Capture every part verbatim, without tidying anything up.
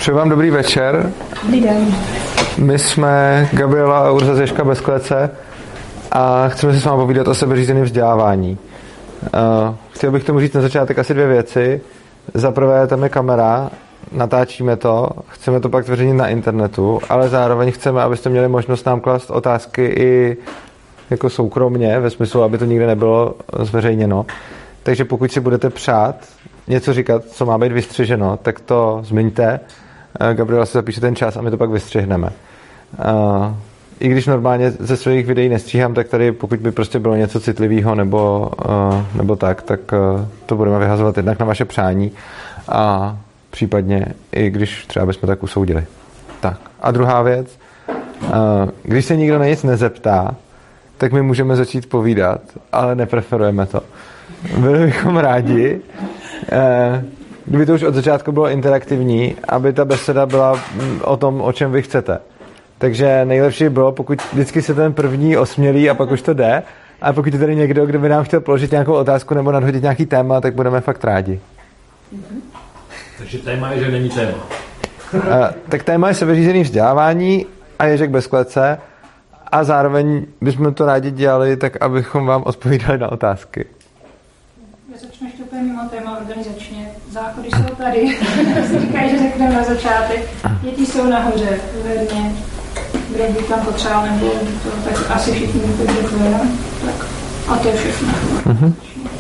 Přeji vám dobrý večer. Dobrý den. My jsme Gabriela a Urza ze Ježka bez klece a chceme si s vámi povídat o sebeřízeném vzdělávání. Uh, chtěl bych tomu říct na začátek asi dvě věci. Za prvé, tam je kamera, natáčíme to, chceme to pak zveřejnit na internetu, ale zároveň chceme, abyste měli možnost nám klást otázky i jako soukromně, ve smyslu, aby to nikde nebylo zveřejněno. Takže pokud si budete přát něco říkat, co má být vystřiženo, tak to zmiňte. Gabriela si zapíše ten čas a my to pak vystřihneme. Uh, I když normálně ze svých videí nestříhám, tak tady pokud by prostě bylo něco citlivého nebo, uh, nebo tak, tak uh, to budeme vyhazovat jednak na vaše přání a případně i když třeba bychom tak usoudili. Tak. A druhá věc, uh, když se nikdo na nic nezeptá, tak my můžeme začít povídat, ale nepreferujeme to. Byli bychom rádi, uh, kdyby to už od začátku bylo interaktivní, aby ta beseda byla o tom, o čem vy chcete. Takže nejlepší bylo, pokud vždycky se ten první osmělí a pak už to jde. A pokud je tady někdo, kdo by nám chtěl položit nějakou otázku nebo nadhodit nějaký téma, tak budeme fakt rádi. Mm-hmm. Takže téma je, že není téma. Uh, tak téma je sebeřízený vzdělávání a Ježek bez klece a zároveň bychom to rádi dělali tak, abychom vám odpovídali na otázky. Já začnu ještě úplně mimo téma organizačně. Záchody jsou tady. Říkají, že řekneme na začátek. Děti jsou nahoře, uvedně. Kdo by tam potřeboval, nebo to, tak asi všichni víte, kde to je. Tak. A to je všechno. Uh-huh.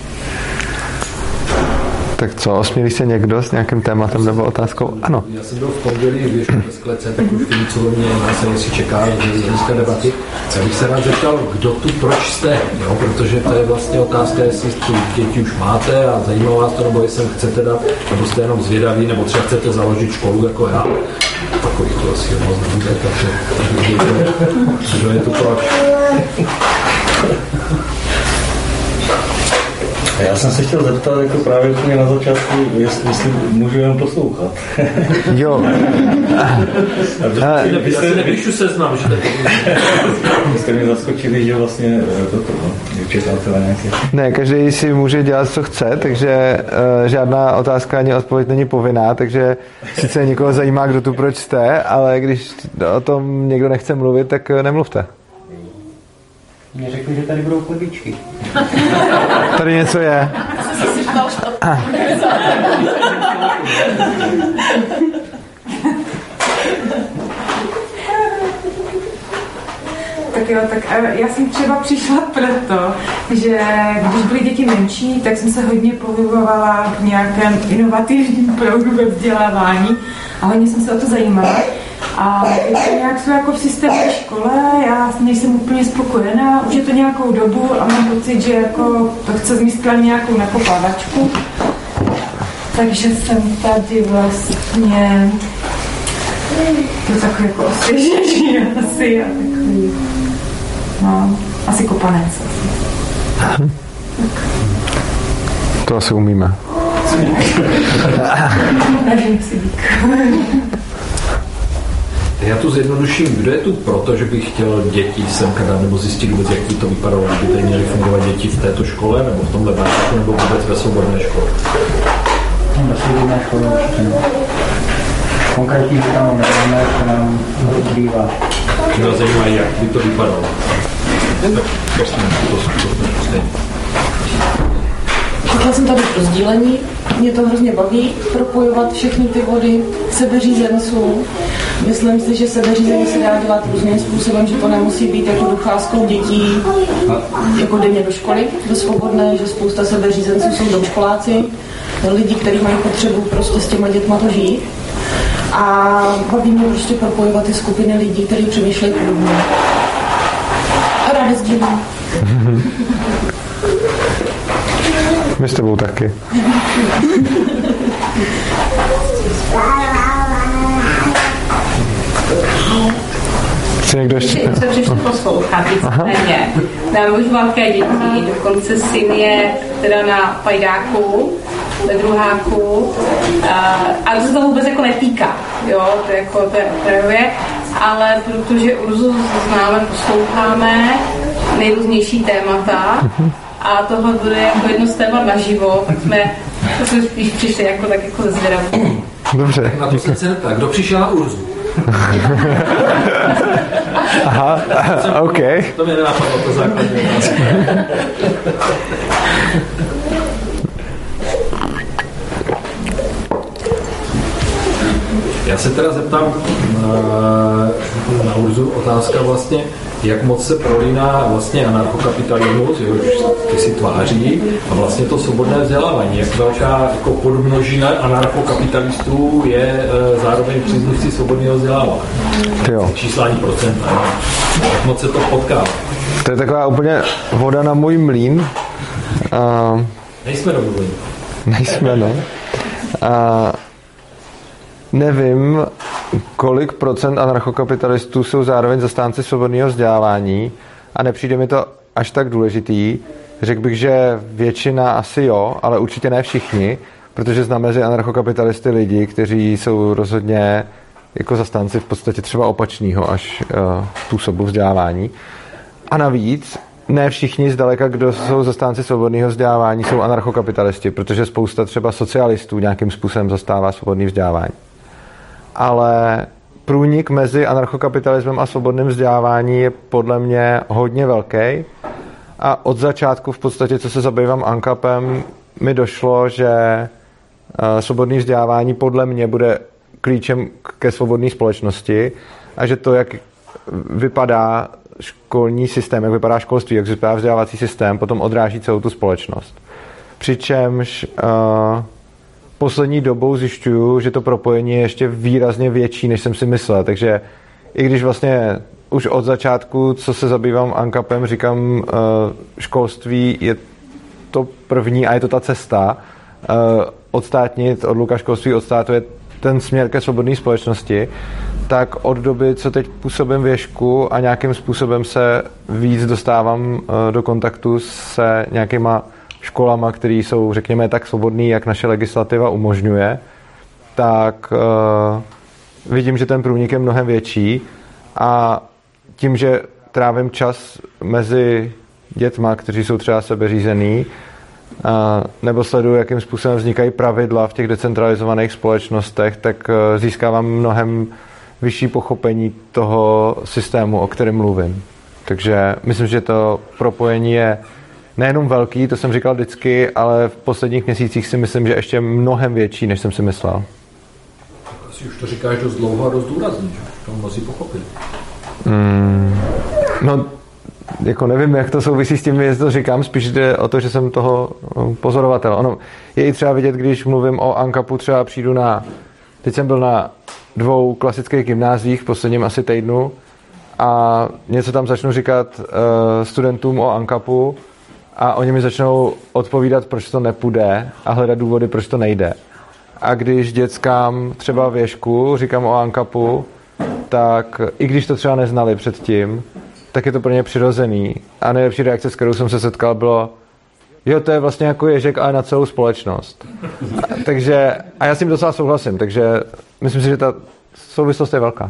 Tak co, osmělí se někdo s nějakým tématem nebo otázkou? Ano. Já jsem byl v pondělí v Ježku bez klece, tak už víc, co mě nás jestli čeká z hlediska debaty. Já bych se rád zeptal, kdo tu, proč jste, jo? Protože to je vlastně otázka, jestli tu děti už máte a zajímá vás to, nebo jestli chcete dát, nebo jste jenom zvědaví, nebo třeba chcete založit školu jako já. Takový to asi moc nebude, takže kdo je tu proč? Já jsem se chtěl zeptat jako právě úplně na začátku, jestli, jestli můžu jenom poslouchat. Jo. Já si nepíšu seznam, že tak jste mě zaskočili, že vlastně toto, no, čekáte nějaké. Ne, každý si může dělat, co chce, takže uh, žádná otázka ani odpověď není povinná, takže sice někoho zajímá, kdo tu proč jste, ale když o tom někdo nechce mluvit, tak nemluvte. Mě řekli, že tady budou chlebíčky. Tady něco je. Tak jo, tak já jsem třeba přišla proto, že když byly děti menší, tak jsem se hodně pohybovala v nějakém inovativním proudu ve vzdělávání a hodně jsem se o to zajímala. A nějak jsou jako v systémové škole, já nejsem úplně spokojená, už je to nějakou dobu a mám pocit, že jako to chce zmístila nějakou nakopávačku. Takže jsem tady vlastně to takový jako osvěžení asi a takový, no, asi kopanec. To asi umíme. Snažím si dík. Já tu zjednoduším, kdo je tu proto, že bych chtěl děti semka dát, nebo zjistit vůbec, jak by to vypadalo, aby tady měly fungovat děti v této škole, nebo v tomhle báčku, nebo vůbec ve svobodné škole? No, ve svobodné škole určitě no. Konkrétní tam nemáme, to nám zbývá. Mě zajímá, jak by to vypadalo. Tak prosím, to jsme stejně. Chtěla jsem tady pro sdílení, mě to hrozně baví, propojovat všechny ty body sebeřízenců. Myslím si, že sebeřízení se dá dělat různým způsobem, že to nemusí být jako docházkou dětí jako denně do školy, do svobodné, že spousta sebeřízenců jsou douškoláci, lidi, kteří mají potřebu prostě s těma dětma to žít. A baví mě prostě propojovat ty skupiny lidí, kteří přemýšlejí podobně. A ráda sdílím. My s tebou taky. Chce někdo ještě? Chci přišli poslouchat, nicméně. Mám už velké děti, dokonce syn je teda na pajdáku, ve druháku, a to se toho vůbec jako netýká, jo, to je jako, to je okrajově, ale protože Urzu známe, posloucháme nejrůznější témata, a tohle bude jako jedno z témat naživo, tak jsme, jsme spíš přišli jako tak jako ze zvědavu. Dobře. Na to jsem se neptal. Kdo přišel na Urzu? Aha, OK. To mě nenapadlo, to základní. Já se teda zeptám na, na Urzu otázka vlastně, jak moc se prolíná vlastně anarchokapitalismus, ty si tváří, a vlastně to svobodné vzdělávání. Jak velká jako podmnožina anarchokapitalistů je e, zároveň příznivci svobodného vzdělávání. Číslání procenta. Jak moc se to potká. To je taková úplně voda na můj mlýn. Uh, Nejsme domluveni. Nejsme, ne? Uh, nevím, kolik procent anarchokapitalistů jsou zároveň zastánci svobodného vzdělávání a nepřijde mi to až tak důležitý. Řekl bych, že většina asi jo, ale určitě ne všichni, protože znám mezi anarchokapitalisty lidi, kteří jsou rozhodně jako zastánci v podstatě třeba opačného až uh, způsobu vzdělávání. A navíc ne všichni zdaleka, kdo jsou zastánci svobodného vzdělávání, jsou anarchokapitalisti, protože spousta třeba socialistů nějakým způsobem zastává svobodné vzdělávání. Ale průnik mezi anarchokapitalismem a svobodným vzdělávání je podle mě hodně velký. A od začátku v podstatě, co se zabývám ANCAPem, mi došlo, že svobodné vzdělávání podle mě bude klíčem ke svobodné společnosti a že to, jak vypadá školní systém, jak vypadá školství, jak vypadá vzdělávací systém, potom odráží celou tu společnost. Přičemž uh, poslední dobou zjišťuju, že to propojení je ještě výrazně větší, než jsem si myslel. Takže i když vlastně už od začátku, co se zabývám ANCAPem, říkám, uh, školství je to první a je to ta cesta. Uh, odstátnit, odluka školství od státu je ten směr ke svobodné společnosti, tak od doby, co teď působím věšku a nějakým způsobem se víc dostávám do kontaktu se nějakýma školama, které jsou, řekněme, tak svobodný, jak naše legislativa umožňuje, tak uh, vidím, že ten průnik je mnohem větší a tím, že trávím čas mezi dětma, kteří jsou třeba sebeřízený, uh, nebo sleduju, jakým způsobem vznikají pravidla v těch decentralizovaných společnostech, tak uh, získávám mnohem vyšší pochopení toho systému, o kterém mluvím. Takže myslím, že to propojení je nejenom velký, to jsem říkal vždycky, ale v posledních měsících si myslím, že ještě mnohem větší, než jsem si myslel. Asi už to říkáš dost dlouho a dost důrazně, že to mnozí pochopili. Mm, no, jako nevím, jak to souvisí s tím, jestli to říkám, spíš jde o to, že jsem toho pozorovatel. Ono je i třeba vidět, když mluvím o ANCAPu, třeba přijdu na, teď jsem byl na dvou klasických gymnáziích v posledním asi týdnu a něco tam začnu říkat uh, studentům o ANCAPu a oni mi začnou odpovídat, proč to nepůjde a hledat důvody, proč to nejde. A když dětskám třeba věšku říkám o ANCAPu, tak i když to třeba neznali předtím, tak je to pro ně přirozený. A nejlepší reakce, s kterou jsem se setkal, bylo jo, to je vlastně jako ježek, ale na celou společnost. A, takže, a já s tím docela souhlasím, takže myslím si, že ta souvislost je velká.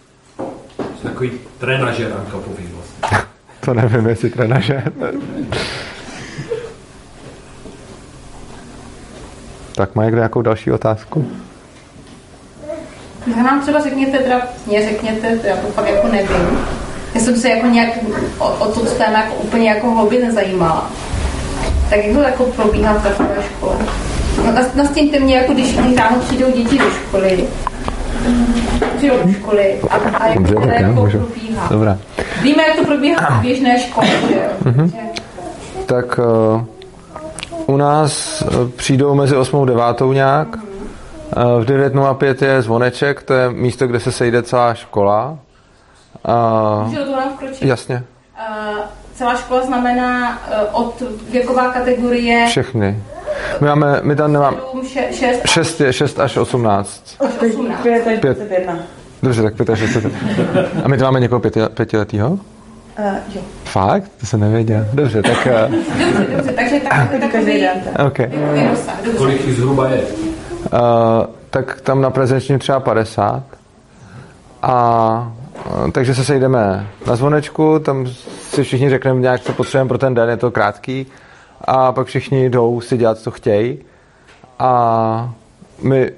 Jsi takový trenažer ANCAPový vlastně. To nevím, jestli trenažer. Tak má někdo nějakou další otázku? Já nám třeba řekněte, teda mě řekněte, já to fakt jako nevím. Já jsem se jako nějak o, o to téma jako úplně jako hloubě nezajímala. Tak jak to jako probíhá v takové škole? No, nastíňte mě, jako když ráno přijdou děti do školy. Přijdou do školy a, a jak to teda jako probíhá. Dobrá. Víme, jak to probíhá v běžné škole, že jo? Mm-hmm. Tak uh, u nás přijdou mezi osmou a devátou nějak. Uh, v devět nula pět je zvoneček, to je místo, kde se sejde celá škola. Uh, Můžu do toho vkročit? Jasně. Uh, celá škola znamená uh, od věková kategorie... Všechny. My, máme, my tam nemáme... šest až osmnáct. Až osmnáct. pět až jedna. Dobře, tak pět až šest. A my tam máme někoho pěti, pětiletýho? Uh, jo. Fakt? To jsem nevěděl. Dobře, tak... Uh... Dobře, dobře, takže tak, tak, takový... Okay. Kolik jich zhruba je? Uh, tak tam na prezenčním třeba padesát. A... Takže se sejdeme na zvonečku, tam si všichni řekneme nějak, co potřebujeme pro ten den, je to krátký. A pak všichni jdou si dělat, co chtějí. A my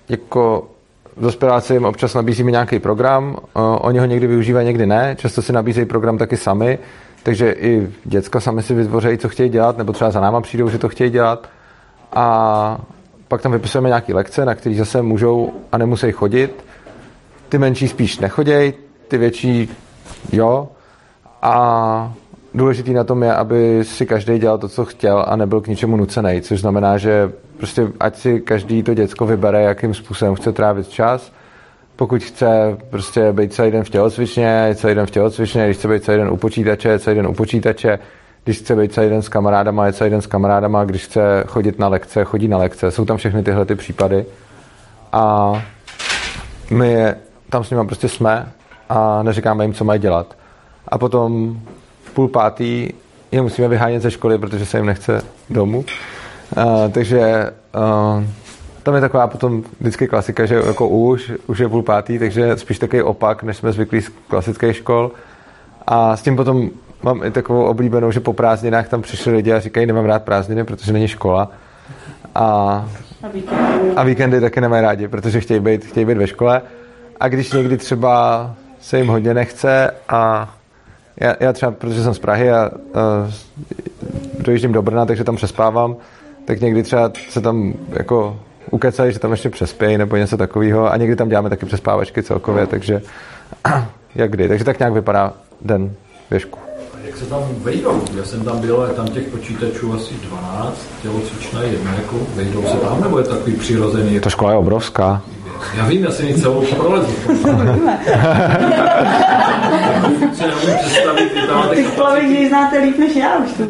jako dospěláci jim občas nabízíme nějaký program, oni ho někdy využívají, někdy ne, často si nabízejí program taky sami, takže i děcka sami si vytvořejí, co chtějí dělat, nebo třeba za náma přijdou, že to chtějí dělat a pak tam vypisujeme nějaké lekce, na které zase můžou a nemusí chodit. Ty menší spíš nechodějí, ty větší jo a důležitý na tom je, aby si každý dělal to, co chtěl a nebyl k ničemu nucený, což znamená, že prostě ať si každý to děcko vybere, jakým způsobem chce trávit čas. Pokud chce prostě být celý den v tělocvičně, celý den v tělocvičně, když chce být celý den u počítače, celý den u počítače, když chce být celý den s kamarádama, je celý den s kamarádama, když chce chodit na lekce, chodí na lekce. Jsou tam všechny tyhle ty případy. A my tam s nimi prostě jsme a neříkáme jim, co mají dělat. A potom v půl pátý je musíme vyhánět ze školy, protože se jim nechce domů. Uh, takže uh, tam je taková potom vždycky klasika, že jako už, už je půl pátý, takže spíš takový opak, než jsme zvyklí z klasických škol. A s tím potom mám i takovou oblíbenou, že po prázdninách tam přišli lidi a říkají, nemám rád prázdniny, protože není škola. A, a, víkendy. a víkendy taky nemají rádi, protože chtějí být, chtějí být ve škole. A když někdy třeba se jim hodně nechce a já, já třeba, protože jsem z Prahy a, a dojíždím do Brna, takže tam přespávám, tak někdy třeba se tam jako ukecají, že tam ještě přespějí nebo něco takového a někdy tam děláme taky přespávačky celkově, takže jak kdy. Takže tak nějak vypadá den běžku. A jak se tam vejdou? Já jsem tam byl, je tam těch počítačů asi dvanáct, tělocvičná jedna, jako vejdou se tam, nebo je to takový přirozený? Ta škola je obrovská. Já vím, já jsem ji celou prolezu. Ty plavidní znáte líp než já už tu.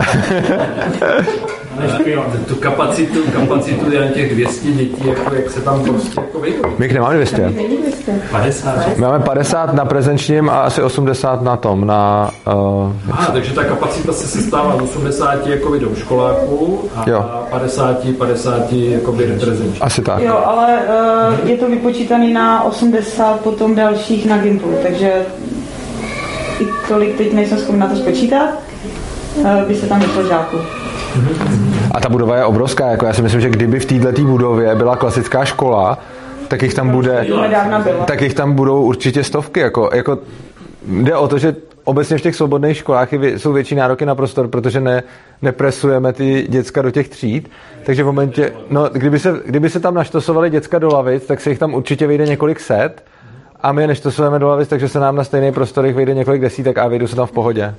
Tu kapacitu, kapacitu jen těch dvě stě dětí, jako jak se tam prostě jako vejdou. My jich nemáme dvě stě. padesát. My máme padesát na prezenčním a asi osmdesát na tom, na... Uh, Aha, takže ta kapacita se sestává z osmdesáti jakoby do školáků a jo. padesáti, padesáti jakoby reprezenčních. Asi tak. Jo, ale uh, je to vypočítaný na osmdesát potom dalších na Gimplu, takže i tolik teď nejsem schopná to spočítat, uh, by se tam vyšlo žáků. A ta budova je obrovská, jako já si myslím, že kdyby v této budově byla klasická škola, tak jich tam bude, tak jich tam budou určitě stovky, jako, jako jde o to, že obecně v těch svobodných školách jsou větší nároky na prostor, protože ne, nepresujeme ty děcka do těch tříd, takže v momentě, no, kdyby se, kdyby se tam naštosovali děcka do lavic, tak se jich tam určitě vyjde několik set a my je neštosujeme do lavic, takže se nám na stejný prostorech vyjde několik desítek a vyjdu se tam v pohodě.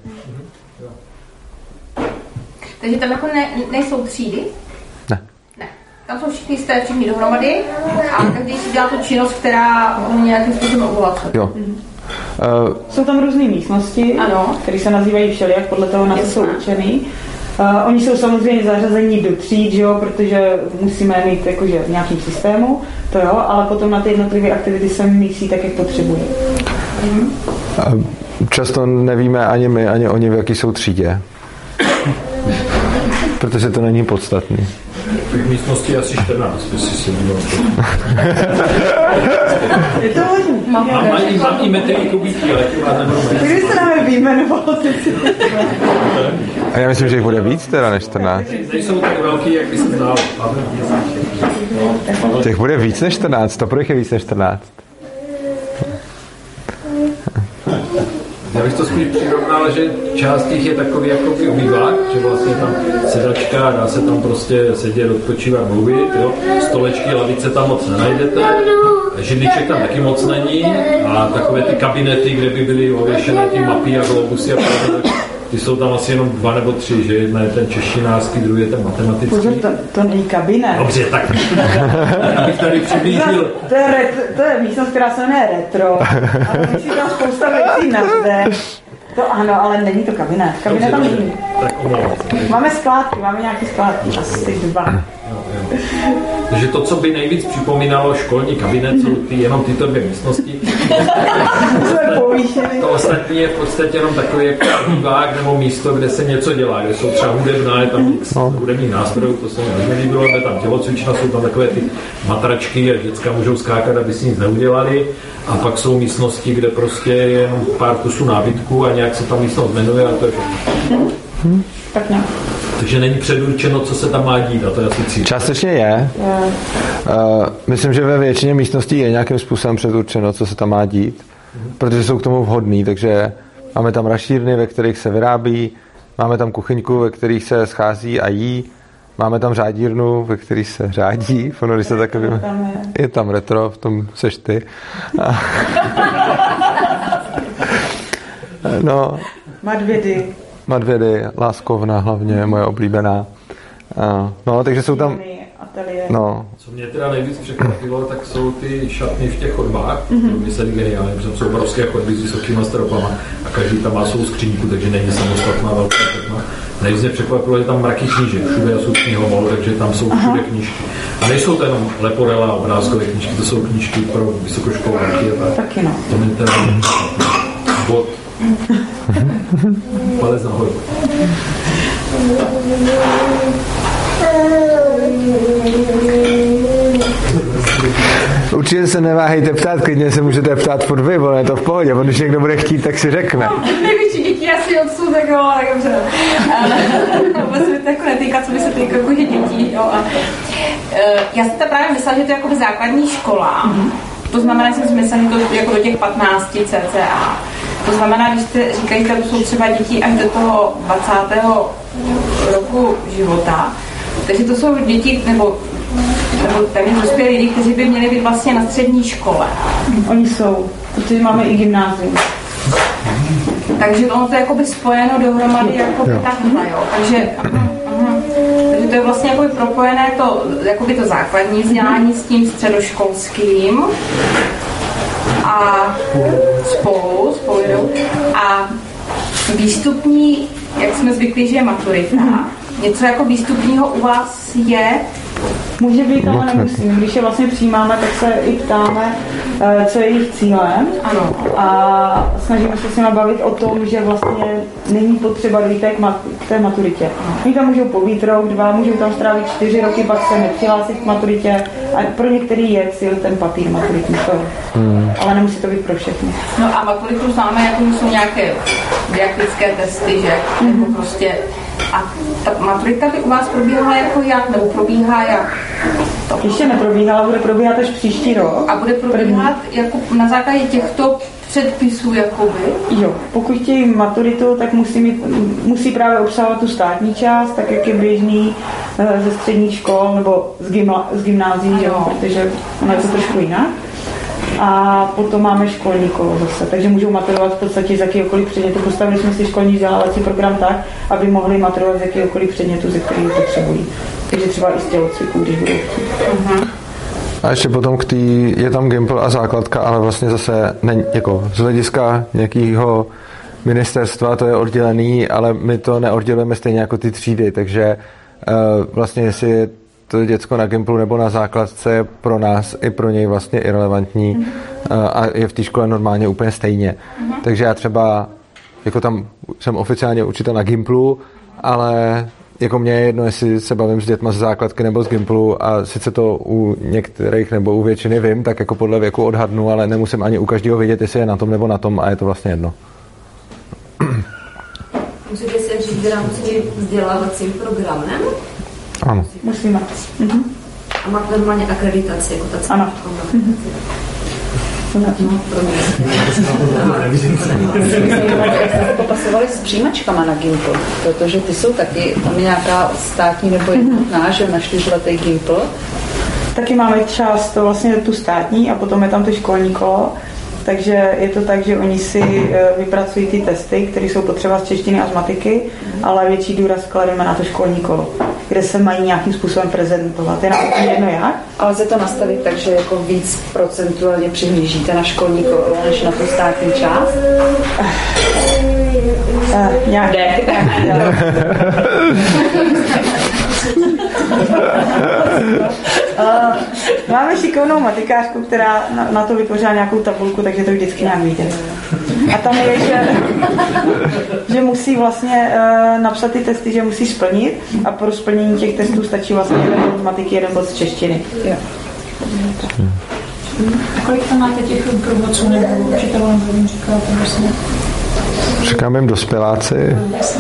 Takže tam jako ne, nejsou třídy? Ne. Ne. Tam jsou všichni jste všichni dohromady a každý si dělá tu činnost, která nějakým způsobem obohacuje. Jo. Mhm. Uh, jsou tam různé místnosti, které se nazývají všelijak podle toho, na co jsou určený. Uh, oni jsou samozřejmě zařazení do tříd, že jo, protože musíme mít jakože v nějakém systému, to jo, ale potom na ty jednotlivé aktivity se místí tak, jak potřebují. Mhm. Uh, často nevíme ani my, ani oni, v jaký jsou třídě. Protože to není podstatný. V místnosti asi čtrnáct, jestli se dívám. Je to možný. Mám i metry kubíky, ale tím vás nebudu jmenovat. Kdyby se nám vyjmenovalo, a já myslím, že jich bude víc teda než čtrnáct. Nejsou tak velký, jak by se zdálo. Těch bude víc než čtrnáct, to pro jich je víc než čtrnáct. Já bych to spíš přirovnal, že část těch je takový jako obývák, že vlastně tam sedačka, dá se tam prostě sedět, odpočívat, mluvit, jo. Stolečky, lavice tam moc nenajdete, židliček tam taky moc není a takové ty kabinety, kde by byly ověšené ty mapy a globusy a podobně, ty jsou tam asi jenom dva nebo tři, že jedna je ten češtinářský, druhý je ten matematický. Pozor, to, to není kabinet. Dobře, tak abych tady přiblížil. To je, ret, to je místnost, která se jmenuje retro, ale my si tam spousta věcí nazve. To ano, ale není to kabinet. Kabinet tam není. Máme skládky, máme nějaké skládky, asi dva. Takže to, co by nejvíc připomínalo školní kabinet, jsou ty, jenom tyto dvě místnosti. To ostatní je v podstatě jenom takový jako vývák nebo místo, kde se něco dělá, kde jsou třeba hudebná, je tam x hudebních nástrojů, to se mi hodně líbilo, je tam tělocvična, jsou tam takové ty matračky a děcka můžou skákat, aby si nic neudělali. A pak jsou místnosti, kde prostě je jenom pár kusů nábytku a nějak se ta místnost jmenuje a to je všechno. Hmm. Tak ne. Takže není předurčeno, co se tam má dít, a to je asi cíl. Částečně je. Yeah. Uh, myslím, že ve většině místností je nějakým způsobem předurčeno, co se tam má dít, mm-hmm. protože jsou k tomu vhodný, takže máme tam rašírny, ve kterých se vyrábí, máme tam kuchyňku, ve kterých se schází a jí, máme tam řádírnu, ve kterých se řádí, ono, když se takovým... Je. je tam retro, v tom seš ty. no... Madvědy. Madvědy, Láskovna hlavně, moje oblíbená. Uh, no, takže jsou tam... No. Co mě teda nejvíc překvapilo, tak jsou ty šatny v těch chodbách, mm-hmm. to mysleli geniálně, protože jsou obrovské chodby s vysokýma stropama a každý tam má svou skříňku, takže není samostatná velká chodba. Nejvíc mě překvapilo, že tam mraky knížek, všude jsou knihomol, takže tam jsou všude knížky. A nejsou to jenom leporela a obrázkové knížky, to jsou knížky pro vysokoškoláky a tak. Taky no. To mě teda bod. Palec nahoru. Určitě se neváhejte ptát, klidně se můžete ptát furt vy, ale je to v pohodě, on když někdo bude chtít, tak si řekne. No, největší děti asi odsud, tak jo, tak dobře. Vůbec se to jako netýká, co by se týká jako dětí. Jo. A, uh, já jsem to právě myslela, že to je jako základní škola. Mm-hmm. To znamená, že jsem si myslela, že to jako do těch patnácti cca. To znamená, když jste říkají, že jsou třeba děti až do toho dvacátého roku života, takže to jsou děti, nebo, nebo téměř dospělí lidi, kteří by měli být vlastně na střední škole. Oni jsou, protože máme i gymnázium. Takže ono to je jakoby spojeno dohromady jakoby takhle, jo. Takže, uh, takže to je vlastně jakoby propojené to, jakoby to základní vzdělání s tím středoškolským a spolu, spolu jdou. A výstupní, jak jsme zvyklí, že je maturita, mm-hmm. něco jako výstupního u vás je? Může být, ale nemusím. Když je vlastně přijímáme, tak se i ptáme, co je jejich cílem. Ano. A snažíme se s nimi bavit o tom, že vlastně není potřeba dojít k, mat- k té maturitě. Oni tam můžou pobít rok, dva, můžou tam strávit čtyři roky, pak se nepřihlásit k maturitě. A pro některý je cíl ten papír maturitní, hmm. ale nemusí to být pro všechny. No a maturitu známe, jako jsou nějaké diagnostické testy, že? Mm-hmm. Nebo prostě... A ta maturita by u vás probíhala jako jak? Nebo probíhá jak? To. Ještě neprobíhala, bude probíhat až příští rok. A bude probíhat jako na základě těchto předpisů jakoby? Jo, pokud chtějí maturitu, tak musí, mít, musí právě obsahovat tu státní část, tak jak je běžný ze středních škol nebo z, gymla, z gymnázií, jo, protože ono je to trošku jinak. A potom máme školní kolo zase, takže můžou maturovat v podstatě z jakýhokoliv předmětu. Postavili jsme si školní vzdělávací program tak, aby mohli maturovat z jakýhokoliv předmětu, ze kterého potřebují. Takže třeba i z tělocviku, když budou chtít. Uh-huh. A ještě potom k tý, je tam Gimpl a základka, ale vlastně zase ne, jako z hlediska nějakého ministerstva to je oddělený, ale my to neoddělujeme stejně jako ty třídy, takže uh, vlastně jestli je to děcko na Gimplu nebo na základce je pro nás i pro něj vlastně irelevantní mm. a je v té škole normálně úplně stejně. Mm. Takže já třeba jako tam jsem oficiálně učitel na Gimplu, ale jako mě je jedno, jestli se bavím s dětma z základky nebo z Gimplu a sice to u některých nebo u většiny vím, tak jako podle věku odhadnu, ale nemusím ani u každého vědět, jestli je na tom nebo na tom a je to vlastně jedno. Můžete se říct v rámci vzdělávacím programem? Ano. Musíme. Mhm. A máte normálně akreditaci, jako ta celá. Ano. Mhm. No, pro mě. Jak jste popasovali s přijímačkama na Gimpl, protože ty jsou taky, tam je nějaká státní nebo jednotná, že na čtyřletý Gimpl. Taky máme část vlastně tu státní a potom je tam to školní kolo. Takže je to tak, že oni si vypracují ty testy, které jsou potřeba z češtiny a z matiky, ale větší důraz klademe na to školní kolo, kde se mají nějakým způsobem prezentovat. Je nám jedno jak? Ale lze to nastavit tak, že jako víc procentuálně přihlížíte na školní kolo, než na tu státní část? Uh, nějak. Uh, máme šikovnou matikářku, která na, na to vytvořila nějakou tabulku, takže to vždycky nějak víte. A tam je, že, že musí vlastně uh, napsat ty testy, že musí splnit a pro splnění těch testů stačí vlastně jeden bod z matiky, jeden bod z češtiny. Jo. A kolik tam máte těch průvodců nebo učitelů, nebo jim říkáte vlastně? Říkám jim dospěláci.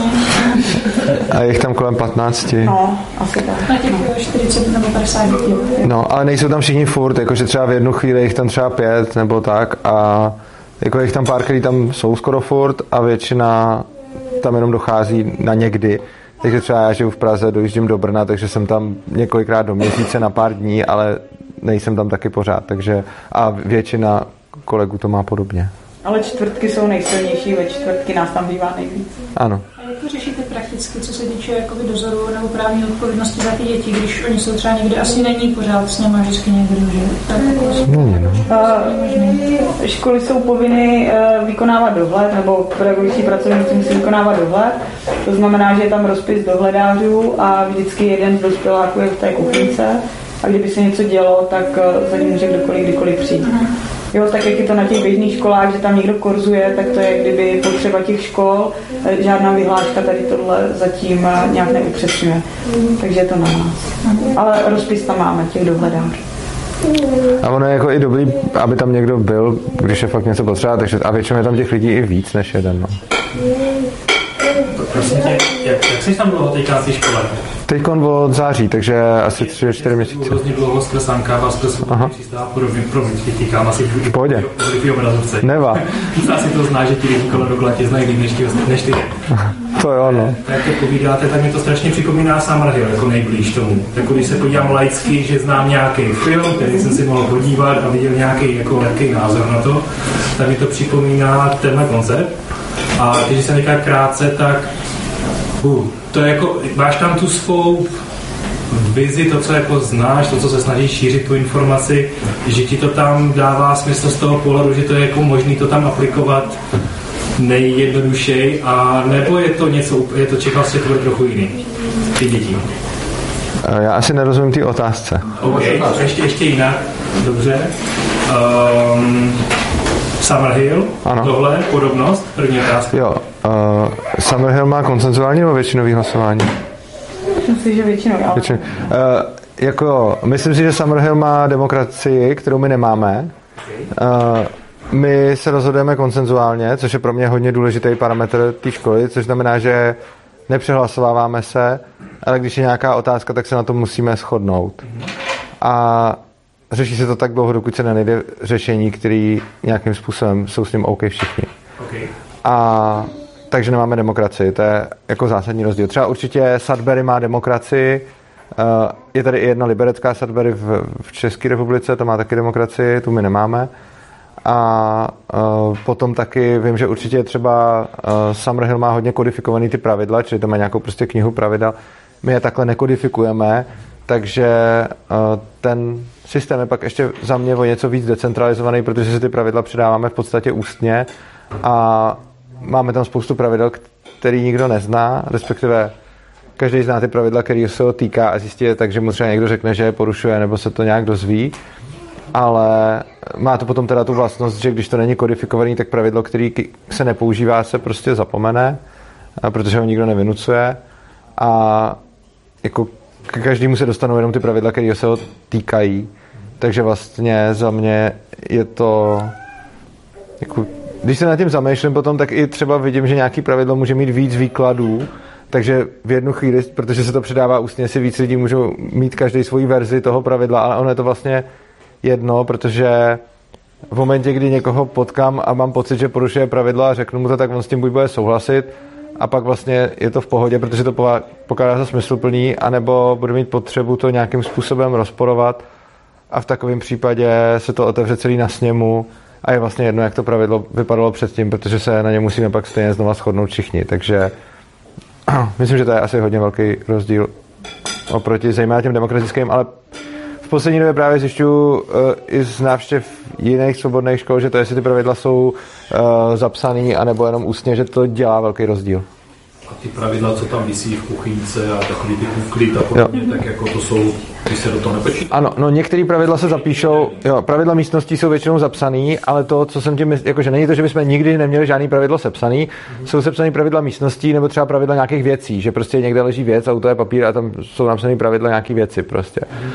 A je jich tam kolem patnácti. No, asi tak. Na těch čtyřicet nebo padesát dětí. No, ale nejsou tam všichni furt, jakože třeba v jednu chvíli jich tam třeba pět nebo tak a jako jich tam pár, který tam jsou skoro furt a většina tam jenom dochází na někdy. Takže třeba já žiju v Praze, dojíždím do Brna, takže jsem tam několikrát do měsíce na pár dní, ale nejsem tam taky pořád, takže a většina kolegů to má podobně. Ale čtvrtky jsou nejsilnější, ve čtvrtky nás tam bývá nejvíc. Ano. A jak to řešíte prakticky, co se týče jakoby dozoru nebo právní odpovědnosti za ty děti, když oni jsou třeba někde, asi není pořád s něma vždycky někdo, že? Není, no. Uh, školy jsou povinny uh, vykonávat dohled, nebo pedagogičtí pracovníci musí vykonávat dohled. To znamená, že je tam rozpis dohledářů a vždycky jeden z dospěláků je v té kuchyňce. A kdyby se něco dělo, tak uh, za ním může kdokoliv kdykoliv přijít. Jo, tak jak je to na těch běžných školách, že tam někdo korzuje, tak to je kdyby potřeba těch škol, žádná vyhláška tady tohle zatím nějak neupřesňuje. Takže je to na nás. Ale rozpis tam máme, těch dohledářů. A ono je jako i dobrý, aby tam někdo byl, když je fakt něco potřeba, takže a většinou je tam těch lidí i víc než jeden. No. Prosím tě, jak, jak jsi tam dlouho teďka na té škole? Teďkon od září, takže asi tři, čtyři měsíce. Hrozně dlouho skrz Ankáva, skrz přistává podobně, promiň, týkám asi v pohodě. V obrazovce. Neva. Asi to zná, že ti lidi kolem dokola tě znají líp než ty, než ty. To jo, no. Jak to povídáte, tak mi to strašně připomíná Summerhill, jako nejblíž tomu. Tak když se podívám laicky, že znám nějaký film, který jsem si mohl podívat a viděl nějaký jako lehký názor na to, tak mi to připomíná tenhle koncept. A když se říká krátce, tak uh, to je jako, máš tam tu svou vizi, to, co jako znáš, to, co se snažíš šířit tu informaci, že ti to tam dává smysl z toho pohledu, že to je jako možný to tam aplikovat nejjednodušeji, a nebo je to něco, je to čekal svět bude trochu jiný, ty děti? Já asi nerozumím té otázce. Ok, ještě, ještě jinak, dobře. Um, Summerhill, ano. Tohle, podobnost, první otázka. Jo, uh, Summerhill má konsenzuální nebo většinový hlasování? Myslím si, že většinou, ale... Většinou. Uh, jako, myslím si, že Summerhill má demokracii, kterou my nemáme. Uh, my se rozhodujeme konsenzuálně, což je pro mě hodně důležitý parametr té školy, což znamená, že nepřehlasováváme se, ale když je nějaká otázka, tak se na to musíme shodnout. A řeší se to tak dlouho, dokud se nenajde řešení, který nějakým způsobem jsou s ním OK všichni. Okay. A takže nemáme demokracii, to je jako zásadní rozdíl. Třeba určitě Sudbury má demokracii, je tady i jedna liberecká Sudbury v, v České republice, to má taky demokracii, tu my nemáme. A uh, potom taky vím, že určitě třeba uh, Summerhill má hodně kodifikovaný ty pravidla, čili to má nějakou prostě knihu pravidel. My je takhle nekodifikujeme, takže uh, ten systém je pak ještě za mě o něco víc decentralizovaný, protože si ty pravidla předáváme v podstatě ústně a máme tam spoustu pravidel, který nikdo nezná, respektive každý zná ty pravidla, který se ho týká a zjistí je tak, že mu třeba někdo řekne, že je porušuje nebo se to nějak dozví, ale má to potom teda tu vlastnost, že když to není kodifikovaný, tak pravidlo, který se nepoužívá, se prostě zapomene, protože ho nikdo nevynucuje a jako k každému se dostanou jenom ty pravidla, které se ho týkají, takže vlastně za mě je to jako, když se nad tím zamýšlím potom, tak i třeba vidím, že nějaký pravidlo může mít víc výkladů, takže v jednu chvíli, protože se to předává ústně, si víc lidí můžou mít každý svoji verzi toho pravidla, ale ono je to vlastně jedno, protože v momentě, kdy někoho potkám a mám pocit, že porušuje pravidla a řeknu mu to, tak on s tím buď bude souhlasit a pak vlastně je to v pohodě, protože to pokládá za smysluplný, anebo bude mít potřebu to nějakým způsobem rozporovat a v takovém případě se to otevře celý na sněmu a je vlastně jedno, jak to pravidlo vypadalo předtím, protože se na ně musíme pak stejně znova shodnout všichni, takže myslím, že to je asi hodně velký rozdíl oproti zejména těm demokratickým, ale v poslední době právě zjišťuju uh, i z návštěv jiných svobodných škol, že to, jestli ty pravidla jsou uh, zapsaný anebo jenom ústně, že to dělá velký rozdíl. A ty pravidla, co tam visí v kuchyňce a takový ty klid a podobně, tak jako to jsou, ty se do toho nepočítá? Ano, no některé pravidla se zapíšou, jo, pravidla místností jsou většinou zapsaný, ale to, co jsem tím, jakože není to, že bychom nikdy neměli žádný pravidlo sepsaný, mm-hmm. jsou sepsaný pravidla místností nebo třeba pravidla nějakých věcí, že prostě někde leží věc a u toho je papír a tam jsou napsané pravidla nějaký věci prostě. Mm-hmm.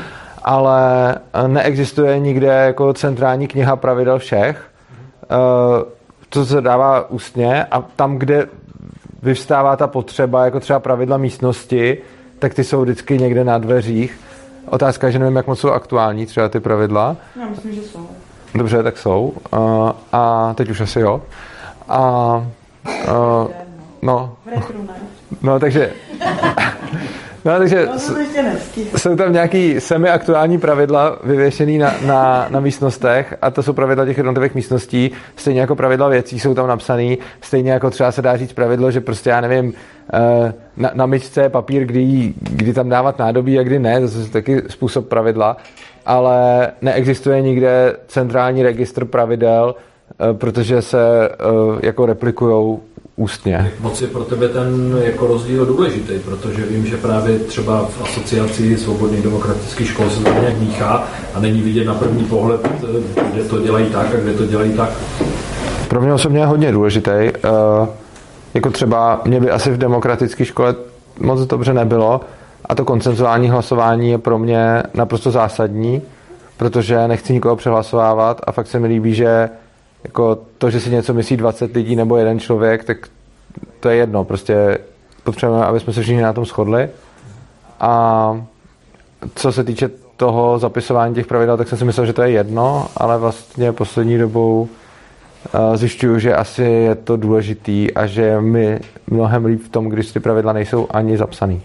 Ale neexistuje nikde jako centrální kniha pravidel všech. to se dává ústně a tam, kde vyvstává ta potřeba, jako třeba pravidla místnosti, tak ty jsou vždycky někde na dveřích. Otázka je, že nevím, jak moc jsou aktuální třeba ty pravidla. Já myslím, že jsou. Dobře, tak jsou. Uh, a teď už asi jo. A uh, no. No, takže No, takže jsou tam nějaký semi-aktuální pravidla vyvěšený na, na, na místnostech a to jsou pravidla těch jednotlivých místností, stejně jako pravidla věcí jsou tam napsaný, stejně jako třeba se dá říct pravidlo, že prostě já nevím, na, na myčce je papír, kdy, kdy tam dávat nádobí a kdy ne, to je taky způsob pravidla, ale neexistuje nikde centrální registr pravidel, protože se jako replikujou ústně. Moc je pro tebe ten jako rozdíl důležitý, protože vím, že právě třeba v asociaci svobodných demokratických škol se to nějak míchá a není vidět na první pohled, kde to dělají tak a kde to dělají tak. Pro mě osobně je hodně důležitý. Jako třeba mě by asi v demokratické škole moc dobře nebylo a to konsenzuální hlasování je pro mě naprosto zásadní, protože nechci nikoho přehlasovávat a fakt se mi líbí, že jako to, že si něco myslí dvacet lidí nebo jeden člověk, tak to je jedno. Prostě potřebujeme, aby jsme se všichni na tom shodli. A co se týče toho zapisování těch pravidel, tak jsem si myslel, že to je jedno, ale vlastně poslední dobou zjišťuju, že asi je to důležitý a že je mi mnohem líp v tom, když ty pravidla nejsou ani zapsaný.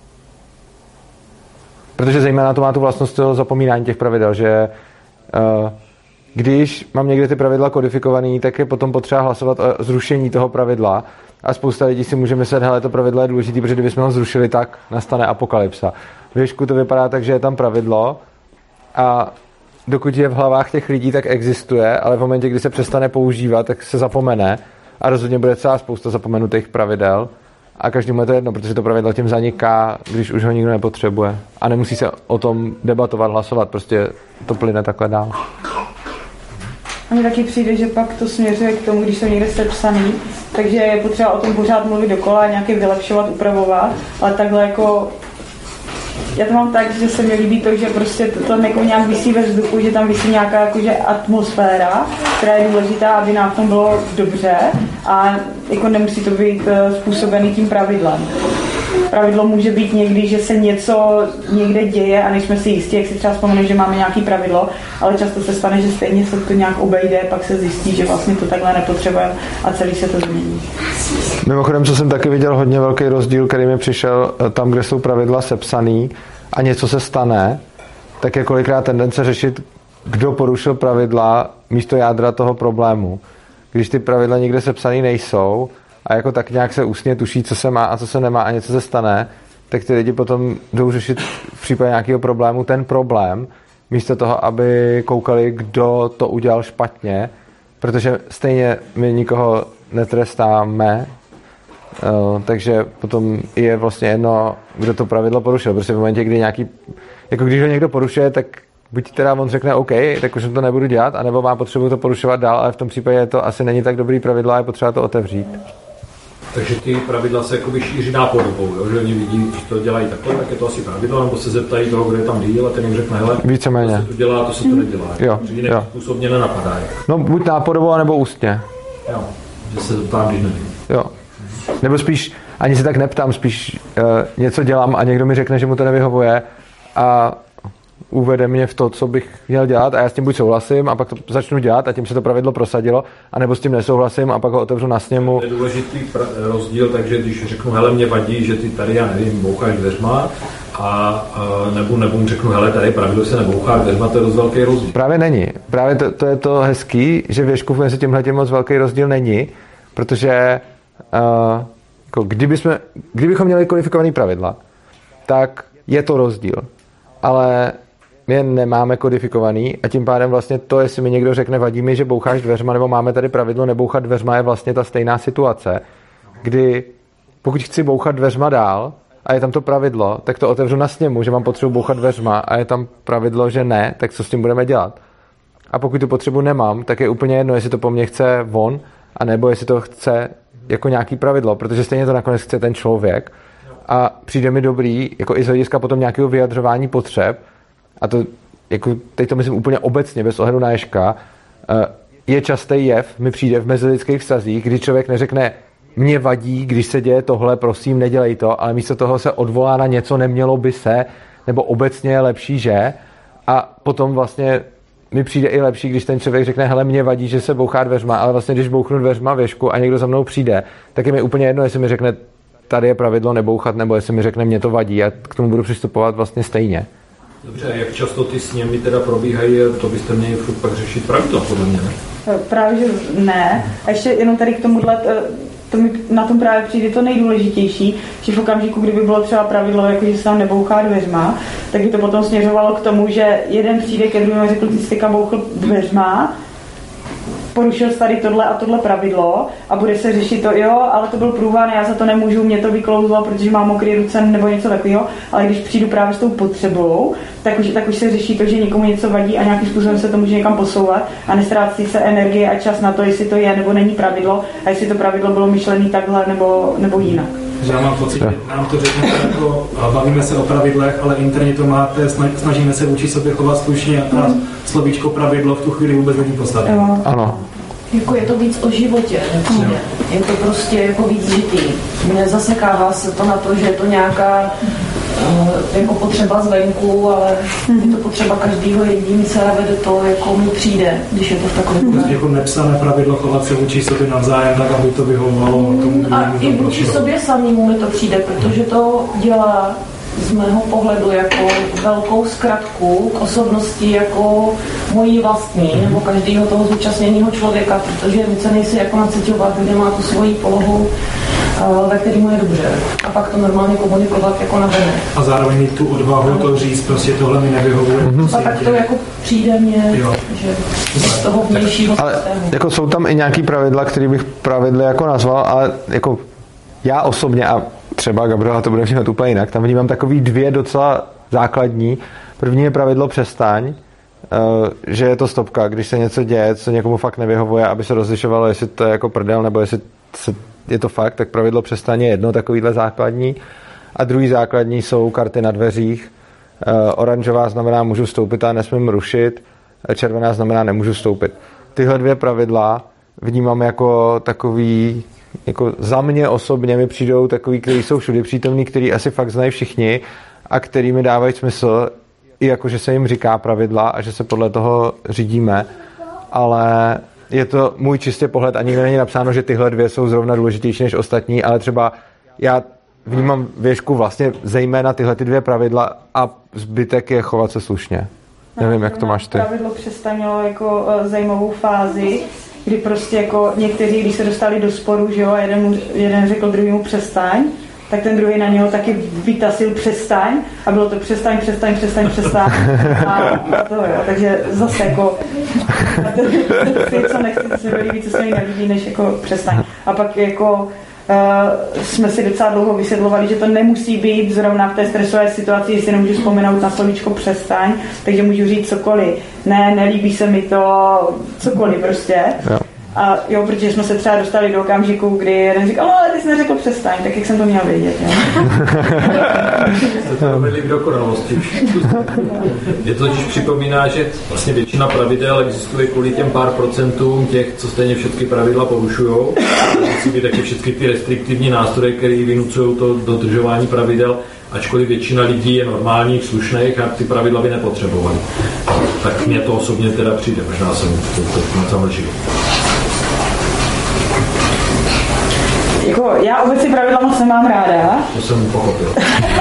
Protože zejména to má tu vlastnost toho zapomínání těch pravidel, že když mám někde ty pravidla kodifikovaný, tak je potom potřeba hlasovat o zrušení toho pravidla a spousta lidí si může myslet, hele, to pravidlo je důležité, protože kdybychom ho zrušili, tak nastane apokalypsa. V Ježku to vypadá tak, že je tam pravidlo a dokud je v hlavách těch lidí, tak existuje, ale v momentě, kdy se přestane používat, tak se zapomene a rozhodně bude celá spousta zapomenutých pravidel a každému je to jedno, protože to pravidlo tím zaniká, když už ho nikdo nepotřebuje a nemusí se o tom debatovat, hlasovat, prostě to plyne takhle dál. A mně taky přijde, že pak to směřuje k tomu, když jsou někde sepsaný, takže je potřeba o tom pořád mluvit dokola, nějaké vylepšovat, upravovat, ale takhle jako já to mám tak, že se mi líbí to, že prostě to tam jako nějak visí ve vzduchu, že tam visí nějaká jakože atmosféra, která je důležitá, aby nám v tom bylo dobře a jako nemusí to být způsobený tím pravidlem. Pravidlo může být někdy, že se něco někde děje a nejsme si jistí, jak si třeba vzpomeneme, že máme nějaké pravidlo, ale často se stane, že stejně se to nějak obejde, pak se zjistí, že vlastně to takhle nepotřebujeme a celý se to změní. Mimochodem, co jsem taky viděl hodně velký rozdíl, který mi přišel tam, kde jsou pravidla sepsaný a něco se stane, tak je kolikrát tendence řešit, kdo porušil pravidla místo jádra toho problému. Když ty pravidla někde sepsaný nejsou a jako tak nějak se ústně tuší, co se má a co se nemá a něco se stane, tak ty lidi potom jdou řešit v případě nějakého problému ten problém, místo toho, aby koukali, kdo to udělal špatně, protože stejně my nikoho netrestáme, takže potom je vlastně jedno, kdo to pravidlo porušil, protože v momentě, kdy nějaký, jako když ho někdo porušuje, tak buď teda on řekne OK, tak už to nebudu dělat, anebo má potřebu to porušovat dál, ale v tom případě to asi není tak dobrý pravidlo a je potřeba to otevřít. Takže ty pravidla se jakoby šíří nápodobou, že oni vidí, že to dělají takhle, tak je to asi pravidlo, nebo se zeptají toho, kdo je tam díl a ten jim řekne, hele, víceméně. To se to dělá, to se to nedělá. Jo, že jinak jo. způsobně nenapadají. No buď nápodobou, nebo ústně. Jo, že se zeptám, když nevím. Jo. Nebo spíš, ani se tak neptám, spíš uh, něco dělám a někdo mi řekne, že mu to nevyhovuje a uvede mě v to, co bych měl dělat a já s tím buď souhlasím a pak to začnu dělat a tím se to pravidlo prosadilo, anebo s tím nesouhlasím a pak ho otevřu na sněmu. To je důležitý rozdíl, takže když řeknu, hele, mě vadí, že ty tady, já nevím, boucháš dveřma a, a nebo, nebo mu řeknu, hele, tady pravidlo se nebouchá dveřma, to je dost velký rozdíl. Právě není. Právě to, to je to hezký, že v Ježku mezi tímhletím moc velký rozdíl není, protože uh, jako kdyby jsme, kdybychom měli kodifikovaný pravidla, tak je to rozdíl. Ale my je nemáme kodifikovaný a tím pádem vlastně to, jestli mi někdo řekne, vadí mi, že boucháš dveřma, nebo máme tady pravidlo nebouchat dveřma, je vlastně ta stejná situace, kdy pokud chci bouchat dveřma dál a je tam to pravidlo, tak to otevřu na sněmu, že mám potřebu bouchat dveřma a je tam pravidlo, že ne, tak co s tím budeme dělat? A pokud tu potřebu nemám, tak je úplně jedno, jestli to po mně chce von, anebo jestli to chce jako nějaký pravidlo, protože stejně to nakonec chce ten člověk a přijde mi dobrý, jako i z hlediska potom nějakého vyjadřování potřeb, a to, jako teď to myslím úplně obecně, bez ohledu na Ježka, je častý jev, mi přijde v mezilidských vztazích, kdy člověk neřekne, mě vadí, když se děje tohle, prosím, nedělej to, ale místo toho se odvolá na něco, nemělo by se, nebo obecně je lepší, že? A potom vlastně mi přijde i lepší, když ten člověk řekne, hele, mě vadí, že se bouchá dveřma, ale vlastně když bouchnu dveřma věšku a někdo za mnou přijde, tak je mi úplně jedno, jestli mi řekne, tady je pravidlo nebouchat, nebo jestli mi řekne, mě to vadí, já k tomu budu přistupovat vlastně stejně. Dobře, a jak často ty sněmy teda probíhají, to byste měli furt pak řešit pravidla, podle mě, ne? Právě, že ne. A ještě jenom tady k tomuhle, to mi na tom právě přijde to nejdůležitější, že v okamžiku, kdyby bylo třeba pravidlo, jako že se tam nebouchá dveřma, tak by to potom směřovalo k tomu, že jeden přijde ke druhému a řekl, ty jsi teďka bouchl dveřma, porušil jsi tady tohle a tohle pravidlo a bude se řešit to, jo, ale to byl průvan, já za to nemůžu, mě to vyklouzlo, protože mám mokrý ruce nebo něco takového, ale když přijdu právě s tou potřebou, tak už, tak už se řeší to, že někomu něco vadí a nějakým způsobem se to může někam posouvat a nestrácí se energie a čas na to, jestli to je nebo není pravidlo a jestli to pravidlo bylo myšlené takhle nebo, nebo jinak. Já mám pocit, že nám to řeknete jako, bavíme se o pravidlech, ale interně to máte, snažíme se vůči sobě chovat slušně a mm. slovíčko pravidlo v tu chvíli vůbec není podstatné. Ano. Jako je to víc o životě, nepřijde. Je to prostě jako víc žitý. Nezasekává se to na to, že je to nějaká uh, jako potřeba zvenku, ale je to potřeba každého jedince a vede to, jako mi přijde, když je to v takovém prostě jako nepsané pravidlo chovat se vůči sobě navzájem, tak aby to vyhovovalo tomu. A i vůči sobě samému mi to přijde, protože to dělá z mého pohledu jako velkou zkratku k osobnosti jako mojí vlastní, nebo každého toho zúčastněného člověka, protože více nejsi jako naciťovat, kde má tu svoji polohu, ve kterému je dobře. A pak to normálně komunikovat jako na venek. A zároveň mít tu odvahu to říct, prostě tohle mi nevyhovuje. Mm-hmm. A tak to jako přijde mě, jo. Že z toho vnějšího ale systému. Jako jsou tam i nějaký pravidla, které bych pravidly jako nazval, ale jako já osobně a třeba Gabriela to bude vnímat úplně jinak. Tam vnímám takový dvě docela základní. První je pravidlo přestaň, že je to stopka, když se něco děje, co někomu fakt nevyhovuje, aby se rozlišovalo, jestli to je jako prdel, nebo jestli je to fakt, tak pravidlo přestaň je jedno takovýhle základní. A druhý základní jsou karty na dveřích. Oranžová znamená můžu vstoupit a nesmím rušit, červená znamená nemůžu vstoupit. Tyhle dvě pravidla vnímám jako takový, jako za mě osobně mi přijdou takový, který jsou všudy přítomní, který asi fakt znají všichni a který mi dávají smysl, i jako, že se jim říká pravidla a že se podle toho řídíme, ale je to můj čistě pohled a nikde není napsáno, že tyhle dvě jsou zrovna důležitější než ostatní, ale třeba já vnímám věšku vlastně zejména tyhle ty dvě pravidla a zbytek je chovat se slušně. Nevím, jak to máš ty. Pravidlo přestaň mělo jako uh, zajímavou fázi, kdy prostě jako někteří, když se dostali do sporu, že jo, a jeden, jeden řekl druhému přestaň, tak ten druhý na něho taky vytasil přestaň a bylo to přestaň, přestaň, přestaň, přestaň a, a to jo, takže zase jako to, to, co nechci, to se mi líbí, co se mi nelíbí, než jako přestaň. A pak jako Uh, jsme si docela dlouho vysvětlovali, že to nemusí být zrovna v té stresové situaci, jestli nemůžu vzpomenout na slovíčko přestaň, takže můžu říct cokoliv. Ne, nelíbí se mi to, cokoliv prostě. Jo. A jo, protože jsme se třeba dostali do okamžiku, kdy jeden říkal, no ale ty jsi neřekl přestaň, tak jak jsem to měl vědět, jo? Jste to vedli k dokonalosti. Mě to totiž připomíná, že vlastně většina pravidel existuje kvůli těm pár procentům těch, co stejně všechny pravidla porušujou. Musí být taky všechny ty restriktivní nástroje, které vynucují to dodržování pravidel, ačkoliv většina lidí je normálních, slušných a ty pravidla by nepotřebovali. Tak mě to osobně teda přijde, možná jsem to, to, to zamlžil. Jako, já obecně pravidla moc nemám ráda. To jsem pochopil.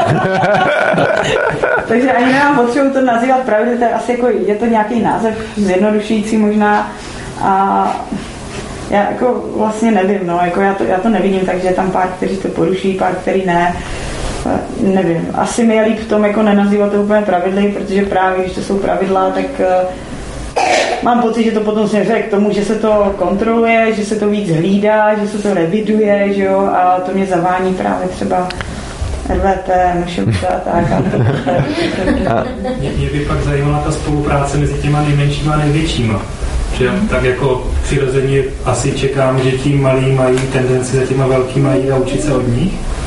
Takže ani nemám potřebu to nazývat pravidly, to je asi jako, je to nějaký název zjednodušující možná a já jako vlastně nevím, no, jako já to, já to nevidím, takže je tam pár, kteří to poruší, pár, který ne. Nevím, asi mi je líp v tom jako nenazývat to úplně pravidly, protože právě když to jsou pravidla, tak uh, mám pocit, že to potom směřuje k tomu, že se to kontroluje, že se to víc hlídá, že se to reviduje, že jo, a to mě zavání právě třeba R V P, MŠMT a tak. A mě, mě by pak zajímala ta spolupráce mezi těma nejmenšíma a největšíma. Že tak jako přirozeně asi čekám, že ti malí mají tendenci za těma velkýma jít a učit se od nich.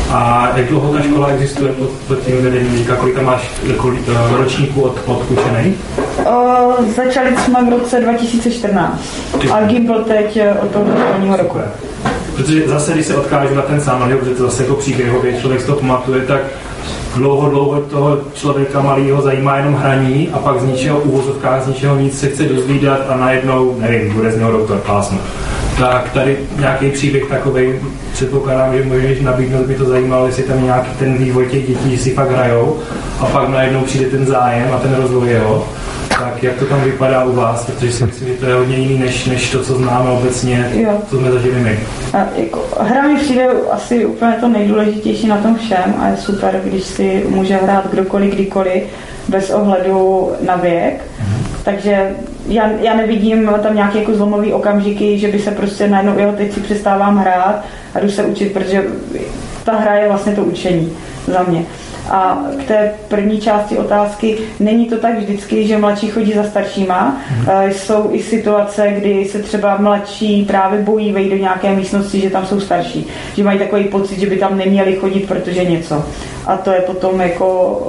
A jak dlouho ta škola existuje pod, pod tím vedením? Říká, kolika máš kolik, ročníků od, odkučenej? Uh, začali jsme v roce dva tisíce čtrnáct a Gimpl teď od toho školního roku. Protože zase, když se odkážu na ten sám, protože to zase jako příběhově člověk si to pamatuje, tak dlouho, dlouho toho člověka malýho zajímá jenom hraní a pak z ničeho uvozovkách, z ničeho nic se chce dozvídat a najednou, nevím, bude z něho doktor pásmo. Tak tady nějaký příběh takovej, předpokládám, že můžeš nabídnout, by to zajímalo, jestli tam nějaký ten vývoj těch dětí, si fakt hrajou a pak najednou přijde ten zájem a ten rozvoj jeho. Tak jak to tam vypadá u vás, protože si myslím, že to je hodně jiný než, než to, co známe obecně, jo. Co jsme zažili my. A jako, hra mi přijde asi úplně to nejdůležitější na tom všem a je super, když si může hrát kdokoliv, kdykoliv, bez ohledu na věk. Mhm. Takže já, já nevidím tam nějaké jako zlomový okamžiky, že by se prostě najednou, jo, teď si přestávám hrát a jdu se učit, protože ta hra je vlastně to učení za mě. A k té první části otázky, není to tak vždycky, že mladší chodí za staršíma. Mm. Jsou i situace, kdy se třeba mladší právě bojí vejít do nějaké místnosti, že tam jsou starší. Že mají takový pocit, že by tam neměli chodit, protože něco. A to je potom jako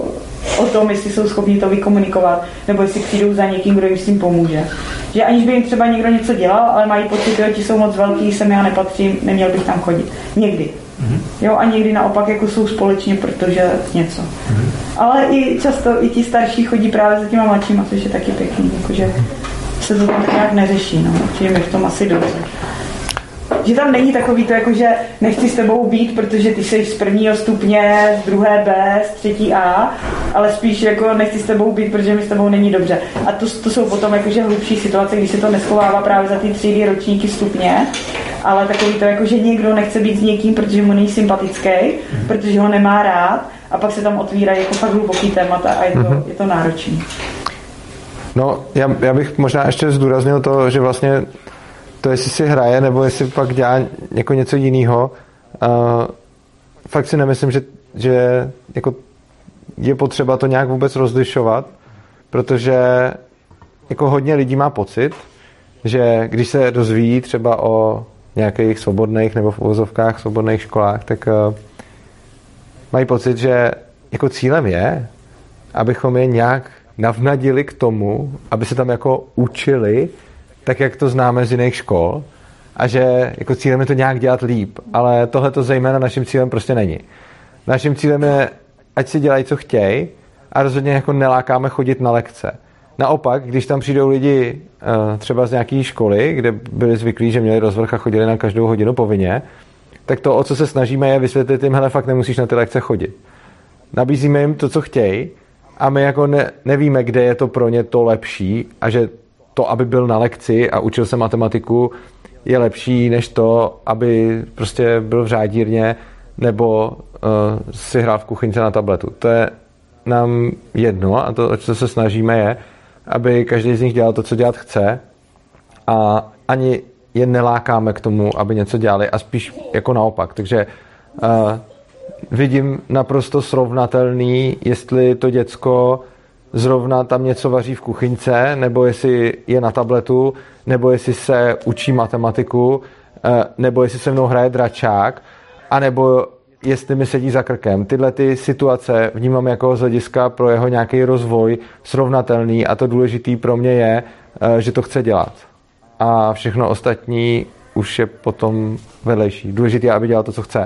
o tom, jestli jsou schopni to vykomunikovat, nebo jestli přijdou za někým, kdo jim s tím pomůže. Že aniž by jim třeba někdo něco dělal, ale mají pocit, že ti jsou moc velký, sem já nepatřím, neměl bych tam chodit. Někdy. Mm-hmm. Jo, a někdy naopak jako jsou společně, protože něco. Mm-hmm. Ale i často i ti starší chodí právě za těma mladšíma, což je taky pěkný, jakože se to tam tak nějak neřeší, no, že mi v tom asi dobře. Že tam není takový to, jako že nechci s tebou být, protože ty jsi z prvního stupně, z druhé B, z třetí A, ale spíš jako nechci s tebou být, protože mi s tebou není dobře. A to, to jsou potom jakože hlubší situace, když se to neschovává právě za ty třídy, ročníky, stupně, ale takový to, jako že někdo nechce být s někým, protože mu není sympatický, protože ho nemá rád, a pak se tam otvírají jako fakt hluboký témata a je to, mm-hmm. je to náročný. No, já, já bych možná ještě zdůraznil to, že vlastně to, jestli si hraje, nebo jestli pak dělá jako něco jiného, uh, fakt si nemyslím, že, že jako je potřeba to nějak vůbec rozlišovat, protože jako hodně lidí má pocit, že když se dozví třeba o nějakých svobodných nebo v uvozovkách svobodných školách, tak uh, mají pocit, že jako cílem je, abychom je nějak navnadili k tomu, aby se tam jako učili, tak jak to známe z jiných škol, a že jako cílem je to nějak dělat líp, ale tohle to zejména naším cílem prostě není. Naším cílem je, ať si dělají, co chtějí, a rozhodně jako nelákáme chodit na lekce. Naopak, když tam přijdou lidi třeba z nějaké školy, kde byli zvyklí, že měli rozvrh a chodili na každou hodinu povinně, tak to, o co se snažíme, je vysvětlit jim, hele, fakt nemusíš na ty lekce chodit. Nabízíme jim to, co chtějí, a my jako ne, nevíme, kde je to pro ně to lepší, a že to, aby byl na lekci a učil se matematiku, je lepší než to, aby prostě byl v řádírně nebo uh, si hrál v kuchyňce na tabletu. To je nám jedno, a to, o co se snažíme, je, aby každý z nich dělal to, co dělat chce, a ani je nelákáme k tomu, aby něco dělali, a spíš jako naopak. Takže uh, vidím naprosto srovnatelný, jestli to děcko zrovna tam něco vaří v kuchyňce, nebo jestli je na tabletu, nebo jestli se učí matematiku, nebo jestli se mnou hraje dračák, anebo jestli mi sedí za krkem. Tyhle ty situace vnímám jako z hlediska pro jeho nějaký rozvoj srovnatelný, a to důležitý pro mě je, že to chce dělat. A všechno ostatní už je potom vedlejší. Důležitý je, aby dělal to, co chce.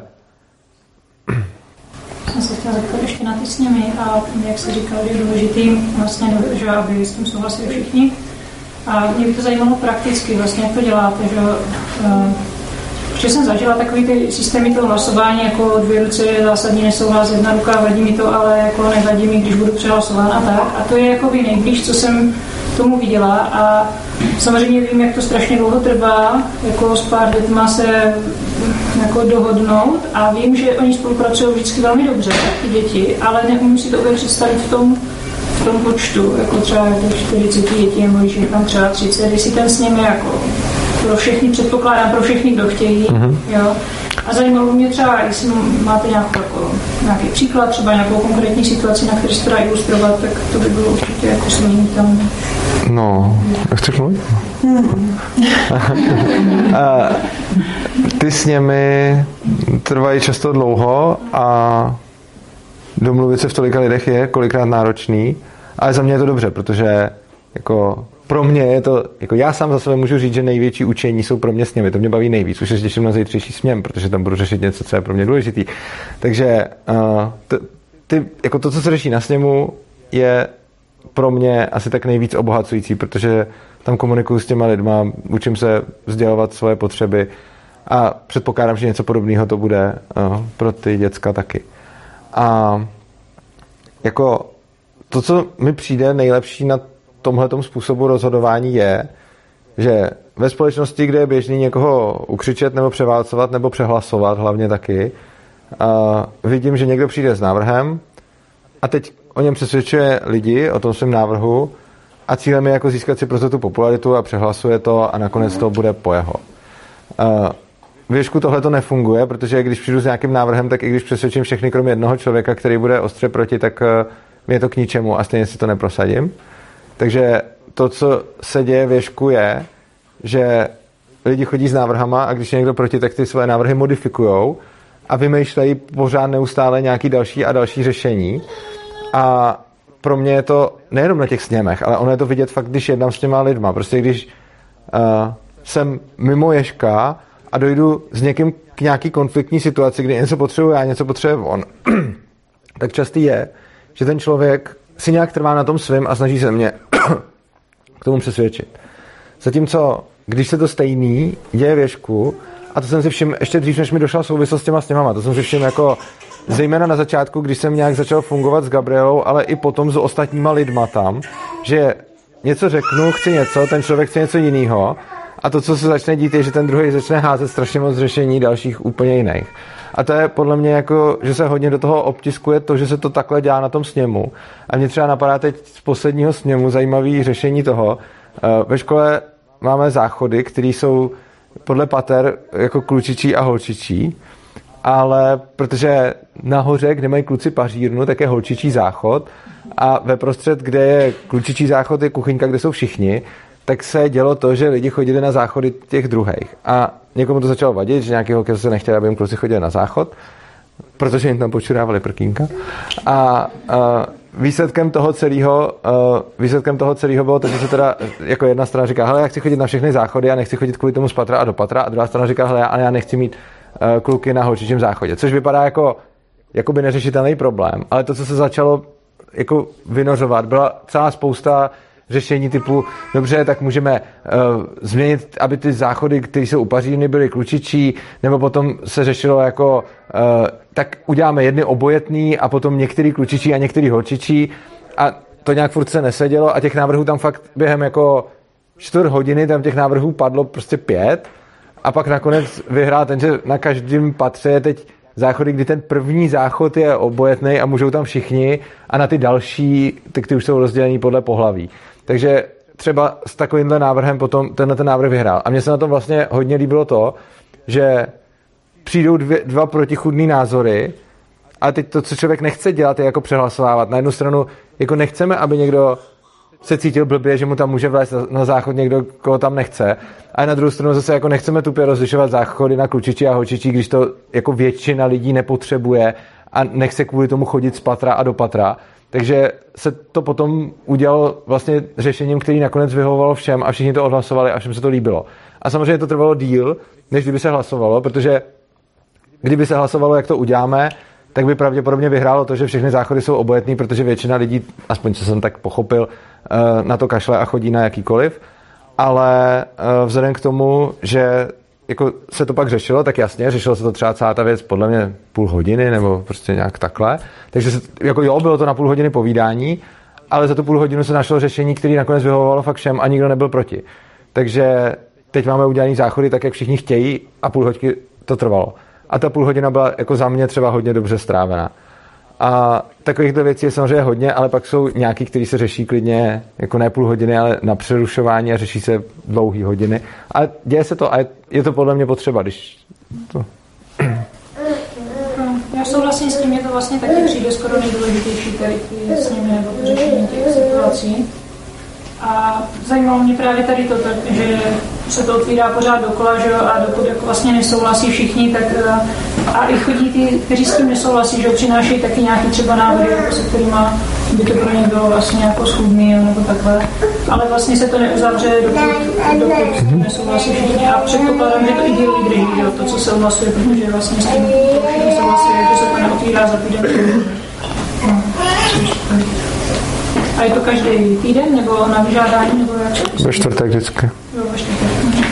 Jsem se chtěla zeptat ještě na ty s nimi, a jak se říkal, je důležitý vlastně, že aby s tím souhlasili všichni. A mě by to zajímalo prakticky, vlastně, jak to děláte, že protože jsem zažila takový ty systémy toho hlasování, jako dvě ruce je zásadní nesouhlas, jedna ruka, vadí mi to, ale jako nevadí mi, když budu přehlasován a tak. A to je jakoby nejblíž, co jsem tomu viděla, a samozřejmě vím, jak to strašně dlouho trvá, jako s pár dětma se jako dohodnout, a vím, že oni spolupracují vždycky velmi dobře, ty děti, ale neumím si to úplně představit v tom, v tom počtu, jako třeba čtyřicet dětí, nebo když je tam třeba třicet, jestli ten s nimi jako pro všechny, předpokládám pro všechny, kdo chtějí, mm-hmm. jo. A zajímalo mě třeba, jestli máte nějakou, jako, nějaký příklad, třeba nějakou konkrétní situaci, na které se to dá ilustrovat, tak to by bylo určitě jako změnitelné. No, chceš mluvit? Ty sněmy trvají často dlouho a domluvit se v tolika lidech je kolikrát náročný, ale za mě je to dobře, protože jako pro mě je to, jako já sám za sebe můžu říct, že největší učení jsou pro mě sněmy, to mě baví nejvíc, už se těším na zítřejší sněm, protože tam budu řešit něco, co je pro mě důležitý. Takže uh, t, ty, jako to, co se řeší na sněmu, je pro mě asi tak nejvíc obohacující, protože tam komunikuju s těma lidma, učím se sdělovat svoje potřeby a předpokládám, že něco podobného to bude uh, pro ty děcka taky. A jako to, co mi přijde nejlepší na tomhletom způsobu rozhodování je, že ve společnosti, kde je běžný někoho ukřičet nebo převálcovat nebo přehlasovat hlavně taky, uh, vidím, že někdo přijde s návrhem a teď o něm přesvědčuje lidi, o tom svém návrhu a cílem je jako získat si prostě tu popularitu a přehlasuje to a nakonec to bude po jeho. Uh, Věšku tohle to nefunguje, protože když přijdu s nějakým návrhem, tak i když přesvědčím všechny kromě jednoho člověka, který bude ostře proti, tak uh, mi je to k ničemu a stejně si to neprosadím. Takže to, co se děje věšku, je, že lidi chodí s návrhama a když je někdo proti, tak ty své návrhy modifikujou a vymýšlejí pořád neustále nějaký další a další řešení. A pro mě je to nejenom na těch sněmech, ale ono je to vidět fakt, když jednám s těma lidma. Prostě když uh, jsem mimo Ježka a dojdu s někým k nějaký konfliktní situaci, kdy něco potřebuje já, něco potřebuje on, tak častý je, že ten člověk si nějak trvá na tom svým a snaží se mě k tomu přesvědčit. Zatímco, když se to stejný děje věšku, a to jsem si všiml ještě dřív, než mi došla souvislost s těma sněmama, to jsem si všiml jako zejména na začátku, když jsem nějak začal fungovat s Gabrielou, ale i potom s ostatníma lidma tam, že něco řeknu, chci něco, ten člověk chce něco jiného a to, co se začne dít, je, že ten druhý začne házet strašně moc řešení dalších úplně jiných. A to je podle mě jako, že se hodně do toho obtiskuje to, že se to takhle dělá na tom sněmu. A mě třeba napadá teď z posledního sněmu zajímavé řešení toho. Ve škole máme záchody, které jsou podle pater jako klučičí a holčičí, ale protože nahoře, kde mají kluci pařírnu, tak je holčičí záchod a ve prostřed, kde je klučičí záchod, je kuchyňka, kde jsou všichni, tak se dělo to, že lidi chodili na záchody těch druhých. A někomu to začalo vadit, že nějaký holky se nechtěli, aby jim kluci chodili na záchod, protože jim tam počurávali prkínka. A, a výsledkem toho celého výsledkem toho celého bylo to, že se teda jako jedna strana říká, hele, já chci chodit na všechny záchody a nechci chodit kvůli tomu z patra a do patra, a druhá strana říká, hele, ale já nechci mít uh, kluky na holčičím záchodě, což vypadá jako jakoby neřešitelný problém, ale to, co se začalo jako vynořovat, byla celá spousta řešení typu, dobře, tak můžeme uh, změnit, aby ty záchody, které jsou u pařírny, byly klučičí, nebo potom se řešilo jako, uh, tak uděláme jedny obojetný a potom některý klučičí a některý holčičí a to nějak furt se nesedělo a těch návrhů tam fakt během jako čtvrt hodiny tam těch návrhů padlo prostě pět a pak nakonec vyhrál ten, že na každém patře je teď záchody, kdy ten první záchod je obojetný a můžou tam všichni a na ty další, ty, ty už jsou rozdělený podle pohlaví. Takže třeba s takovýmhle návrhem potom tenhle ten návrh vyhrál. A mně se na tom vlastně hodně líbilo to, že přijdou dvě, dva protichůdný názory a teď to, co člověk nechce dělat, je jako přehlasovávat. Na jednu stranu jako nechceme, aby někdo se cítil blbě, že mu tam může vlézt na záchod někdo, koho tam nechce. A na druhou stranu zase jako nechceme tupě rozlišovat záchody na klučičí a holčičí, když to jako většina lidí nepotřebuje a nechce kvůli tomu chodit z patra a do patra. Takže se to potom udělalo vlastně řešením, který nakonec vyhovovalo všem a všichni to odhlasovali a všem se to líbilo. A samozřejmě to trvalo díl, než kdyby se hlasovalo, protože kdyby se hlasovalo, jak to uděláme, tak by pravděpodobně vyhrálo to, že všechny záchody jsou obojetný, protože většina lidí, aspoň co jsem tak pochopil, na to kašle a chodí na jakýkoliv. Ale vzhledem k tomu, že jako se to pak řešilo, tak jasně, řešilo se to třeba celá ta věc podle mě půl hodiny nebo prostě nějak takhle. Takže se, jako jo, bylo to na půl hodiny povídání, ale za tu půl hodinu se našlo řešení, které nakonec vyhovovalo fakt všem a nikdo nebyl proti. Takže teď máme udělaný záchody tak, jak všichni chtějí a půl hodiny to trvalo. A ta půl hodina byla jako za mě třeba hodně dobře strávená. A takovýchto věcí je samozřejmě hodně, ale pak jsou nějaký, který se řeší klidně jako ne půl hodiny, ale na přerušování a řeší se dlouhý hodiny. A děje se to a je to podle mě potřeba, když to... Já souhlasím s tím, je to vlastně taky přijde skoro nejdůležitější tady s nimi nebo řešení těch situací. A zajímalo mě právě tady to, že se to otvírá pořád dokola, že jo, a dokud jako vlastně nesouhlasí všichni, tak a i chodí ty, kteří s tím nesouhlasí, že jo, přinášejí taky nějaký třeba návody, jako se kterýma by to pro ně bylo vlastně jako schůdný nebo takhle. Ale vlastně se to neuzavře, dokud, dokud s tím nesouhlasí všichni. A předpokládám, že to i dělí vydrží, že jo, to, co se odhlasuje, protože vlastně s tím nesouhlasí, že se to neotvírá za týden. No. A je to každý týden, nebo na vyžádání, nebo jak? Ve čtvrtek vždycky. Jo, ve čtvrtek.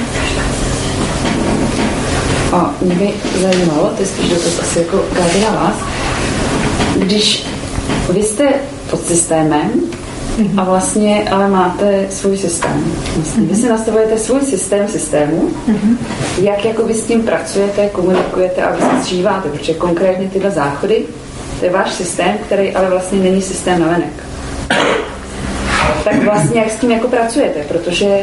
A mě by zajímalo, to je spíš dotaz asi jako každý na vás, když vy jste pod systémem mm-hmm. a vlastně ale máte svůj systém. Vlastně. Mm-hmm. Vy si nastavujete svůj systém systému, mm-hmm. jak jako vy s tím pracujete, komunikujete a vy se zžíváte, protože konkrétně tyhle záchody, to je váš systém, který ale vlastně není systém navenek. Tak vlastně jak s tím jako pracujete, protože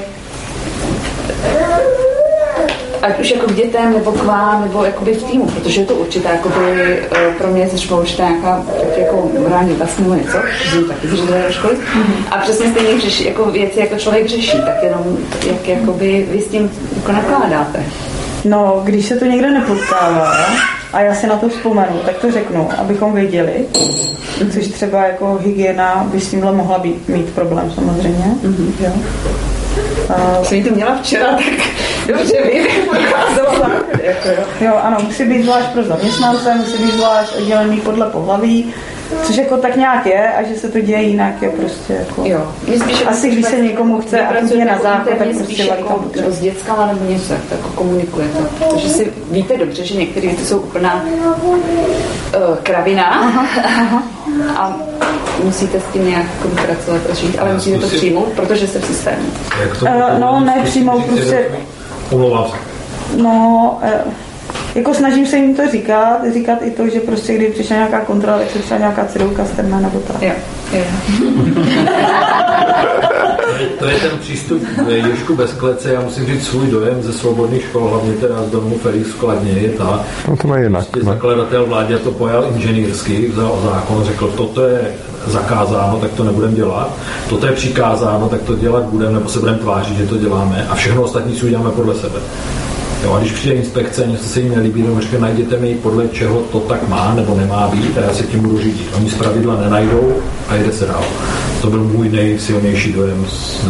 ať už jako k dětem, nebo k vám, nebo jakoby v týmu, protože je to určitá, jakoby, pro mě je třeba určitá nějaká jako morální otázka nebo něco, že jsem taky zředila do školy. A přesně stejně řeší, jako věci, jako člověk řeší, tak jenom jak jakoby vy s tím jako nakládáte. No, když se to někde nepotkává a já si na to vzpomenu, tak to řeknu, abychom věděli, což třeba jako hygiena by s tímhle mohla být, mít problém samozřejmě. Mm-hmm. Jo. Uh, Jsem to měla včera, tak dobře vím, jako, jo. jo, ano, musí být zvlášť pro zaměstnance, musí být zvlášť oddělený podle pohlaví, což jako tak nějak je, a že se to děje jinak je prostě jako... Jo. Spíš, asi když se někomu chce a to je na základ, tak prostě jako s dětskama nebo něco, tak to jako komunikujete. Protože si víte dobře, že některé věci jsou úplná uh, kravina. Aha, aha. A musíte s tím nějak pracovat a žít, ale musíte to přijmout, protože jste v systému. Uh, no, ne přijmout, prostě... Omlouvám se. No, uh, jako snažím se jim to říkat, říkat i to, že prostě když přišla nějaká kontrola, tak se třeba nějaká cedulka strná nebo tak. Jo, jo. To je ten přístup Ježku bez klece. Já musím říct svůj dojem ze svobodných škol, hlavně teda z domu Felix v Kladně je ta, no to má jinak, prostě zakladatel vládě to pojal inženýrsky, vzal zákon, řekl, toto je zakázáno, tak to nebudeme dělat, toto je přikázáno, tak to dělat budeme, nebo se budeme tvářit, že to děláme a všechno ostatní si uděláme podle sebe. Jo, a když přijde inspekce, něco se jim nelíbí, nebo řekne, najděte mi, podle čeho to tak má nebo nemá být a já se tím budu řídit. Oni zpravidla nenajdou a jde se dál. To byl můj nejsilnější dojem z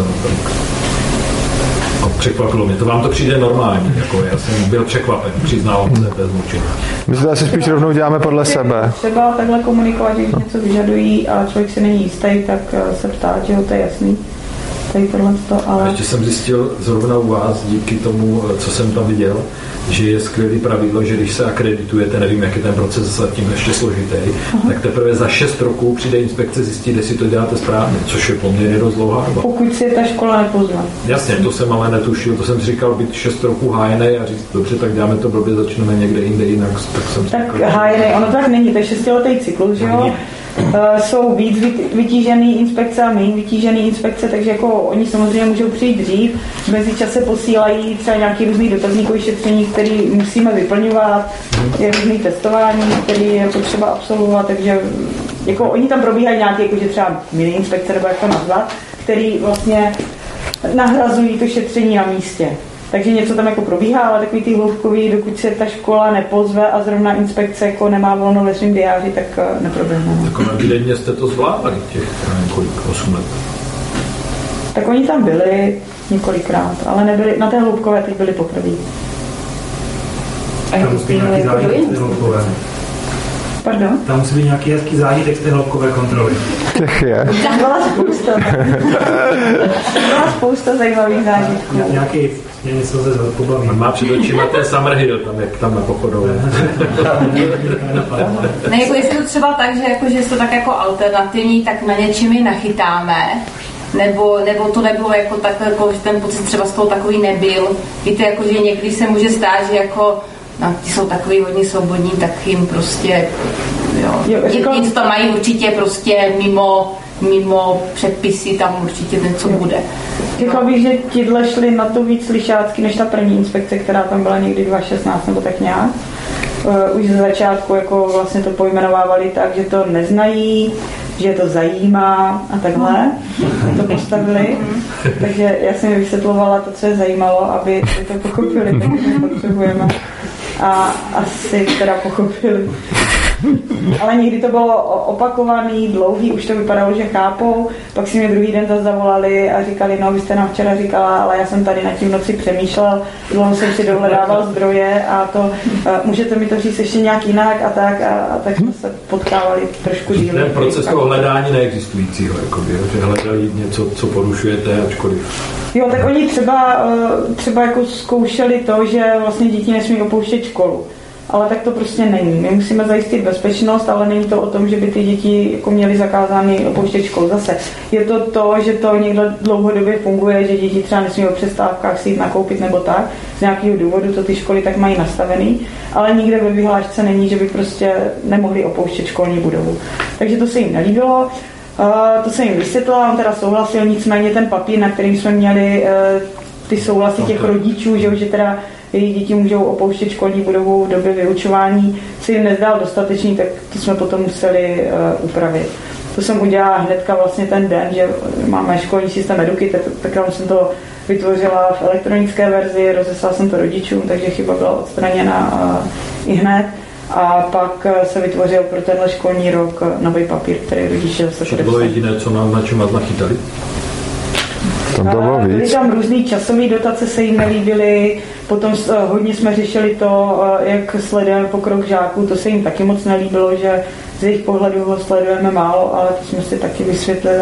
a překvapilo mě. To vám to přijde normální, jako já jsem byl překvapen, přiznávám se bez mučení. My se to asi spíš rovnou děláme podle sebe. Třeba takhle komunikovat, že když něco vyžadují a člověk si není jistý, tak se ptát, že jo, to je jasný. Tady tohle to, ale... Ještě jsem zjistil zrovna u vás, díky tomu, co jsem tam viděl, že je skvělý pravidlo, že když se akreditujete, nevím, jak je ten proces zatím ještě složitý, uh-huh. tak teprve za šest roků přijde inspekce zjistit, jestli to děláte správně, což je poměrně dost dlouhá doba. Pokud si ta škola nepozná. Jasně, to jsem ale netušil, to jsem říkal, být šest roků hájenej a říct, dobře, tak děláme to blbě, začneme někde jinde jinak, tak jsem tak říkal, hájenej, ono tak není, to je šestiletý cyklus, že jo? Uh, jsou víc vytížený inspekce a méně vytížený inspekce, takže jako oni samozřejmě můžou přijít dřív, v mezičase posílají třeba nějaký různý dotazníkový šetření, který musíme vyplňovat, je různý testování, který je potřeba absolvovat, takže jako oni tam probíhají nějaké, jakože třeba mini inspekce, nebo jak to nazvat, který vlastně nahrazují to šetření na místě. Takže něco tam jako probíhá, ale takový ty hloubkový, dokud se ta škola nepozve a zrovna inspekce jako nemá volno ve svým diáři, tak neproběhne. Jako na výdenně jste to zvládali těch několik, osm let? Tak oni tam byli několikrát, ale nebyli, na té hloubkové teď byli poprvé. A jak to nějaký zážitek z té hloubkové? Pardon? Tam musí být nějaký hezký zážitek z té hloubkové kontroly. Těch je. Byla spousta. Byla spousta zajímavých zážitků. Ně, nějaký něco se pobaví. Má před očima ten Summer Hill, tam, jak tam na pochodou. Ne, jako jestli to třeba tak, že, jako, že je to tak jako alternativní, tak na něčím ji nachytáme, nebo, nebo to nebylo jako tak, jako, že ten pocit třeba z toho takový nebyl. Víte, jako, že někdy se může stát, že jako no, ti jsou takový hodně svobodní, tak jim prostě, jo, jo říkal... nic to mají určitě prostě mimo, mimo předpisy, tam určitě něco bude. Řekla bych, že tidle šli na to víc lišácky, než ta první inspekce, která tam byla někdy dva tisíce šestnáct nebo tak nějak. Uh, už ze začátku jako vlastně to pojmenovávali tak, že to neznají, že je to zajímá a takhle. To postavili. Takže já jsem mi vysvětlovala to, co je zajímalo, aby to pochopili, tak my potřebujeme. A asi teda pochopili. Ale někdy to bylo opakovaný, dlouhý, už to vypadalo, že chápou, pak si mě druhý den zase zavolali a říkali, no vy jste nám včera říkala, ale já jsem tady na tím noci přemýšlel, dlouho jsem si dohledával zdroje a to, uh, můžete mi to říct ještě nějak jinak a tak a, a tak jsme se potkávali trošku díl. Ten proces toho hledání neexistujícího, jakoby, že hledali něco, co porušujete, ačkoliv. Jo, tak oni třeba, uh, třeba jako zkoušeli to, že vlastně děti nesmí opouštět školu. Ale tak to prostě není. My musíme zajistit bezpečnost, ale není to o tom, že by ty děti jako měly zakázány opouštět školu. Zase je to to, že to někdo dlouhodobě funguje, že děti třeba nesmí o přestávkách si jít nakoupit nebo tak. Z nějakého důvodu to ty školy tak mají nastavený, ale nikde ve vyhlášce není, že by prostě nemohli opouštět školní budovu. Takže to se jim nelíbilo. Uh, to se jim vysvětlila, on teda souhlasil, nicméně ten papír, na kterým jsme měli uh, ty souhlasy těch rodičů, že, že teda jejich děti můžou opouštět školní budovu v době vyučování, se jim nezdál dostatečný, tak to jsme potom museli uh, upravit. To jsem udělala hnedka vlastně ten den, že máme školní systém Eduky, tak, tak jsem to vytvořila v elektronické verzi, rozeslala jsem to rodičům, takže chyba byla odstraněna uh, i hned. A pak se vytvořil pro tenhle školní rok nový papír, který rodiče zase podepsali. To bylo jediné, co nám na čem nachytali? Tam to bylo víc. Byly tam různý časové dotace, se jim nelíbily, potom hodně jsme řešili to, jak sledujeme pokrok žáků, to se jim taky moc nelíbilo, že z jejich pohledu ho sledujeme málo, ale to jsme si taky vysvětlili.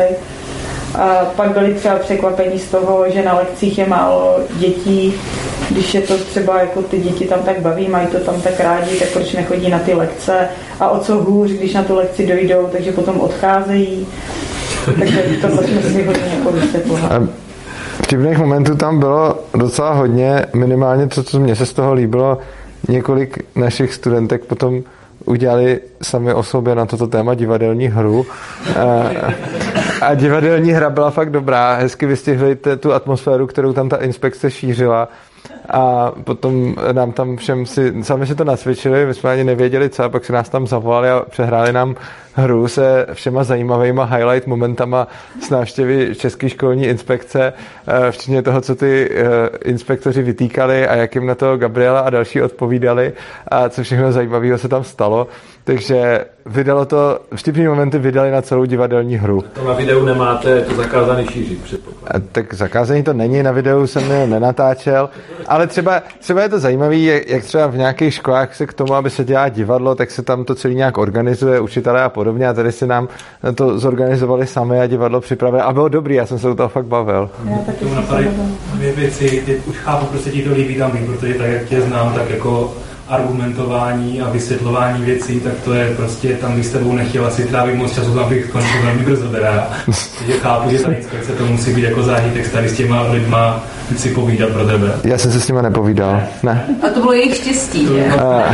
A pak byly třeba překvapení z toho, že na lekcích je málo dětí, když je to třeba jako ty děti tam tak baví, mají to tam tak rádi, tak proč nechodí na ty lekce a o co hůř, když na tu lekci dojdou, takže potom odcházejí. Takže tohle jsme si hodně jako vysvětlili. Vtipných momentů tam bylo docela hodně, minimálně to, co mně se z toho líbilo, několik našich studentek potom udělali sami o sobě na toto téma divadelní hru. A, a divadelní hra byla fakt dobrá, hezky vystihli tu atmosféru, kterou tam ta inspekce šířila. A potom nám tam všem si, sami si to nacvičili, my jsme ani nevěděli co, a pak si nás tam zavolali a přehráli nám hru se všema zajímavýma highlight momentama z návštěvy České školní inspekce, včetně toho, co ty inspektoři vytýkali a jak jim na to Gabriela a další odpovídali a co všechno zajímavého se tam stalo. Takže vydalo to, vtipný momenty vydali na celou divadelní hru. To na videu nemáte, je to zakázaný šířit, předpokládám. Tak zakázaný to není, na videu jsem je nenatáčel, ale třeba, třeba je to zajímavý, jak třeba v nějakých školách se k tomu, aby se dělá divadlo, tak se tam to celý nějak organizuje, učitelé a podobně, a tady si nám to zorganizovali sami a divadlo připravili a bylo dobrý, já jsem se u toho fakt bavil. Já taky tomu napadají dvě věci, teď už chápu, proč se ti to líbí tam, protože tak, jak tě znám, tak jako argumentování a vysvětlování věcí, tak to je prostě tam, když s tebou nechtěl asi trávit moc času, tam bych skončil velmi brzo teda. Takže chápu, že ta inspekce to musí být jako zážitek tady s těma lidma si povídat pro tebe. Já jsem se s nima nepovídal, ne. A to bylo jejich štěstí, že?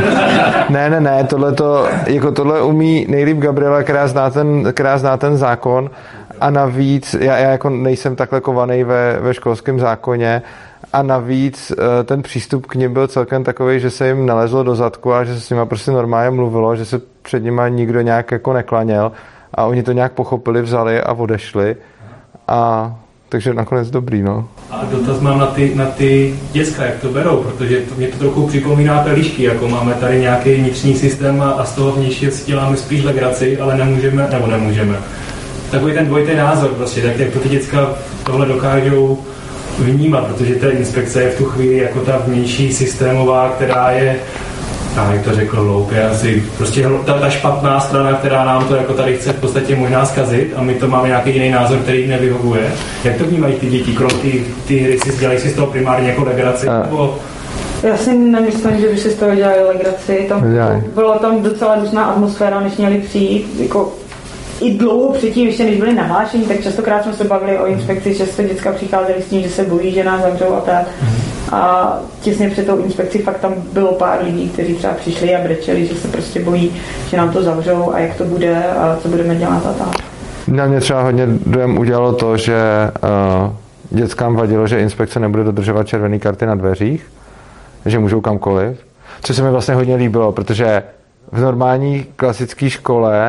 Ne, ne, ne, tohle to, jako tohle umí nejlíp Gabriela, která zná ten, která zná ten zákon a navíc, já, já jako nejsem takhle kovaný ve, ve školském zákoně, a navíc ten přístup k nim byl celkem takový, že se jim nalezlo do zadku a že se s nima prostě normálně mluvilo, že se před nima nikdo nějak jako neklaněl a oni to nějak pochopili, vzali a odešli. A takže nakonec dobrý, no. A dotaz mám na ty, na ty děcka, jak to berou, protože to, mě to trochu připomíná pelíšky, jako máme tady nějaký vnitřní systém a, a z toho vnějšího si děláme spíš legraci, ale nemůžeme, nebo nemůžeme. Takový ten dvojitý názor prostě, tak jak to ty děcka tohle dokážou vnímat, protože ta inspekce je v tu chvíli jako ta vnější systémová, která je, já jak to řekl hloupě, asi prostě ta, ta špatná strana, která nám to jako tady chce v podstatě možná zkazit a my to máme nějaký jiný názor, který jim nevyhovuje. Jak to vnímají ty děti, krom ty, ty hry si dělají si z toho primárně jako legraci, nebo... Já si nemyslím, že by si z toho dělali legraci, tam byla tam docela dusná atmosféra, než měli přijít, jako i dlouho předtím, ještě než byli nahlášení, tak častokrát jsme se bavili o inspekci, často děcka přicházeli s tím, že se bojí, že nás zavřou a tak. A těsně před tou inspekcí fakt tam bylo pár lidí, kteří třeba přišli a brečeli, že se prostě bojí, že nám to zavřou a jak to bude a co budeme dělat a tak. Na mě třeba hodně dojem udělalo to, že uh, dětskám vadilo, že inspekce nebude dodržovat červené karty na dveřích, že můžou kamkoliv, což se mi vlastně hodně líbilo, protože v normální klasické škole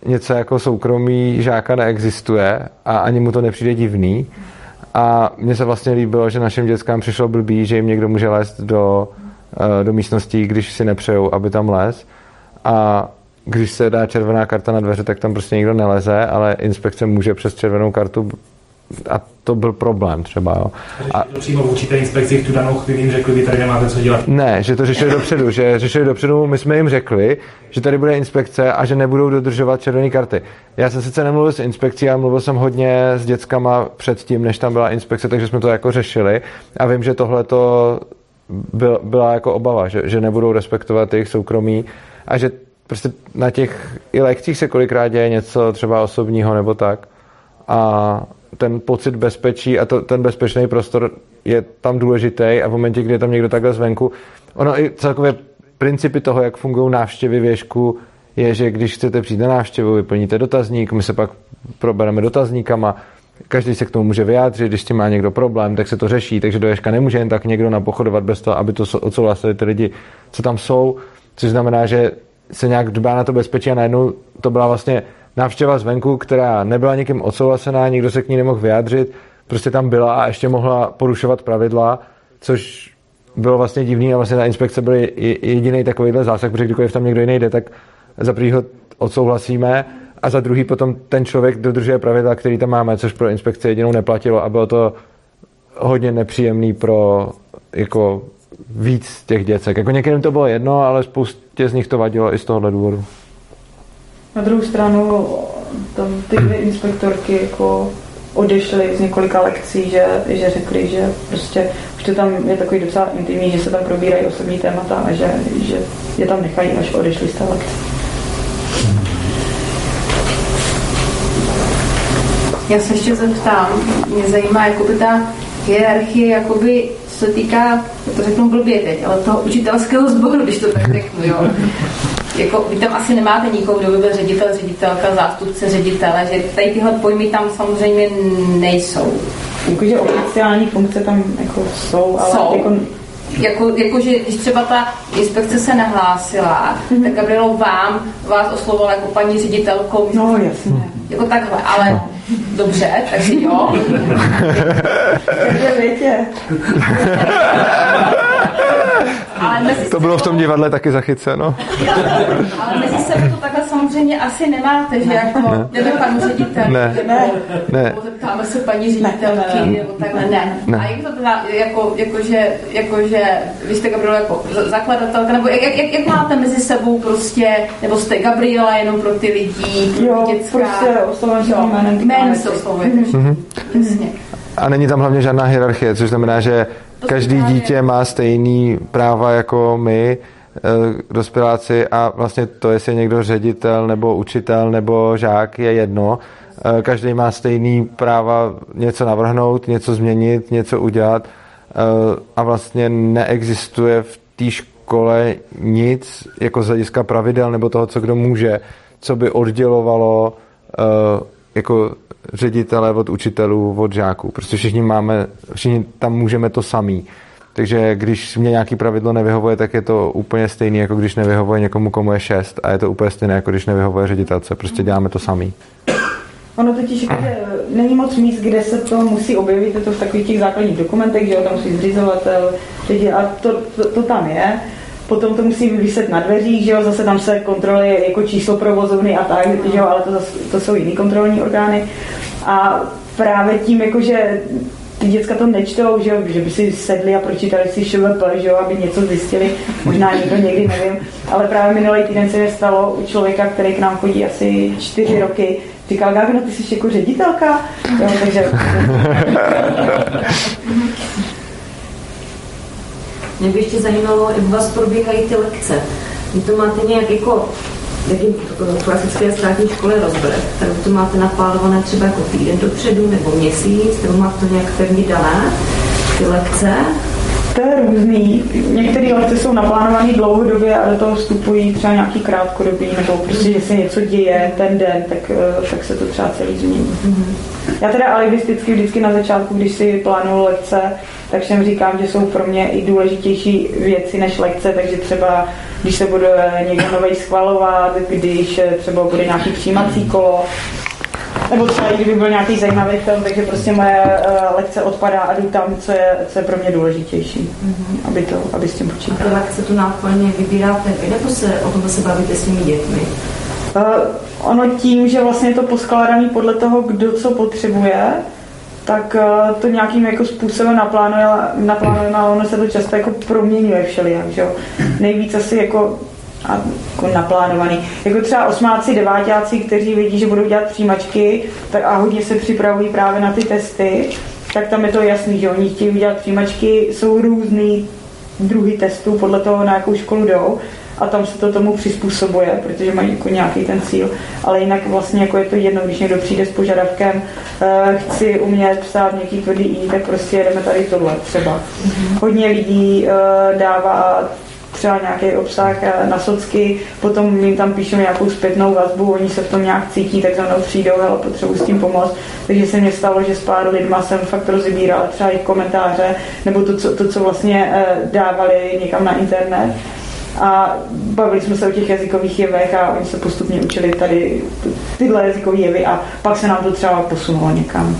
něco jako soukromí žáka neexistuje a ani mu to nepřijde divný. A mně se vlastně líbilo, že našim dětskám přišlo blbý, že jim někdo může lézt do, do místností, když si nepřejou, aby tam léz. A když se dá červená karta na dveře, tak tam prostě nikdo neleze, ale inspekce může přes červenou kartu a to byl problém třeba. Jo. A přímo v určité inspekci v tu danou chvíli jim řekli, vy tady nemáte co dělat. Ne, že to řešili dopředu, že řešili dopředu, my jsme jim řekli, že tady bude inspekce a že nebudou dodržovat červené karty. Já jsem sice nemluvil s inspekcí, ale mluvil jsem hodně s dětskama předtím, než tam byla inspekce, takže jsme to jako řešili a vím, že tohle to byl, byla jako obava, že, že nebudou respektovat jejich soukromí a že prostě na těch i lekcích se kolikrát děje něco třeba osobního nebo tak a ten pocit bezpečí a to, ten bezpečný prostor je tam důležitý a v momentě, kdy je tam někdo takhle zvenku, ono i celkově principy toho, jak fungují návštěvy věžku, je, že když chcete přijít na návštěvu, vyplníte dotazník, my se pak probereme dotazníkama, každý se k tomu může vyjádřit, když s tím má někdo problém, tak se to řeší, takže do ježka nemůže jen tak někdo napochodovat bez toho, aby to odsouhlasili ty lidi, co tam jsou, což znamená, že se nějak dbá na to bezpečí a najednou to byla vlastně návštěva zvenku, která nebyla někým odsouhlasená, nikdo se k ní nemohl vyjádřit, prostě tam byla a ještě mohla porušovat pravidla, což bylo vlastně divný a vlastně ta inspekce byl jediný takovýhle zásah, protože kdykoliv tam někdo jiný jde, tak za prvý ho odsouhlasíme a za druhý potom ten člověk dodržuje pravidla, který tam máme, což pro inspekci jedinou neplatilo a bylo to hodně nepříjemný pro jako víc těch děcek. Jako některým to bylo jedno, ale spoustě z nich to vadilo i z tohohle důvodu. Na druhou stranu tam ty dvě inspektorky jako odešly z několika lekcí, že, že řekli, že prostě už to tam je takový docela intimní, že se tam probírají osobní témata a že, že je tam nechají, až odešli z té lekce. Já se ještě zeptám, mě zajímá jakoby ta hierarchie, jakoby, co se týká, to řeknu blbě teď, ale toho učitelského sboru, když to tak řeknu, jo. Jako, vy tam asi nemáte nikoho, kdo by byl ředitel, ředitelka, zástupce ředitele, že tady tyhle pojmy tam samozřejmě nejsou. Jakože oficiální funkce tam jako jsou, ale jsou. Jako... Jako, jako, že když třeba ta inspekce se nahlásila, mm-hmm. tak Gabrielo vám, vás oslovovala jako paní ředitelkou. No jasně. Jako takhle, ale no. Dobře, takže jo. Takže větě. Ale mezi to bylo v tom divadle taky zachyceno. Ale mezi sebou to takhle samozřejmě asi nemáte, že jako jdeme panu ředitelky, ne. nebo ne. zeptáme se paní ředitelky, ne. nebo takhle, ne. ne. A jak to teda, jako, jakože, jakože vy jste Gabriela jako zakladatelka, nebo jak, jak, jak máte mezi sebou prostě, nebo jste Gabriela jenom pro ty lidi, pro jo, ty dětská? prostě oslovujeme se jménem. Jménem se oslovujete. Mm-hmm. A není tam hlavně žádná hierarchie, což znamená, že každý dítě má stejný práva jako my, dospěláci, a vlastně to, jestli je někdo ředitel nebo učitel nebo žák, je jedno. Každý má stejný práva něco navrhnout, něco změnit, něco udělat a vlastně neexistuje v té škole nic jako z hlediska pravidel nebo toho, co kdo může, co by oddělovalo jako ředitele od učitelů, od žáků. Prostě všichni máme, všichni tam můžeme to samý. Takže když mě nějaký pravidlo nevyhovuje, tak je to úplně stejný, jako když nevyhovuje někomu, komu je šest. A je to úplně stejné, jako když nevyhovuje ředitelce. Prostě děláme to samý. Ono totiž že není moc míst, kde se to musí objevit, je to v takových těch základních dokumentech, že jo, tam musí zřizovatel, a to, to, to tam je. Potom to musí vyviset na dveřích, že jo, zase tam se kontroluje jako číslo provozovny a tak, že jo, ale to, zase, to jsou jiný kontrolní orgány. A právě tím, jakože ty děcka to nečtou, že jo, že by si sedli a pročítali si ŠVP, že jo, aby něco zjistili, možná někdo někdy, nevím, ale právě minulý týden se mi stalo u člověka, který k nám chodí asi čtyři roky, říkal, Gábino, ty jsi jako ředitelka? Jo, takže... Mě by ještě zajímalo, jak u vás probíhají ty lekce. Vy to máte nějak jako, jak je v klasické státní škole rozbrat, tak to máte naplánované třeba jako týden dopředu nebo měsíc, nebo máte to nějak pevně dané, ty lekce. To je různý. Některé lekce jsou naplánované dlouhodobě a do toho vstupují třeba nějaký krátkodobý, nebo prostě, že se něco děje ten den, tak, tak se to třeba celý změní. Já teda alibisticky vždycky na začátku, když si plánuju lekce, tak všem říkám, že jsou pro mě i důležitější věci než lekce, takže třeba když se bude někdo novej schvalovat, když třeba bude nějaký přijímací kolo, nebo třeba i kdyby byl nějaký zajímavý film, takže prostě moje uh, lekce odpadá a jdu tam, co je, co je pro mě důležitější, mm-hmm. aby, to, aby s tím počítali. Ty lekce tu náplně vybíráte vy, nebo se o tom se bavíte s těmi dětmi? Uh, ono tím, že vlastně je to poskládané podle toho, kdo co potřebuje, tak uh, to nějakým jako způsobem naplánujeme a ono se to často jako proměňuje všelijak, že jo. Nejvíc asi jako a jako naplánovaný. Jako třeba osmáci, deváťáci, kteří vidí, že budou dělat přijímačky tak a hodně se připravují právě na ty testy, tak tam je to jasný, že oni chtějí dělat přijímačky, jsou různý druhy testů podle toho, na jakou školu jdou a tam se to tomu přizpůsobuje, protože mají jako nějaký ten cíl, ale jinak vlastně jako je to jedno, když někdo přijde s požadavkem uh, chci umět psát nějaký tvrdý i, tak prostě jedeme tady tohle třeba. Mm-hmm. Hodně lidí uh, dává třeba nějaký obsah na socky, potom jim tam píšou nějakou zpětnou vazbu, oni se v tom nějak cítí, tak za mnou přijdou, ale potřebuji s tím pomoct. Takže se mi stalo, že s pár lidma jsem fakt rozebírala třeba jejich komentáře, nebo to, co, to, co vlastně dávali někam na internet. A bavili jsme se o těch jazykových jevech a oni se postupně učili tady tyhle jazykové jevy a pak se nám to třeba posunulo někam.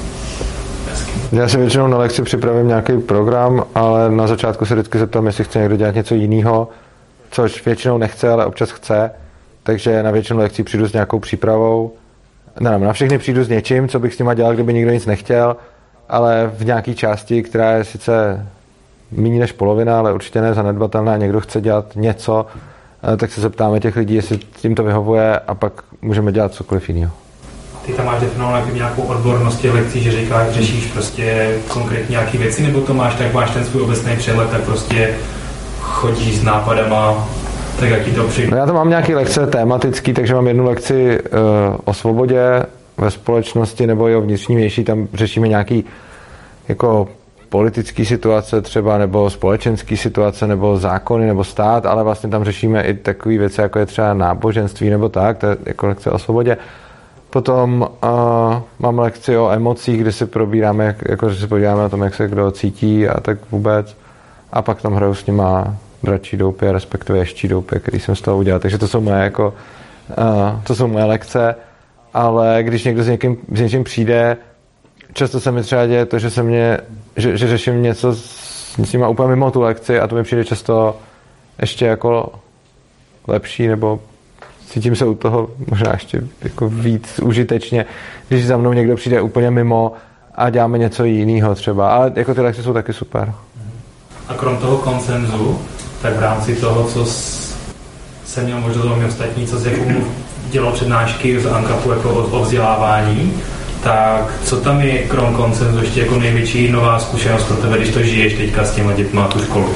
Já si většinou na lekci připravím nějaký program, ale na začátku se vždycky zeptám, jestli chce někdo dělat něco jiného, což většinou nechce, ale občas chce. Takže na většinu lekcí přijdu s nějakou přípravou. Ne, na všechny přijdu s něčím, co bych s nima dělal, kdyby nikdo nic nechtěl, ale v nějaké části, která je sice méně než polovina, ale určitě ne zanedbatelná, a někdo chce dělat něco, tak se zeptáme těch lidí, jestli tím to vyhovuje a pak můžeme dělat cokoliv jiného. Ty tam máš definovanou nějakou odbornost těch lekcí, že říkáš, řešíš prostě konkrétně nějaké věci, nebo to máš tak, máš ten svůj obecný přehled, tak prostě chodíš s nápadama, tak jaký to přijde? No já to mám nějaké lekce tematický, takže mám jednu lekci uh, o svobodě ve společnosti nebo i o vnitřní vnější, tam řešíme nějaký jako politické situace třeba, nebo společenské situace, nebo zákony, nebo stát, ale vlastně tam řešíme i takové věci, jako je třeba náboženství nebo tak, to je jako lekce o svobodě. Potom uh, mám lekci o emocích, kde si probíráme, jak, jako, že se podíváme na tom, jak se kdo cítí a tak vůbec. A pak tam hraju s nima dračí doupě, respektive ještí doupě, který jsem z toho udělal. Takže to jsou moje, jako, uh, to jsou moje lekce. Ale když někdo s, někým, s něčím přijde, často se mi třeba děje to, že, se mě, že, že řeším něco s, s nima úplně mimo tu lekci a to mi přijde často ještě jako lepší, nebo cítím se u toho možná ještě jako víc užitečně, když za mnou někdo přijde úplně mimo a děláme něco jiného třeba, ale jako ty lekce jsou taky super. A krom toho konsenzu, tak v rámci toho, co jsem měl možná velmi ostatní, co se jako dělal přednášky z ANCAPu jako o, o vzdělávání, tak co tam je krom konsenzu ještě jako největší nová zkušenost pro tebe, když to žiješ teďka s těma dětma tu školu?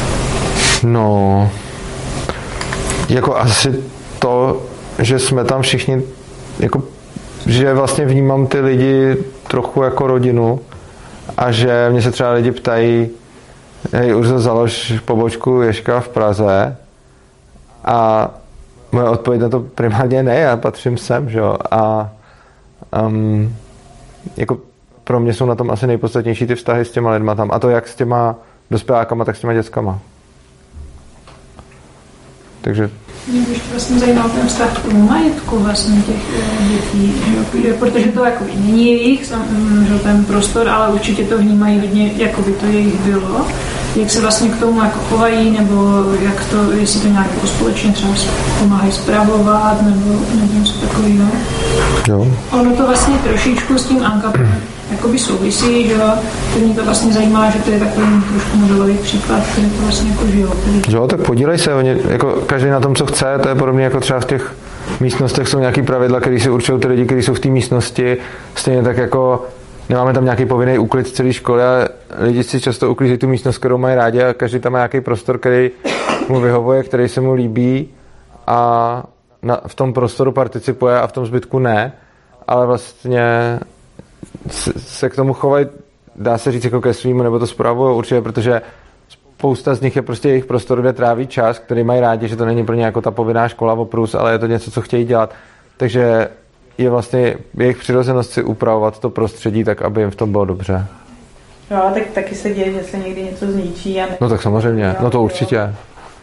No, jako asi to, že jsme tam všichni, jako, že vlastně vnímám ty lidi trochu jako rodinu a že mě se třeba lidi ptají, hej, Urzo, založ pobočku Ježka v Praze a moje odpověď na to primárně ne, já patřím sem, že jo, a um, jako pro mě jsou na tom asi nejpodstatnější ty vztahy s těma lidma tam a to jak s těma dospělákama, tak s těma dětskama. Takže mě by ještě vlastně zajímal ten vztah k tomu majetku vlastně těch dětí, že, protože to jako není jejich, že ten prostor, ale určitě to vnímají hodně, jako by to jejich bylo. Jak se vlastně k tomu jako chovají, nebo jak to, jestli to nějak jako společně třeba pomáhají spravovat, nebo nebo něco takového. Jo. Ono to vlastně trošičku s tím ANCAPem jakoby souvisí, že to mě to vlastně zajímá, že to je takový trošku modelový příklad, který to vlastně jako žijou. Jo, tak podílej se, oni, jako každý na tom, co chce, to je podobně jako třeba v těch místnostech jsou nějaký pravidla, které si určují ty lidi, kteří jsou v té místnosti, stejně tak jako nemáme tam nějaký povinný úklid v celé škole, ale lidi si často uklízejí tu místnost, kterou mají rádi a každý tam má nějaký prostor, který mu vyhovuje, který se mu líbí a na, v tom prostoru participuje a v tom zbytku ne, ale vlastně se k tomu chovají, dá se říct, jako ke svýmu, nebo to spravují určitě, protože spousta z nich je prostě jejich prostor, kde tráví čas, který mají rádi, že to není pro ně jako ta povinná škola oprus, ale je to něco, co chtějí dělat. Takže je vlastně jejich přirozenost si upravovat to prostředí tak, aby jim v tom bylo dobře. Jo, tak taky se děje, že se někdy něco zničí. A ne... No tak samozřejmě, no to určitě. A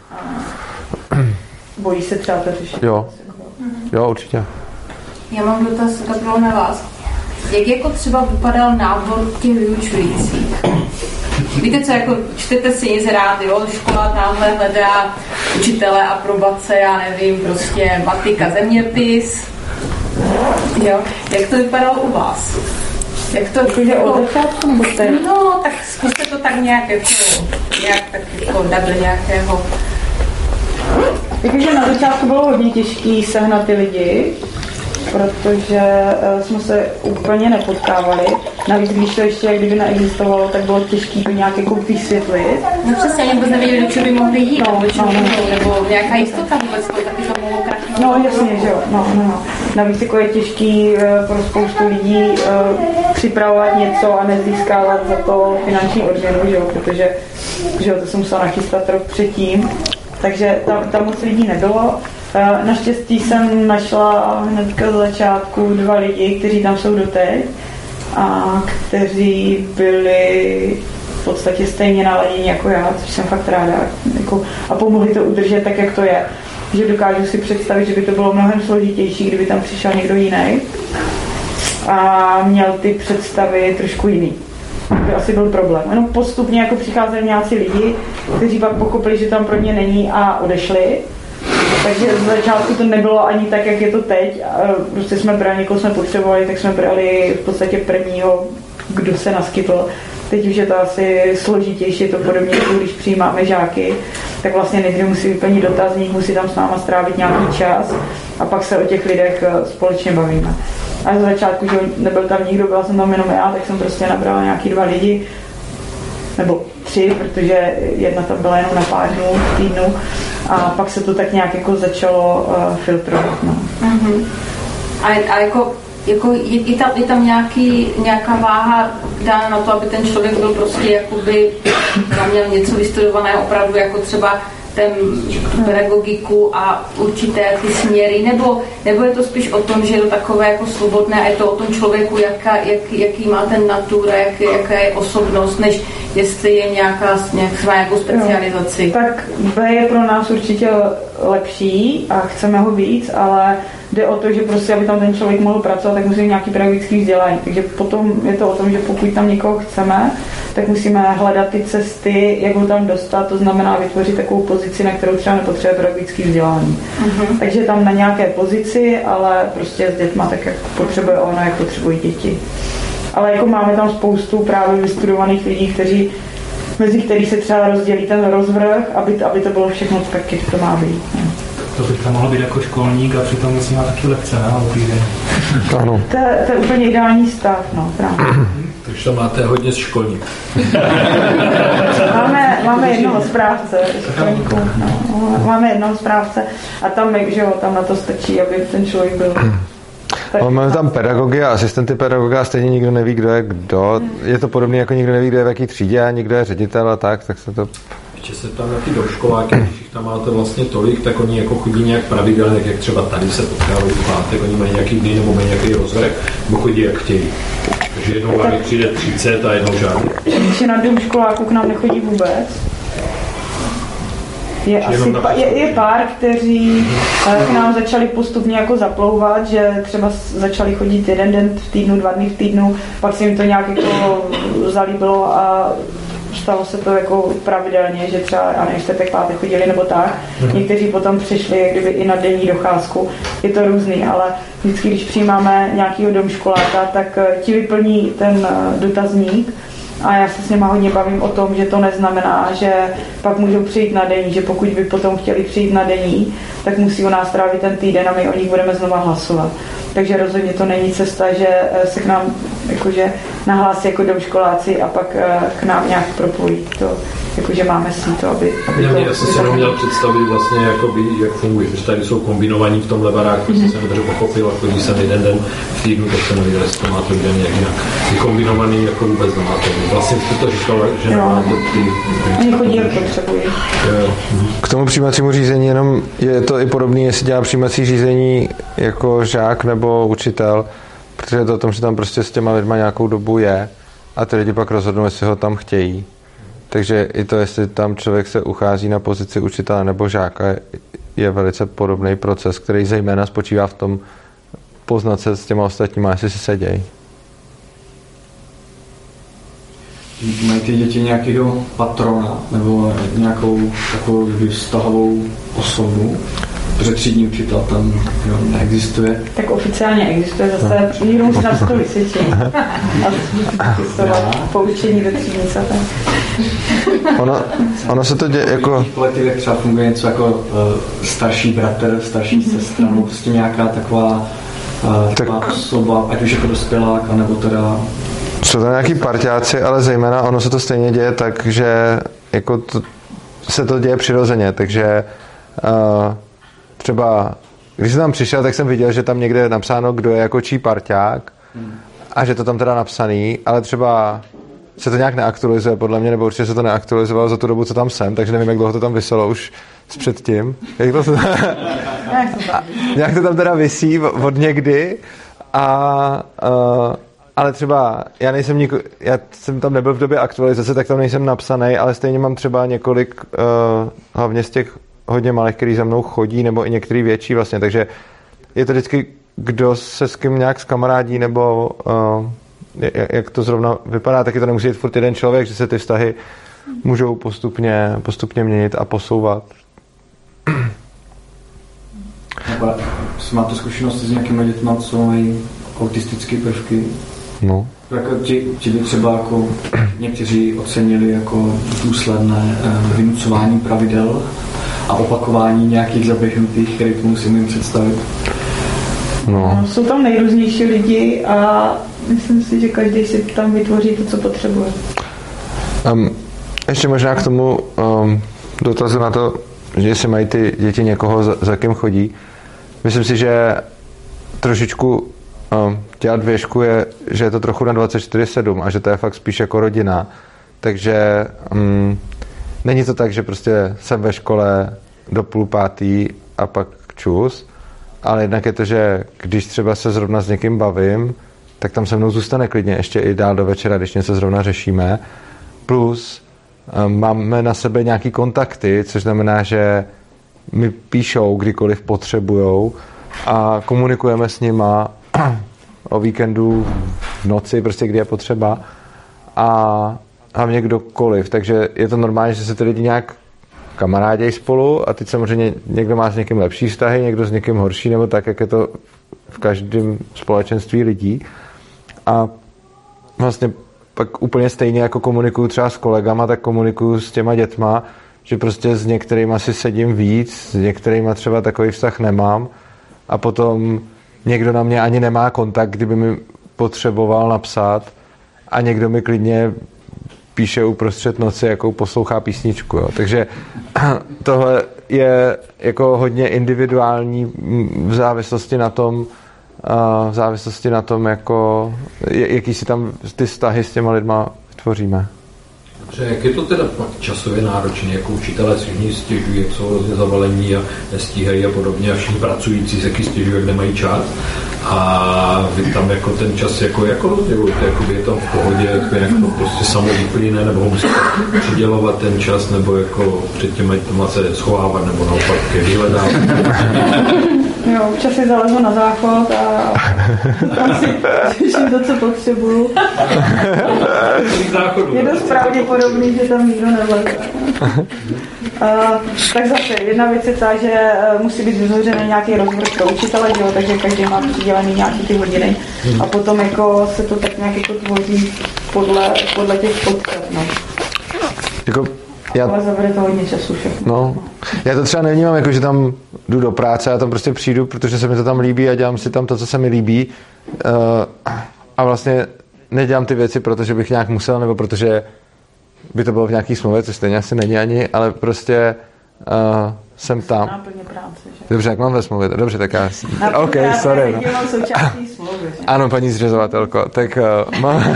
bojí se třeba to řešit. Jo, jo, určitě. Já mám dotaz, Gabrielo, na vás. Jak jako třeba vypadal nábor těch vyučujících? Víte co, jako čtete si nic rád, jo? Škola tamhle hledá učitele, aprobace, já nevím, prostě matika, zeměpis. Jo? Jak to vypadalo u vás? Jak to Jakože jako... od začátku nebo teď? No, tak zkuste to tak nějak jako, nějak tak jako dát do nějakého... Jakože na začátku bylo hodně těžký sehnat ty lidi, protože uh, jsme se úplně nepotkávali. Navíc, když to ještě jak kdyby neexistovalo, tak bylo těžké to nějak jako vysvětlit. No přesně, ani vůbec nevěděli, do čeho by mohli jít, no, nebo, no, no, nebo nějaká jistota vůbec, to taky to mohlo krachnout. No jasně, že jo. No, no, no. Navíc jako je těžký uh, pro spoustu lidí uh, připravovat něco a nezískávat za to finanční odměnu, že jo, protože že jo, to jsem musela nachystat rok předtím. Takže tam, tam moc lidí nebylo. Naštěstí jsem našla hnedka z začátku dva lidi, kteří tam jsou doteď a kteří byli v podstatě stejně naladění jako já, což jsem fakt ráda. Jako, a pomohli to udržet tak, jak to je. Že dokážu si představit, že by to bylo mnohem složitější, kdyby tam přišel někdo jiný a měl ty představy trošku jiný. To asi byl problém. Jenom postupně jako přicházeli nějací lidi, kteří pak pochopili, že tam pro ně není a odešli. Takže z začátku to nebylo ani tak, jak je to teď. Prostě jsme brali, někoho jsme potřebovali, tak jsme brali v podstatě prvního, kdo se naskytl. Teď už je to asi složitější, je to podobně, jako když přijímáme žáky, tak vlastně nejdřív musí vyplnit dotazník, musí tam s náma strávit nějaký čas a pak se o těch lidech společně bavíme. A za začátku, že nebyl tam nikdo, byla jsem tam jenom já, tak jsem prostě nabrala nějaký dva lidi, nebo tři, protože jedna tam byla jenom na pár dnů v týdnu a pak se to tak nějak jako začalo uh, filtrovat. No. Uh-huh. A, a jako, jako je, je, tam, je tam nějaký, nějaká váha dána na to, aby ten člověk byl prostě jakoby měl něco vystudovaného opravdu jako třeba ten, tu pedagogiku a určité ty směry, nebo, nebo je to spíš o tom, že je to takové jako svobodné a je to o tom člověku, jaká, jak, jaký má ten natura, jak, jaká je osobnost, než jestli je nějaká, nějakou specializaci. No, tak B je pro nás určitě lepší a chceme ho víc, ale jde o to, že prostě, aby tam ten člověk mohl pracovat, tak musí mít nějaký pedagogický vzdělání. Takže potom je to o tom, že pokud tam někoho chceme, tak musíme hledat ty cesty, jak ho tam dostat, to znamená vytvořit takovou pozici, na kterou třeba nepotřebuje pedagogický vzdělání. Uh-huh. Takže tam na nějaké pozici, ale prostě s dětma tak, jak potřebuje ono, jak potřebují děti. Ale jako máme tam spoustu právě vystudovaných lidí, kteří, mezi kterých se třeba rozdělí ten rozvrh, aby to, aby to bylo všechno tak, jak to má být. To bych tam mohlo být jako školník a přitom musí má taky lekce, ne? Ano. To, to je úplně ideální stav, no, právě. Takže to máte hodně z školníků. máme, máme jednoho správce, školníků, no, máme jednoho správce a tam, že jo, tam na to stačí, aby ten člověk byl. Tak, máme tam pedagogy a asistenty pedagoga a stejně nikdo neví, kdo je kdo. Je to podobné, jako nikdo neví, kdo je v jaký třídě a nikdo je ředitel a tak, tak se to... Ještě se tam taky do školáky, když jich tam máte vlastně tolik, tak oni jako chodí nějak pravidelně, tak jak třeba tady se potkávají v pátek, oni mají nějaký dny nebo mají nějaký rozvrh, nebo chodí jak chtějí. Takže jednou vám přijde třicet a jednou žádný. Většina dům školáků k nám nechodí vůbec. Je, asi, je, je pár, kteří k nám začali postupně jako zaplouvat, že třeba začali chodit jeden den v týdnu, dva dny v týdnu, pak se jim to nějak jako zalíbilo a stalo se to jako pravidelně, že třeba, a nevím, čtvrtek, pátek chodili nebo tak. Někteří potom přišli jak kdyby i na denní docházku. Je to různý, ale vždycky, když přijímáme nějakýho domškoláka, tak ti vyplní ten dotazník a já se s nima hodně bavím o tom, že to neznamená, že pak můžou přijít na denní, že pokud by potom chtěli přijít na denní, tak musí u nás trávit ten týden a my o nich budeme znova hlasovat. Takže rozhodně to není cesta, že se k nám jakože nahlásí jako domškoláci a pak k nám nějak propojí. To jakože máme si to, aby, aby Já to... mě asi si jenom měl představit vlastně, jakoby, jak funguje, že tady jsou kombinovaní v tomhle baráku, mm-hmm. jsem dobře pochopil, a chodí jsem jeden den v týdnu, tak jsem nevěděl, jestli to máte udělat nějak jinak. Ty kombinovaný jako vůbec nemáte. Vlastně jste to říkal, že jo. Nemáte ty... Oni chodí, jak potřebují. K tomu přijímacímu řízení jenom je to i podobné, jestli dělá přijímací řízení jako žák nebo učitel, protože je to o tom, že tam prostě s těma lidma nějakou dobu je a ty lidi pak rozhodnou, jestli ho tam chtějí. Takže i to, jestli tam člověk se uchází na pozici učitele nebo žáka, je velice podobný proces, který zejména spočívá v tom poznat se s těma ostatníma, jestli si sedějí. Mají ty děti nějakého patrona nebo nějakou takovou vztahovou osobu? Protože třídní učitel tam jo, neexistuje. Tak oficiálně existuje zase, někdo musí na to vysvětlit. A poučení do třídnice. Ono, ono se to děje jako... V kolektivech třeba funguje něco jako uh, starší bratr, starší sestra, nebo prostě nějaká taková, uh, taková tak... osoba, ať už jako dospělák, anebo teda... Jsou to nějaký parťáci, ale zejména ono se to stejně děje tak, že jako to, se to děje přirozeně, takže uh, třeba, když jsem tam přišel, tak jsem viděl, že tam někde je napsáno, kdo je jako čí parťák hmm. a že to tam teda napsaný, ale třeba se to nějak neaktualizuje podle mě, nebo určitě se to neaktualizovalo za tu dobu, co tam jsem, takže nevím, jak dlouho to tam viselo už s předtím. Jak to se... nějak to tam teda visí od někdy a... Uh, ale třeba, já nejsem niko, já jsem tam nebyl v době aktualizace, tak tam nejsem napsaný, ale stejně mám třeba několik, uh, hlavně z těch hodně malých, který za mnou chodí, nebo i některý větší vlastně, takže je to vždycky, kdo se s kým nějak zkamarádí, nebo uh, jak to zrovna vypadá, taky to nemusí jít furt jeden člověk, že se ty vztahy můžou postupně, postupně měnit a posouvat. Máte zkušenosti s nějakými dětmi, co mají autistické prvky? No. Jako ti, ti by třeba jako někteří ocenili jako důsledné eh, vynucování pravidel a opakování nějakých zaběhnutých rytmů, si můžu představit. No. No, jsou tam nejrůznější lidi a myslím si, že každý si tam vytvoří to, co potřebuje. Um, ještě možná k tomu um, dotazu na to, že jestli mají ty děti někoho, za, za kým chodí. Myslím si, že trošičku um, dělat věšku je, že je to trochu na dvacet čtyři sedm a že to je fakt spíš jako rodina. Takže um, není to tak, že prostě jsem ve škole do půl pátý a pak čus, ale jednak je to, že když třeba se zrovna s někým bavím, tak tam se mnou zůstane klidně ještě i dál do večera, když něco zrovna řešíme. Plus um, máme na sebe nějaký kontakty, což znamená, že mi píšou, kdykoliv potřebujou a komunikujeme s nima o víkendu, v noci, prostě kdy je potřeba a hlavně kdokoliv, takže je to normální, že se ty lidi nějak kamarádějí spolu a teď samozřejmě někdo má s někým lepší vztahy, někdo s někým horší, nebo tak, jak je to v každém společenství lidí a vlastně pak úplně stejně jako komunikuju třeba s kolegama, tak komunikuju s těma dětma, že prostě s některýma si sedím víc, s některýma třeba takový vztah nemám a potom někdo na mě ani nemá kontakt, kdyby mi potřeboval napsat a někdo mi klidně píše uprostřed noci, jakou poslouchá písničku. Jo. Takže tohle je jako hodně individuální v závislosti na tom, v závislosti na tom, jako, jaký si tam ty vztahy s těma lidma tvoříme. Dobře, jak je to teda časově náročné, jako učitelé si všichni stěžují, jak jsou vlastně zavalení a nestíhají a podobně a všichni pracující se taky stěžují, jak nemají čas a vy tam jako ten čas jako, jako rozdělujete, jako je tam v pohodě, jako jak to prostě samo vyplyne, nebo musíte přidělovat ten čas, nebo jako před těma dětma se schovávat, nebo naopak je vyhledávat. Jo, občas si zalezu na záchod a tam si řeším to, co potřebuju. Je dost pravděpodobný, že tam nikdo nevleze. Uh, tak zase, jedna věc je ta, že uh, musí být vytvořený nějaký rozvrh pro učitele, jo, takže každý má přidělený nějaký ty hodiny a potom jako se to tak nějak jako tvoří podle, podle těch potřeb. No. Jako já... Ale zabere to hodně času všechno. No, já to třeba nevnímám, jako že tam jdu do práce a tam prostě přijdu, protože se mi to tam líbí a dělám si tam to, co se mi líbí uh, a vlastně nedělám ty věci, protože bych nějak musel, nebo protože by to bylo v nějaký smlouvě, což stejně asi není ani, ale prostě uh, jsem tam. Náplně práce, že? Dobře, jak mám ve smlouvě? Dobře, tak já... Náplně OK, práce sorry. No. Součástí smlouvy. Ano, paní zřizovatelko, tak uh, mám... uh,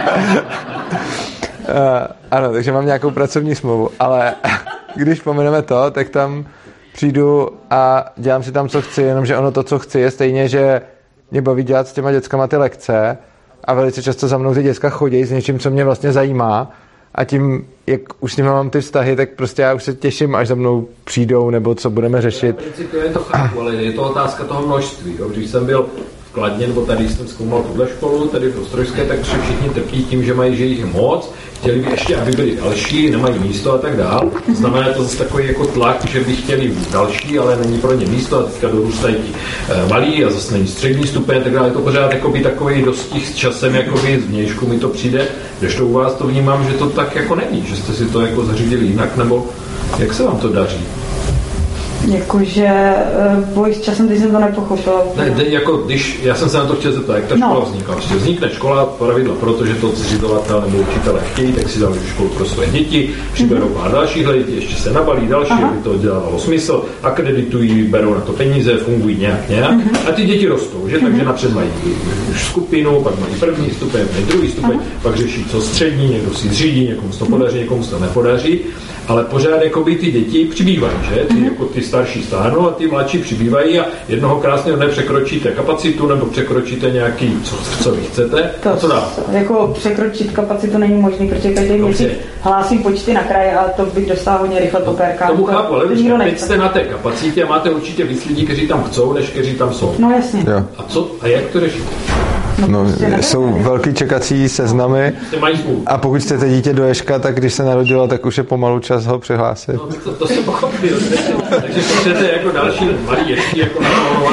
ano, takže mám nějakou pracovní smlouvu, ale když pomeneme to, tak tam přijdu a dělám si tam, co chci, jenomže ono to, co chci, je stejně, že mě baví dělat s těma dětskama ty lekce a velice často za mnou ty děcka chodí s něčím, co mě vlastně zajímá a tím, jak už s nimi mám ty vztahy, tak prostě já už se těším, až za mnou přijdou, nebo co budeme řešit. V principu je to chápu, ale je to otázka toho množství. Jo. Když jsem byl v Kladně, nebo tady jsem zkoumal tuhle školu, tady v Ostrojské, tak všichni trpí tím, že mají, že jich je moc, chtěli by ještě, aby byli další, nemají místo a tak dál. Znamená to zase takový jako tlak, že by chtěli další, ale není pro ně místo a teďka dorůstají ti malí a zase není střední stupeň a tak dále. Je to pořád jakoby takový dostih s časem, jakoby z vnějšku mi to přijde, když to u vás to vnímám, že to tak jako není, že jste si to jako zařídili jinak, nebo jak se vám to daří? Jakože boj s časem, teď jsem to nepochopila. Ne, de, jako když, já jsem se na to chtěl zeptat, jak ta škola no. vznikla. Prostě vznikne škola, pravidla, protože to zřizovatel nebo učitelé chtějí, tak si dali školu pro své děti, přiberou mm-hmm. pár dalších lidí, ještě se nabalí další, Aha. aby to dělalo smysl, akreditují, berou na to peníze, fungují nějak nějak mm-hmm. a ty děti rostou, že? Mm-hmm. Takže napřed mají skupinu, pak mají první stupeň, mají druhý stupeň, Aha. pak řeší co střední, někdo si zřídí, někomu se to podaří, někomu se to nepodaří, ale pořád jakoby ty děti přibývají, že? Ty, mm-hmm. jako ty starší stárnou a ty mladší přibývají a jednoho krásného dne překročíte kapacitu nebo překročíte nějaký, co, co vy chcete. To, a co dál? Jako překročit kapacitu není možný, protože každý měsíc hlásím počty na kraje a to bych dostal hodně rychle po pérkách. Tomu chápu, ale už teď jste na té kapacitě a máte určitě víc lidí, kteří tam chcou, než kteří tam jsou. No jasně. Jo. A, co, a jak to řešit? No, no, jsou velký čekací seznamy a pokud chcete dítě do Ježka, tak když se narodilo, tak už je pomalu čas ho přihlásit. No, to, to jsem pochopil. Takže chcete jako další malý Ježky jako namalovat.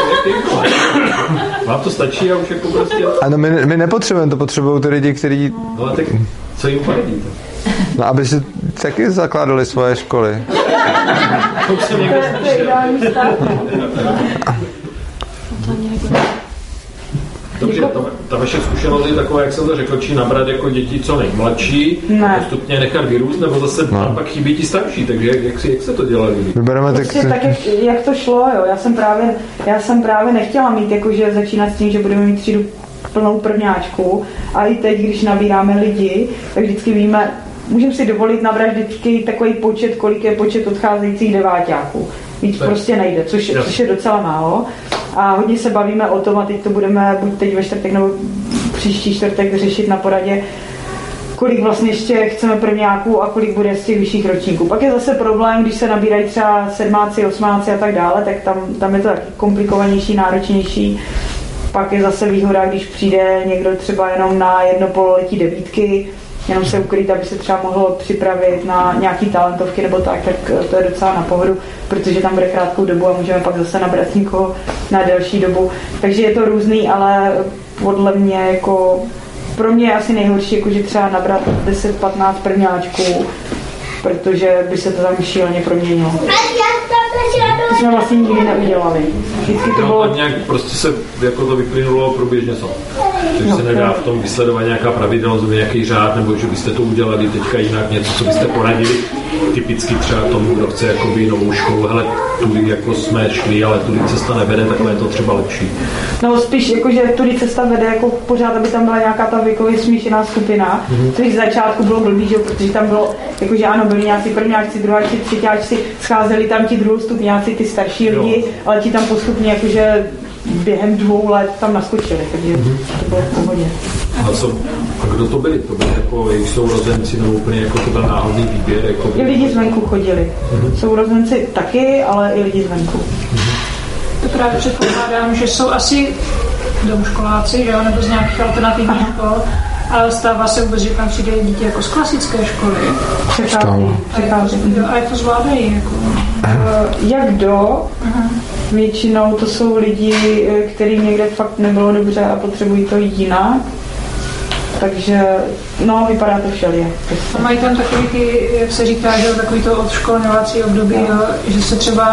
Vám to stačí a už jako prostě... Ano, my, my nepotřebujeme, to potřebují ty lidi, kteří... No a tak co jim poradíte? No, aby si taky zakládali svoje školy. To už jsem někde slyšel. Dobře, ta, ta vaše zkušenost je taková, jak jsem to řekl, či nabrat jako děti co nejmladší, ne. postupně nechat vyrůst, nebo zase no. pak chybí ti starší, takže jak, jak se to dělali? Vybereme tak, tak jak, jak to šlo, jo, já jsem právě, já jsem právě nechtěla mít, jakože začínat s tím, že budeme mít třídu plnou prvňáčku a i teď, když nabíráme lidi, tak vždycky víme, můžeme si dovolit nabrat vždycky takový počet, kolik je počet odcházejících deváťáků. Víc tak. prostě nejde, což, což je docela málo. A hodně se bavíme o tom, a teď to budeme buď teď ve čtvrtek nebo příští čtvrtek řešit na poradě, kolik vlastně ještě chceme prvňáků a kolik bude z těch vyšších ročníků. Pak je zase problém, když se nabírají třeba sedmáci, osmáci a tak dále, tak tam, tam je to taky komplikovanější, náročnější. Pak je zase výhoda, když přijde někdo třeba jenom na jedno pololetí devítky, jenom se ukrýt, aby se třeba mohlo připravit na nějaký talentovky nebo tak, tak to je docela na pohodu, protože tam bude krátkou dobu a můžeme pak zase nabrat někoho na delší dobu. Takže je to různý, ale podle mě jako pro mě je asi nejhorší, jako že třeba nabrat deset patnáct prvňáčků, protože by se to tam šíleně proměnilo. To jsme vlastně nikdy neudělali. Vždycky to bylo... No, nějak prostě se jako to vyplynulo průběžně samo. Takže no, se nedá v tom vysledovat nějaká pravidelnost, nějaký řád, nebo že byste to udělali teďka jinak, něco, co byste poradili typicky třeba tomu, kdo chce jakoby novou školu, hele, tudy jako jsme šli, ale tudy cesta nevede, takhle je to třeba lepší. No spíš jako, že tudy cesta vede jako pořád, aby tam byla nějaká ta věkově smíšená skupina, mm-hmm. což z začátku bylo blbý, že, protože tam bylo, jakože ano, byli nějací prvňáčci, druháčci, třetíáčci, scházeli tam ti druhostupňáci, ty starší jo. lidi, ale ti tam postupně jakože během dvou let tam naskočili, takže mm-hmm. to bylo v pohodě. A, co, a kdo to byli? To byli jako jejich sourozenci, nebo úplně jako to byl náhodný výběr? Jako I lidi zvenku chodili. Mm-hmm. Sourozenci taky, ale i lidi zvenku. Mm-hmm. To právě předpokládám, že jsou asi domoškoláci, že jo, nebo z nějakých alternativních škol, ale stává se vůbec, že tam přijde dítě jako z klasické školy. Přechází. A jak to zvládají? Jako? Jak do? Aha. Většinou to jsou lidi, kteří někde fakt nebylo dobře a potřebují to jinak. Takže, no, vypadá to všelijak. A mají tam takový ty, jak se říká, že takový to odškolňovací období, jo, že se třeba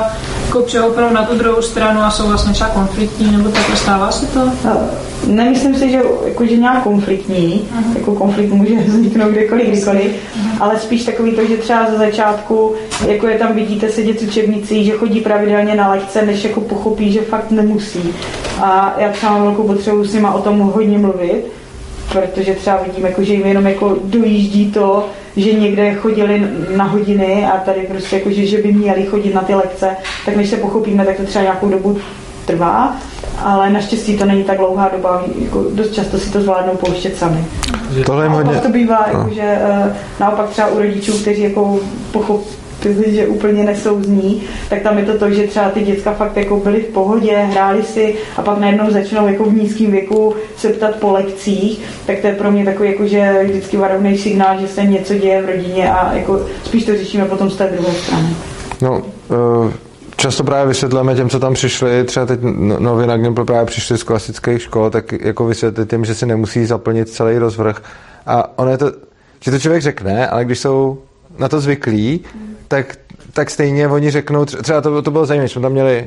jako přehoupnou na tu druhou stranu a jsou vlastně třeba konfliktní, nebo takhle stává se to? No, nemyslím si, že, jako, že nějak konfliktní, uh-huh. jako konflikt může vzniknout kdekoliv, kdykoliv, uh-huh. ale spíš takový to, že třeba ze začátku, jako je tam vidíte sedět s učebnicí, že chodí pravidelně na lekce, než jako pochopí, že fakt nemusí. A já třeba mám velkou potřebu s nima o tom hodně mluvit, protože třeba vidím, jako, že jim jenom jako dojíždí to, že někde chodili na hodiny a tady prostě jako, že, že by měli chodit na ty lekce, tak než se pochopíme, tak to třeba nějakou dobu trvá, ale naštěstí to není tak dlouhá doba, jako dost často si to zvládnou pouštět sami. Tohle je hodně... to bývá, no. jako, že uh, naopak třeba u rodičů, kteří jako pochopili, že úplně nesouzní, tak tam je to to, že třeba ty děcka fakt jako byly v pohodě, hráli si a pak najednou začnou jako v nízkém věku se ptat po lekcích, tak to je pro mě takový jako, že vždycky varovný signál, že se něco děje v rodině a jako spíš to řešíme potom z té druhé strany. No, uh... často právě vysvětlíme těm, co tam přišli, třeba teď nově na Gimpl právě přišli z klasických škol, tak jako vysvětlit těm, že si nemusí zaplnit celý rozvrh. A ono je to, že to člověk řekne, ale když jsou na to zvyklí, tak, tak stejně oni řeknou, třeba to, to bylo zajímavé, jsme tam měli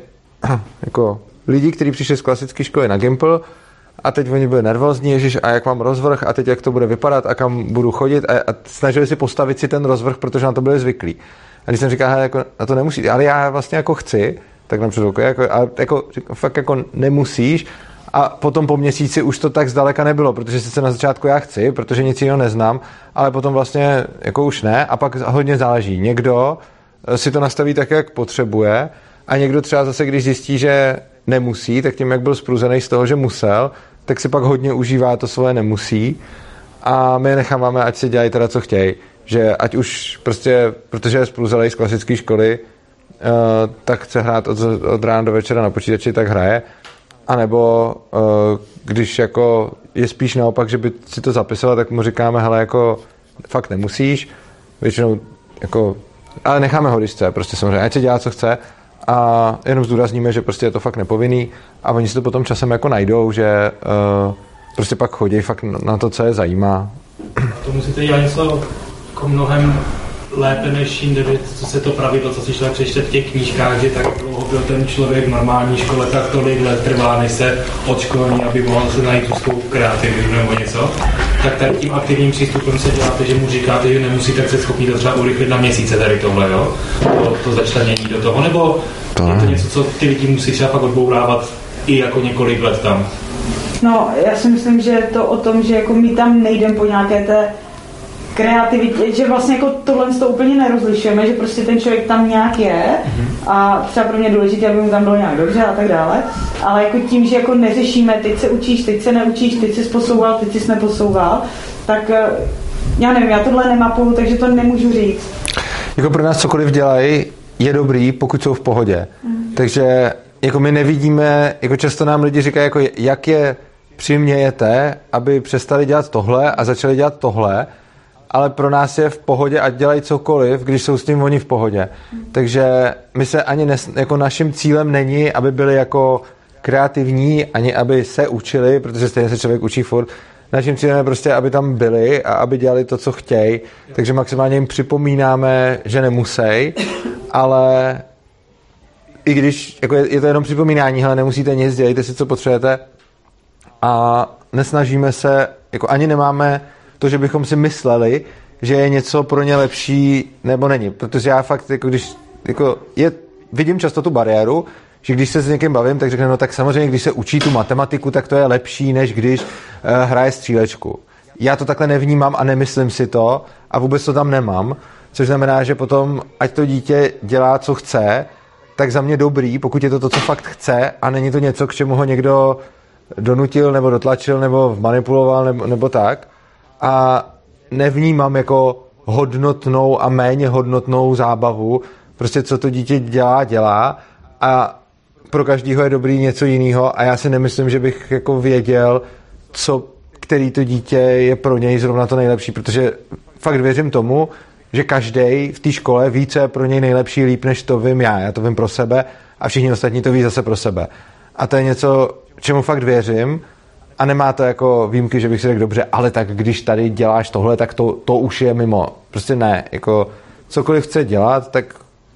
jako lidi, kteří přišli z klasické školy na Gimpl a teď oni byli nervózní, ježiš, a jak mám rozvrh a teď jak to bude vypadat a kam budu chodit a, a snažili si postavit si ten rozvrh, protože na to byli zvyklí. A když jsem říkal, jako, na to nemusí, ale já vlastně jako chci, tak nám předou, jako, a jako, fakt jako nemusíš. A potom po měsíci už to tak zdaleka nebylo, protože sice na začátku já chci, protože nic jiného neznám, ale potom vlastně jako už ne a pak hodně záleží. Někdo si to nastaví tak, jak potřebuje a někdo třeba zase, když zjistí, že nemusí, tak tím, jak byl spruzený z toho, že musel, tak si pak hodně užívá to svoje nemusí a my necháváme, ať si dělají teda, co chtějí. Že ať už prostě, protože je spruzelej z klasické školy, uh, tak chce hrát od, od rána do večera na počítači, tak hraje. A nebo uh, když jako je spíš naopak, že by si to zapisoval, tak mu říkáme, hele, jako fakt nemusíš. Většinou jako, ale necháme ho, když chce, prostě samozřejmě, ať si dělá, co chce a jenom zdůrazníme, že prostě je to fakt nepovinný a oni si to potom časem jako najdou, že uh, prostě pak chodí fakt na to, co je zajímá. To musíte dělat něco jako mnohem lépe než jinde, co se to pravidlo, co si člověk přečte v těch knížkách, že tak dlouho byl ten člověk v normální škole, tak tolik let trvá, než se odškolní, aby mohl se najít tu svou kreativitu nebo něco. Tak tady tím aktivním přístupem se děláte, že mu říkáte, že nemusí, tak se schopný to třeba urychlit na měsíce tady tohle, jo? To, to začlenění do toho, nebo to je to něco, co ty lidi musí třeba pak odbourávat i jako několik let tam? No, já si myslím, že je to o tom, že jako my tam nejdeme po nějaké té kreativitě, že vlastně jako tohle to úplně nerozlišujeme, že prostě ten člověk tam nějak je a třeba pro mě je důležité, aby mu tam bylo nějak dobře a tak dále, ale jako tím, že jako neřešíme, teď se učíš, teď se neučíš, teď jsi posouval, teď jsi neposouval, tak já nevím, já tohle nemapuju, takže to nemůžu říct. Jako pro nás cokoliv dělají, je dobrý, pokud jsou v pohodě. Mm. Takže jako my nevidíme, jako často nám lidi říkají, jako jak je přimějete, aby přestali dělat tohle a začali dělat tohle, ale pro nás je v pohodě, ať dělají cokoliv, když jsou s tím oni v pohodě. Mm. Takže my se ani nes, jako naším cílem není, aby byli jako kreativní, ani aby se učili, protože stejně se člověk učí furt. Naším cílem je prostě, aby tam byli a aby dělali to, co chtějí. Takže maximálně jim připomínáme, že nemusí, ale i když jako je, je to jenom připomínání, ale nemusíte nic, dělejte si, co potřebujete. A nesnažíme se, jako ani nemáme to, že bychom si mysleli, že je něco pro ně lepší, nebo není. Protože já fakt, jako když, jako je, vidím často tu bariéru, že když se s někým bavím, tak řekne, no tak samozřejmě, když se učí tu matematiku, tak to je lepší, než když uh, hraje střílečku. Já to takhle nevnímám a nemyslím si to a vůbec to tam nemám, což znamená, že potom, ať to dítě dělá, co chce, tak za mě dobrý, pokud je to to, co fakt chce a není to něco, k čemu ho někdo donutil nebo dotlačil nebo manipuloval nebo, nebo tak. A nevnímám jako hodnotnou a méně hodnotnou zábavu. Prostě co to dítě dělá, dělá a pro každého je dobrý něco jiného a já si nemyslím, že bych jako věděl, co, který to dítě je pro něj zrovna to nejlepší, protože fakt věřím tomu, že každý v té škole ví, co je pro něj nejlepší líp, než to vím já. Já to vím pro sebe a všichni ostatní to ví zase pro sebe. A to je něco, čemu fakt věřím a nemá to jako výjimky, že bych si řekl dobře, ale tak když tady děláš tohle, tak to, to už je mimo. Prostě ne, jako cokoliv chce dělat, tak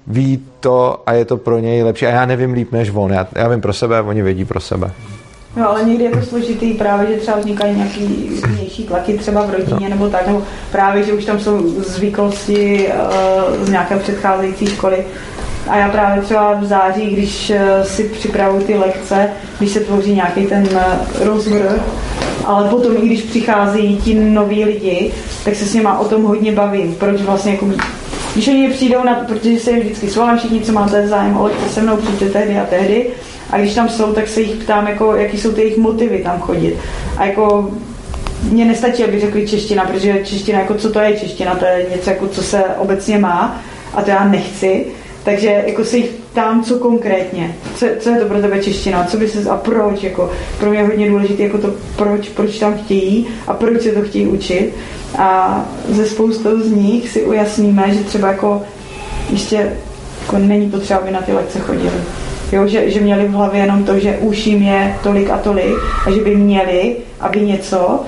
ví to a je to pro něj lepší a já nevím líp než on, já, já vím pro sebe, oni vědí pro sebe. No, ale někdy je to složitý právě, že třeba vznikají nějaký vnější tlaky třeba v rodině nebo tak, nebo právě, že už tam jsou zvyklosti uh, z nějaké předcházející školy. A já právě třeba v září, když uh, si připravuju ty lekce, když se tvoří nějaký ten uh, rozvrh, ale potom i když přicházejí ti noví lidi, tak se s nima o tom hodně bavím. Proč vlastně jako když oni přijdou na, protože se jim vždycky svolám všichni, co máte zájem o lekce se mnou, přijďte tehdy a tehdy. A když tam jsou, tak se jich ptám, jako, jaký jsou ty jejich motivy tam chodit. A jako mně nestačí, aby řekli čeština, protože čeština, jako co to je čeština, to je něco, jako, co se obecně má a to já nechci. Takže jako se jich ptám, co konkrétně, co, co je to pro tebe čeština, co by se a proč, jako pro mě je hodně důležité jako to proč, proč tam chtějí a proč se to chtějí učit. A ze spoustou z nich si ujasníme, že třeba jako ještě jako není potřeba, aby na ty lekce chodili. Jo, že, že měli v hlavě jenom to, že už jim je tolik a tolik a že by měli, aby něco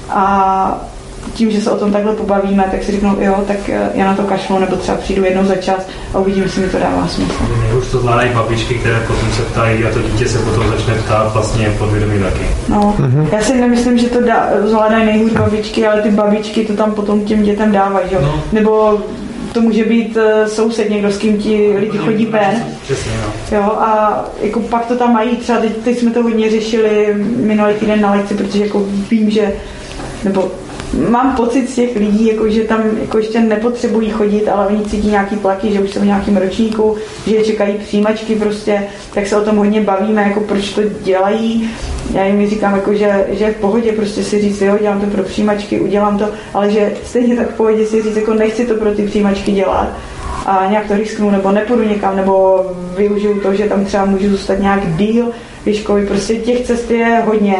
a tím, že se o tom takhle pobavíme, tak si řeknou, jo, tak já na to kašlu, nebo třeba přijdu jednou za čas a uvidím, jestli mi to dává smysl. Už to zvládají babičky, které potom se ptají a to dítě se potom začne ptát vlastně podvědomí taky. No, mm-hmm. Já si nemyslím, že to dá, zvládají nejhůř babičky, ale ty babičky to tam potom těm dětem dávají, jo. No. Nebo to může být uh, soused, někdo, s kým ti lidi chodí ven. Přesně, no. Jo, a jako pak to tam mají, třeba teď, teď jsme to hodně řešili minulý týden na lekci, protože jako vím, že, nebo mám pocit z těch lidí, jako, že tam jako ještě nepotřebují chodit, ale oni cítí nějaký tlaky, že už jsou v nějakým ročníku, že je čekají přijímačky prostě, tak se o tom hodně bavíme, jako proč to dělají. Já jim říkám, jako, že, že v pohodě prostě si říct, jo, dělám to pro přijímačky, udělám to, ale že stejně tak v pohodě si říct, jako nechci to pro ty přijímačky dělat a nějak to risknu, nebo nepůjdu někam, nebo využiju to, že tam třeba můžu zůstat nějak díl ve školy, prostě těch cest je hodně.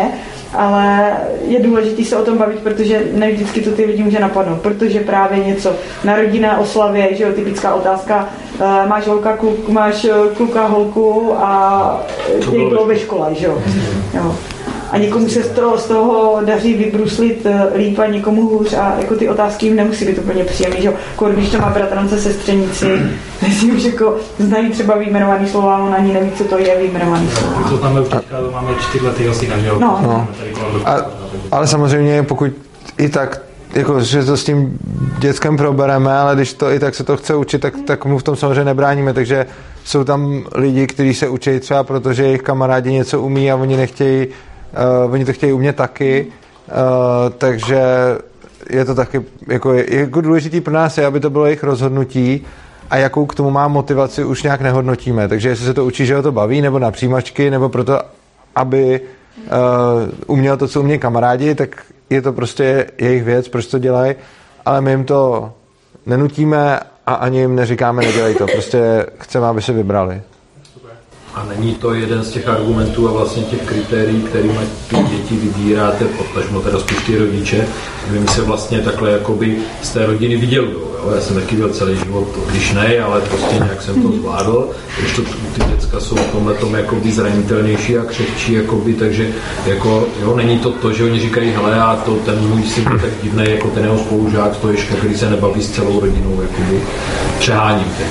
Ale je důležité se o tom bavit, protože ne vždycky to ty lidi může napadnout, protože právě něco na rodinné oslavě, že jo, typická otázka, uh, máš holka, kluk, máš kluka, holku a jak bylo ve škole, že jo. jo. A někomu se z toho, z toho daří vybruslit líp a někomu hůř a jako ty otázky jim nemusí být úplně příjemný, že jo. Jako když to má bratrance, sestřenici, si už jako znají třeba vyjmenovaný slova, on ani neví, co to je vyjmenovaný slova. To máme už teďka, to máme čtyřletýho syna, že jo. No. No. A, ale samozřejmě, pokud i tak, jako, že to s tím dětskem probereme, ale když to i tak se to chce učit, tak, tak mu v tom samozřejmě nebráníme, takže jsou tam lidi, kteří se učí třeba proto, že jejich kamarádi něco umí a oni nechtějí Uh, oni to chtějí umět taky, uh, takže je to taky jako, jako důležitý pro nás je, aby to bylo jejich rozhodnutí a jakou k tomu má motivaci už nějak nehodnotíme, takže jestli se to učí, že ho to baví, nebo na přijímačky, nebo proto, aby uh, uměl to, co umějí kamarádi, tak je to prostě jejich věc, proč to dělají, ale my jim to nenutíme a ani jim neříkáme, nedělej to, prostě chceme, aby se vybrali. A není to jeden z těch argumentů a vlastně těch kritérií, kterými ty děti vybíráte, potažmo teda spíš ty rodiče, kdyby se vlastně takhle jakoby z té rodiny viděl. Jo? Já jsem taky byl celý život, když ne, ale prostě nějak jsem to zvládl, když to ty děcka jsou v tomhle tom jakoby zranitelnější a křehčí, jakoby, takže jako, jo, není to to, že oni říkají, hele, a to ten můj syn je tak divný, jako ten jeho spolužák, to Ježka, který se nebaví s celou rodinou, jakoby přeháním teď.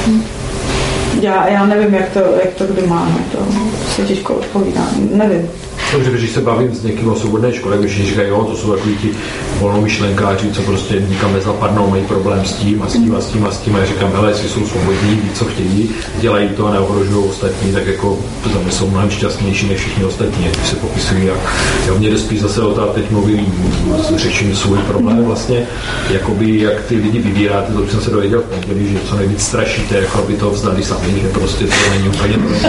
Já, já nevím, jak to, jak to kdy má, to se těžko odpovídá, nevím. Dobře, když se bavím s někým o svobodné škole, když říkají, jo, to jsou takový ti volnomyšlenkáři, co prostě nikam nezapadnou, mají problém s tím a s tím a s tím a s tím a já říkám, hele, jestli jsou svobodní, ví, co chtějí, dělají to a neohrožují ostatní, tak jako za mě jsou mnohem šťastnější než všichni ostatní, když se popisují. A jo, mě jde spíš zase o to, teď mluvím, řeším svůj problém vlastně, jakoby, jak ty lidi vybíráte, to už jsem se dověděl v pondělí, že co nejvíc strašíte, jako aby to vzdali sami, že prostě to není úplně to.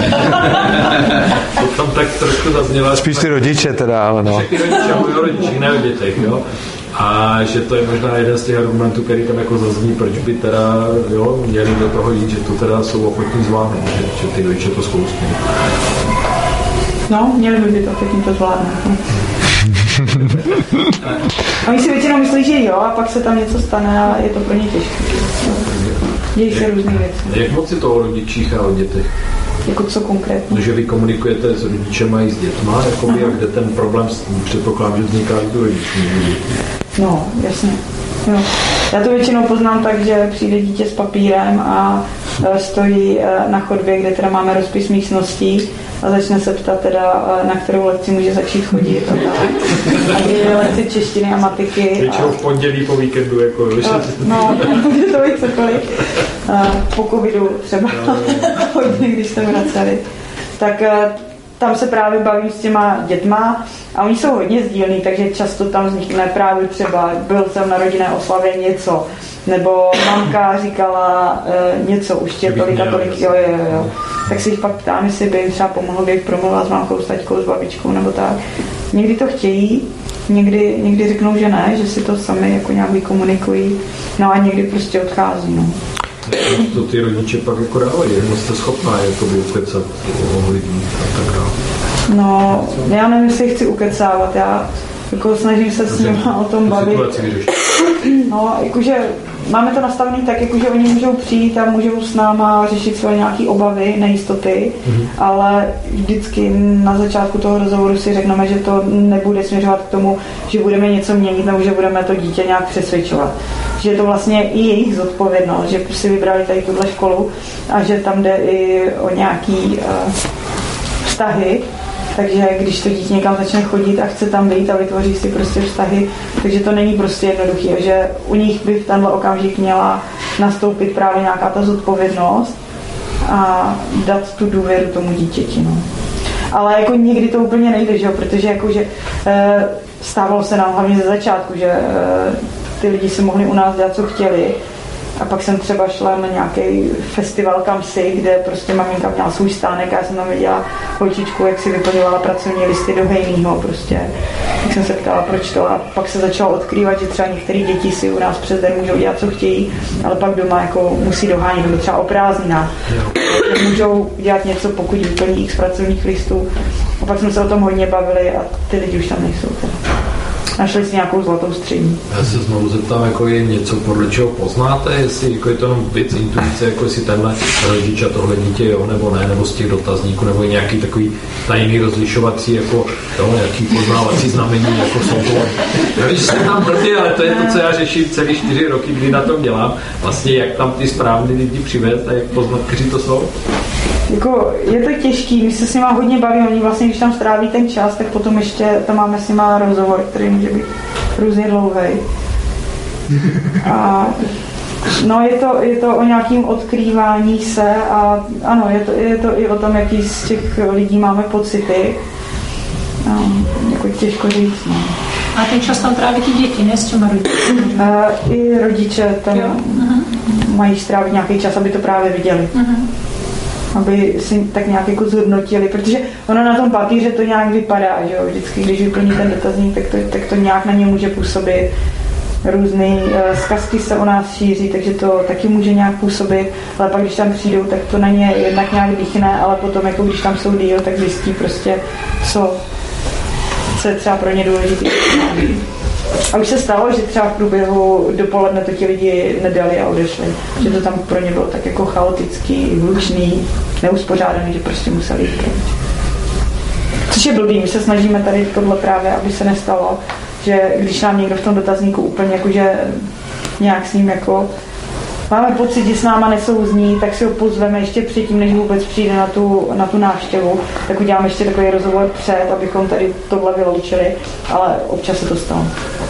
To tam tak trošku zaznělo. Spíš ty rodiče teda, ale no. Všechny rodiče, mluví o rodičích, ne o dětech, jo. A že to je možná jeden z těch argumentů, který tam jako zazní, proč by teda, jo, měli do toho jít, že to teda jsou ochotní zvládnout, že, že ty rodiče to zkoustí. No, měli by to ochotní to zvládnout. A oni si většinou myslí, že jo, a pak se tam něco stane a je to pro ně těžké. Dějí se různé věci. Jak moc je to o rodičích a o dětech? Jako co konkrétně? Že vy komunikujete s rodičema i s dětma, jakoby, jak jde ten problém, předpokládám, že vzniká i do rodičů. No, jasně. Jo. Já to většinou poznám tak, že přijde dítě s papírem a stojí na chodbě, kde teda máme rozpis místností a začne se ptat teda, na kterou lekci může začít chodit. A, a je lekce češtiny a matiky. Většinou v pondělí po víkendu. Jako, no, může to být cokoliv. Po covidu třeba hodně, když jsme vraceli. Tak tam se právě bavím s těma dětma a oni jsou hodně sdílní, takže často tam vznikne právě třeba byl jsem na rodinné oslavě něco, nebo mamka říkala e, něco, už tě tolik a tolik, jo, jo, jo. Tak si jich pak ptám, jestli by jim třeba pomohl, bych promluvila s mámkou, s taťkou, s babičkou, nebo tak. Někdy to chtějí, někdy, někdy řeknou, že ne, že si to sami jako nějak vykomunikují, no a někdy prostě odchází, no. To ty rodiče pak jako dávají, jak jste schopná jako by ukecat o lidí a tak dále. No, já nevím, jestli chci ukecávat, já jako snažím se s nimi o tom bavit. No, jakože máme to nastavené tak, jakože oni můžou přijít a můžou s náma řešit svoje nějaké obavy, nejistoty, mm-hmm. ale vždycky na začátku toho rozhovoru si řekneme, že to nebude směřovat k tomu, že budeme něco měnit nebo že budeme to dítě nějak přesvědčovat. Že je to vlastně i jejich zodpovědnost, že si vybrali tady tuhle školu a že tam jde i o nějaký uh, vztahy. Takže když to dítě někam začne chodit a chce tam být a vytvoří si prostě vztahy, takže to není prostě jednoduché, že u nich by v tenhle okamžik měla nastoupit právě nějaká ta zodpovědnost a dát tu důvěru tomu dítěti. No. Ale jako někdy to úplně nejde, že? Protože jako, že, e, stávalo se nám hlavně ze začátku, že e, ty lidi si mohli u nás dělat, co chtěli. A pak jsem třeba šla na nějaký festival Kamsi, kde prostě maminka měla svůj stánek a já jsem tam viděla holčičku, jak si vyplňovala pracovní listy do hejnýho prostě. Tak jsem se ptala, proč to, a pak se začalo odkrývat, že třeba některé děti si u nás přes den můžou dělat, co chtějí, ale pak doma jako musí dohánět, nebo třeba o prázdninách. Můžou dělat něco, pokud vyplní x pracovních listů. A pak jsme se o tom hodně bavili a ty lidi už tam nejsou. Teda. Našli si nějakou zlatou střední. Já se znovu zeptám, jako je něco, podle čeho poznáte, jestli jako je to jenom věc intuice, jako jestli tenhle rodič a tohle dítě jo nebo ne, nebo z těch dotazníků, nebo nějaký takový tajný rozlišovací, jako jo, nějaký poznávací znamení, jako jsou to. Já vím, že jsem tam blbý, ale to je to, co já řeším celý čtyři roky, kdy na tom dělám. Vlastně jak tam ty správný lidi přivést a jak poznat, kteří to jsou. Jako, je to těžký, my se s nima hodně bavíme, oni vlastně, když tam stráví ten čas, tak potom ještě tam máme s nima rozhovor, který může být různě dlouhý. A no, je to, je to o nějakým odkrývání se a ano, je to, je to i o tom, jaký z těch lidí máme pocity. No, jako těžko říct, no. A ten čas tam tráví ty děti, ne s těma rodiči? Uh, I rodiče tam uh-huh. mají strávit nějaký čas, aby to právě viděli. Uh-huh. Aby si tak nějak jako zhodnotili, protože ono na tom papíře to nějak vypadá, že jo, vždycky, když vyplní ten dotazník, tak to, tak to nějak na ně může působit. Různý uh, zkazky se o nás šíří, takže to taky může nějak působit, ale pak když tam přijdou, tak to na ně jednak nějak dýchne, ale potom jako když tam jsou díl, tak zjistí prostě, co, co je třeba pro ně důležité. A už se stalo, že třeba v průběhu dopoledne to ti lidi nedali a odešli. Že to tam pro ně bylo tak jako chaotický, hlučný, neuspořádaný, že prostě museli jít pryč. Což je blbý, my se snažíme tady tohle právě, aby se nestalo, že když nám někdo v tom dotazníku úplně jakože nějak s ním jako máme pocit, že s náma nesouzní, tak si ho pozveme ještě předtím, než vůbec přijde na tu, na tu návštěvu, tak uděláme ještě takový rozhovor před, abychom tady tohle vyloučili, ale občas se to stalo.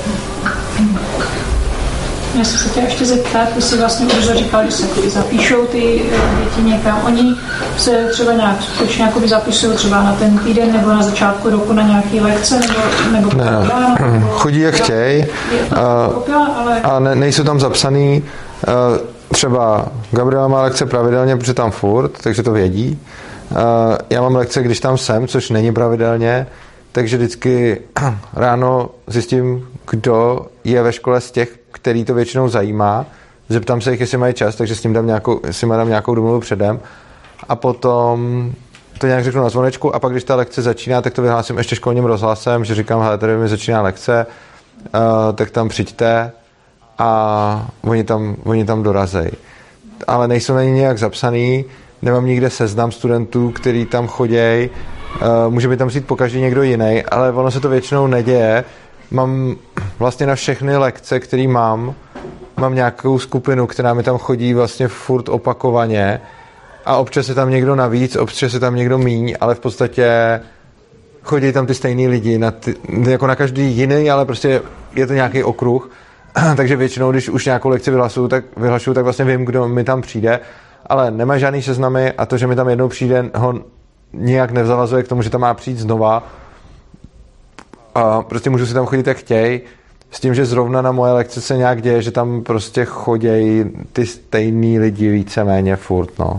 Já jsem se chtěla ještě zeptat, jestli vlastně už říkal, že se zapíšou ty děti někam. Oni se třeba nějak skutečně zapisují třeba na ten týden nebo na začátku roku na nějaké lekce nebo, nebo ne, no. Chodí jak chtějí a ne, nejsou tam zapsaný. Třeba Gabriela má lekce pravidelně, protože tam furt, takže to vědí. Já mám lekce, když tam jsem, což není pravidelně, takže vždycky ráno zjistím, kdo je ve škole z těch, který to většinou zajímá. Zeptám se jich, jestli mají čas, takže s ním dám nějakou, jestli dám nějakou domluvu předem. A potom to nějak řeknu na zvonečku a pak, když ta lekce začíná, tak to vyhlásím ještě školním rozhlasem, že říkám, hele, tady mi začíná lekce, uh, tak tam přijďte a oni tam, oni tam dorazej. Ale nejsou na ní nějak zapsaný, nemám nikde seznam studentů, který tam chodějí, uh, může by tam přijít pokaždé někdo jiný, ale ono se to většinou neděje. Mám vlastně na všechny lekce, které mám, mám nějakou skupinu, která mi tam chodí vlastně furt opakovaně a občas je tam někdo navíc, občas je tam někdo míň, ale v podstatě chodí tam ty stejný lidi, na ty, jako na každý jiný, ale prostě je to nějaký okruh. Takže většinou, když už nějakou lekci vyhlašuju, tak, vyhlašuju, tak vlastně vím, kdo mi tam přijde, ale nemá žádný seznamy a to, že mi tam jednou přijde, ho nijak nevzavazuje k tomu, že tam má přijít znova. A prostě můžu si tam chodit jak chtěj, s tím, že zrovna na moje lekce se nějak děje, že tam prostě chodějí ty stejný lidi víceméně furt, no.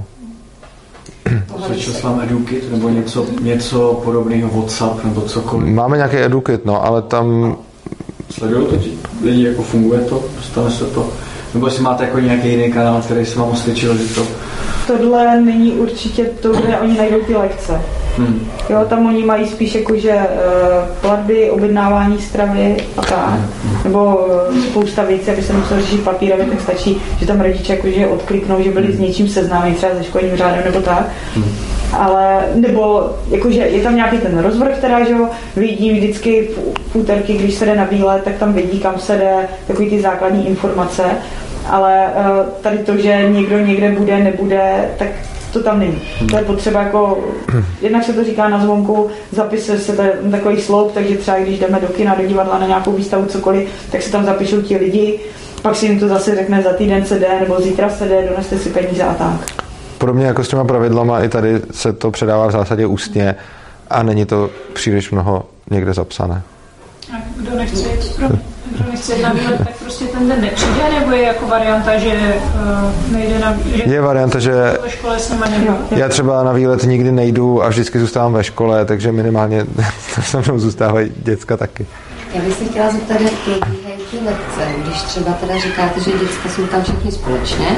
Slyšel s vám EduKit nebo něco, něco podobného, WhatsApp nebo cokoliv? Máme nějaký EduKit, no, ale tam... Sledují to ti lidi, jako funguje to? Dostane se to? Nebo jestli máte jako nějaký jiný kanál, který se vám osvědčil, že to... Tohle není určitě to, kde oni najdou ty lekce. Hmm. Jo, tam oni mají spíš jakože uh, platby, objednávání stravy a tak. Hmm. Nebo uh, spousta věcí, aby se musel řešit papírově, tak stačí, že tam rodiče jakože odkliknou, že byli s něčím seznámení, třeba se školním řádem nebo tak. Hmm. Ale, nebo jakože je tam nějaký ten rozvrh, teda, že jo, vidí vždycky v úterky, když se jde na výlet, tak tam vidí, kam se jde, takový ty základní informace. Ale uh, tady to, že někdo někde bude, nebude, tak to tam není. To je potřeba jako, jednak se to říká na zvonku, zapisuje se tady takový sloup, takže třeba když jdeme do kina, do divadla na nějakou výstavu, cokoliv, tak se tam zapíšou ti lidi, pak si jim to zase řekne, za týden se jde, nebo zítra se jde, doneste si peníze a tak. Podobně jako s těma pravidlama, i tady se to předává v zásadě ústně a není to příliš mnoho někde zapsané. A kdo nechce jít, pro, kdo nechce jít na výlet, tak prostě ten den nepřijde, nebo je jako varianta, že uh, nejde na výlet? Je varianta, že ve škole s nima nejdu. Já třeba na výlet nikdy nejdu a vždycky zůstávám ve škole, takže minimálně se mnou zůstávají děcka taky. Já bych se chtěla zeptat, jak probíhají ty lekce, když třeba teda říkáte, že děcka jsou tam všichni společně.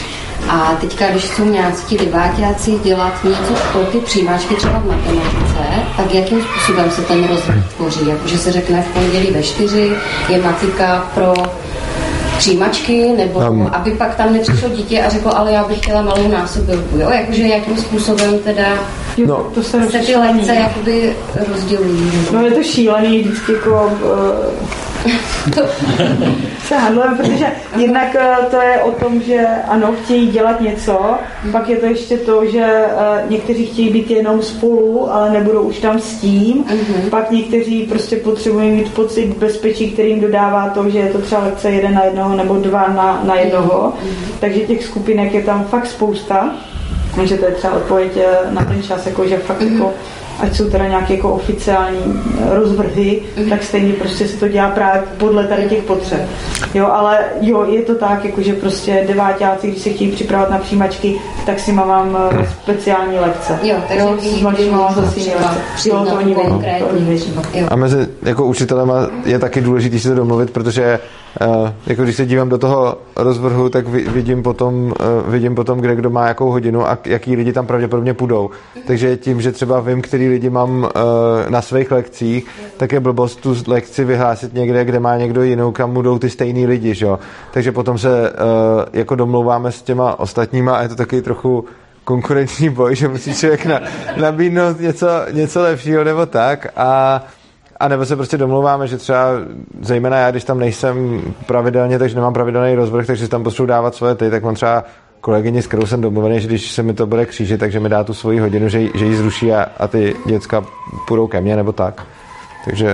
A teďka, když jsou nějací diváťáci dělat něco pro ty přijímačky třeba v matematice, tak jakým způsobem se ten rozvrh tvoří? Jakože se řekne v pondělí ve čtyři, je matika pro přijímačky, nebo um. aby pak tam nepřišlo dítě a řeklo, ale já bych chtěla malou násobilku, jo? Jakože jakým způsobem teda no, to se, se ty lekce jakoby rozdělují? No je to šílený, vždycky jako... Uh... to se handlujeme, protože jednak to je o tom, že ano, chtějí dělat něco, pak je to ještě to, že někteří chtějí být jenom spolu, ale nebudou už tam s tím, uh-huh. Pak někteří prostě potřebují mít pocit bezpečí, který jim dodává to, že je to třeba lekce jeden na jednoho nebo dva na, na jednoho, uh-huh. Takže těch skupinek je tam fakt spousta, takže to je třeba odpověď na ten čas, jako, že fakt uh-huh. jako ať jsou teda nějaké jako oficiální rozvrhy, mm. tak stejně prostě se to dělá právě podle tady těch potřeb. Jo, ale jo, je to tak, jakože prostě deváťáci, když se chtějí připravovat na přijímačky, tak si mám speciální lekce. Jo, takže jo, s mladšíma mám zase jiné lekce. Jo, to oni vědí. A mezi jako učitelema je taky důležité si to domluvit, protože uh, jako když se dívám do toho rozvrhu, tak vidím potom, uh, vidím potom, kde kdo má jakou hodinu a jaký lidi tam pravděpodobně půjdou. Takže tím, že třeba vím, který lidi mám uh, na svých lekcích, tak je blbost tu lekci vyhlásit někde, kde má někdo jinou, kam budou ty stejný lidi, že? Takže potom se uh, jako domlouváme s těma ostatníma a je to taky trochu konkurenční boj, že musí člověk na, nabídnout něco, něco lepšího nebo tak a, a nebo se prostě domlouváme, že třeba zejména já, když tam nejsem pravidelně, takže nemám pravidelný rozvrh, takže si tam potřebuji dávat svoje ty, tak mám třeba kolegyni, s kterou jsem domluvený, že když se mi to bude křížit, takže mi dá tu svoji hodinu, že, že ji zruší a, a ty děcka půjdou ke mně nebo tak. Takže...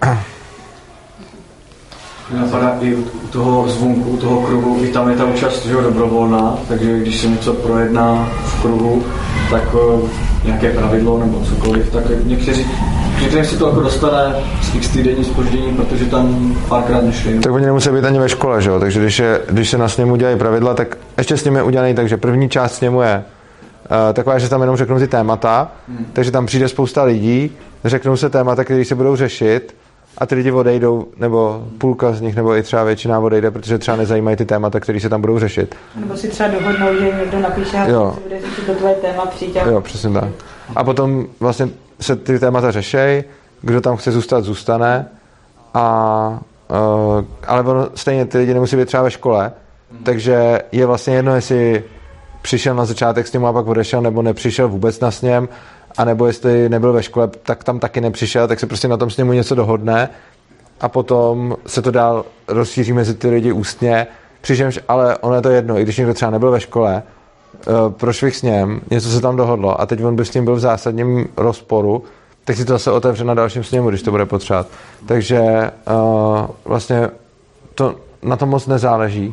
Mě napadá i u toho zvonku, u toho kruhu, i tam je ta účast, že jo, dobrovolná, takže když se něco projedná v kruhu, tak uh, nějaké pravidlo nebo cokoliv, tak někteří, někteří si to jako dostane z x týdenní zpoždění, protože tam párkrát nešli. Tak oni nemusí být ani ve škole, že jo, takže když, je, když se na sněmu dělají pravidla, tak ještě s nimi je udělaný, takže první část sněmu je uh, taková, že tam jenom řeknou ty témata, hmm. takže tam přijde spousta lidí, řeknou se témata, které se budou řešit, a ty lidi odejdou, nebo půlka z nich, nebo i třeba většina odejde, protože třeba nezajímají ty témata, které se tam budou řešit. Nebo si třeba dohodnou, že někdo napíše, že bude řešit to tvoje téma, přijď. Jo, přesně tak. A potom vlastně se ty témata řešej, kdo tam chce zůstat, zůstane, a, uh, ale ono, stejně ty lidi nemusí být třeba ve škole, takže je vlastně jedno, jestli přišel na začátek s ním a pak odešel, nebo nepřišel vůbec na sněm, a nebo jestli nebyl ve škole, tak tam taky nepřišel, tak se prostě na tom s němu něco dohodne a potom se to dál rozšíří mezi ty lidi ústně, přičemž ale ono je to jedno, i když někdo třeba nebyl ve škole, uh, prošvih s ním, něco se tam dohodlo a teď on by s tím byl v zásadním rozporu, tak si to zase otevře na dalším sněmu, když to bude potřebovat. Takže uh, vlastně to na tom moc nezáleží.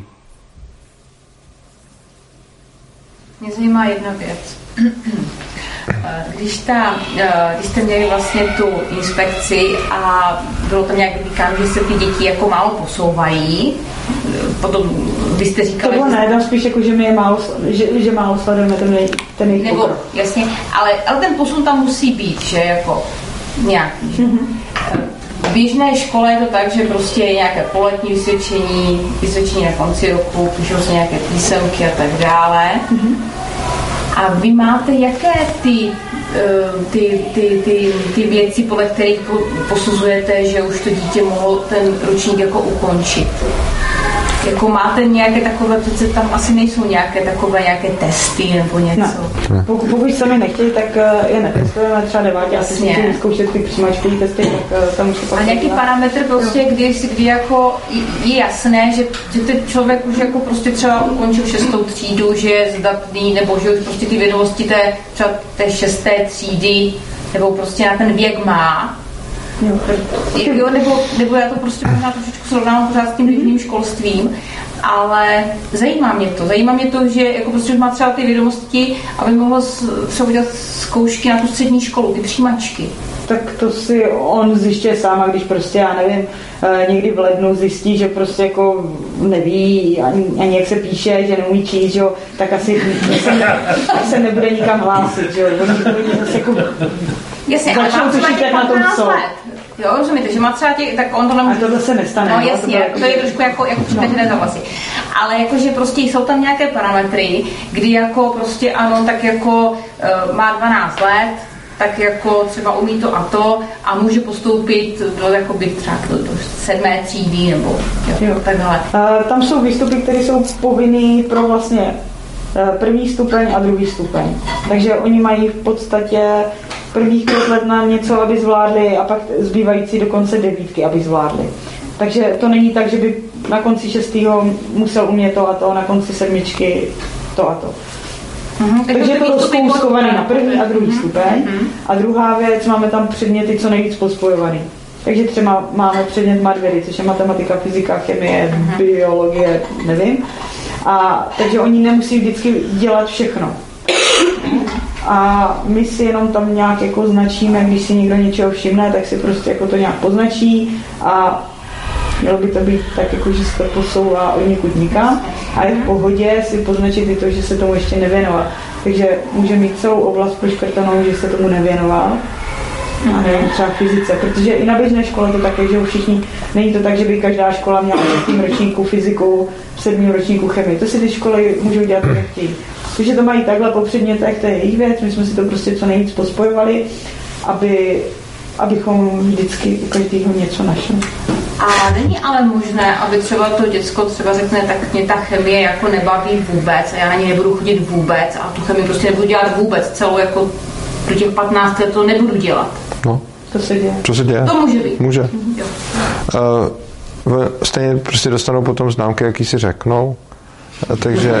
Mě zajímá jedna věc. Když, ta, když jste měli vlastně tu inspekci a bylo tam nějak vytýkáno, že se ty děti jako málo posouvají, potom vy jste říkali... To bylo ne, tam spíš jako, že my je málo, že, že málo sledujeme ten, ten jejich Nebo, pokrok. jasně, ale, ale ten posun tam musí být, že jako nějaký. Mm-hmm. V běžné škole je to tak, že prostě je nějaké poletní vysvědčení, vysvědčení na konci roku, píšou se nějaké písemky a tak dále. Mm-hmm. A vy máte jaké ty, ty, ty, ty, ty věci, podle kterých posuzujete, že už to dítě mohlo ten ročník jako ukončit? Jako máte nějaké takové, přece tam asi nejsou nějaké takové nějaké testy nebo něco? No. Pokud, pokud sami nechtějí, tak je netestujeme, třeba devátě, asi si musí vyzkoušet ty přijímačkové testy, tak tam už to pak... A nějaký parametr prostě, kdy, kdy jako je jasné, že, že ten člověk už jako prostě třeba ukončil šestou třídu, že je zdatný, nebo že už prostě ty vědomosti té, třeba té šesté třídy, nebo prostě na ten věk má. Jo, jo, nebo, nebo já to prostě možná trošičku srovnám pořád s tím běžným školstvím, ale zajímá mě to. Zajímá mě to, že jako prostě má třeba ty vědomosti, aby mohlo třeba udělat zkoušky na tu střední školu, ty přijímačky. Tak to si on zjišťuje sám, a když prostě, já nevím, někdy v lednu zjistí, že prostě jako neví ani, ani jak se píše, že neumí číst, jo, tak asi se, ne, se nebude nikam hlásit, jo. Zase jako jasně, ale začnou tušit, jak na tom jsou. Jo, rozumíte, že má třeba těch, tak on to nemůže... A to se nestane. No jasně, to, to je trošku jako, jako přitažené za vlasy. Ale jakože prostě jsou tam nějaké parametry, kdy jako prostě ano, tak jako uh, má dvanáct let, tak jako třeba umí to a to a může postoupit do, jakoby, třeba do, do sedmé třídy nebo jo, jo. takhle. Uh, tam jsou výstupy, které jsou povinný pro vlastně první stupeň a druhý stupeň. Takže oni mají v podstatě prvních pět let na něco, aby zvládli, a pak zbývající do konce devítky, aby zvládli. Takže to není tak, že by na konci šestého musel umět to a to, na konci sedmičky to a to. Mm-hmm, takže je to rozkouskovaný na první a druhý mm-hmm. stupeň. Mm-hmm. A druhá věc, máme tam předměty co nejvíc pospojovaný. Takže třeba máme předmět matvědy, což je matematika, fyzika, chemie, mm-hmm. biologie, nevím. A takže oni nemusí vždycky dělat všechno. A my si jenom tam nějak jako značíme, když si někdo něčeho všimne, tak si prostě jako to nějak poznačí a mělo by to být tak jako, že se to posouvá od někud nikam a je v pohodě si poznačit i to, že se tomu ještě nevěnoval. Takže může mít celou oblast proškrtanou, že se tomu nevěnoval. A nevím, třeba fyzice, protože i na běžné škole to také, že všichni, není to tak, že by každá škola měla v sedmém ročníku fyziku, v sedmém ročníku chemii. To si ty školy můžou dělat, jak chtějí. Takže to mají takhle po předmětech, to je jejich věc, my jsme si to prostě co nejvíc pospojovali, aby, abychom vždycky u každého něco našli. A není ale možné, aby třeba to děcko třeba řekne, tak mě ta chemie jako nebaví vůbec a já na ní nebudu chodit vůbec a tu chemii prostě nebudu dělat vůbec, celou jako do těch patnáct let to nebudu dělat. No. To se děje. Co se děje? To může být. Může. Mm-hmm. Uh, stejně prostě dostanou potom známky, jaký si řeknou. A takže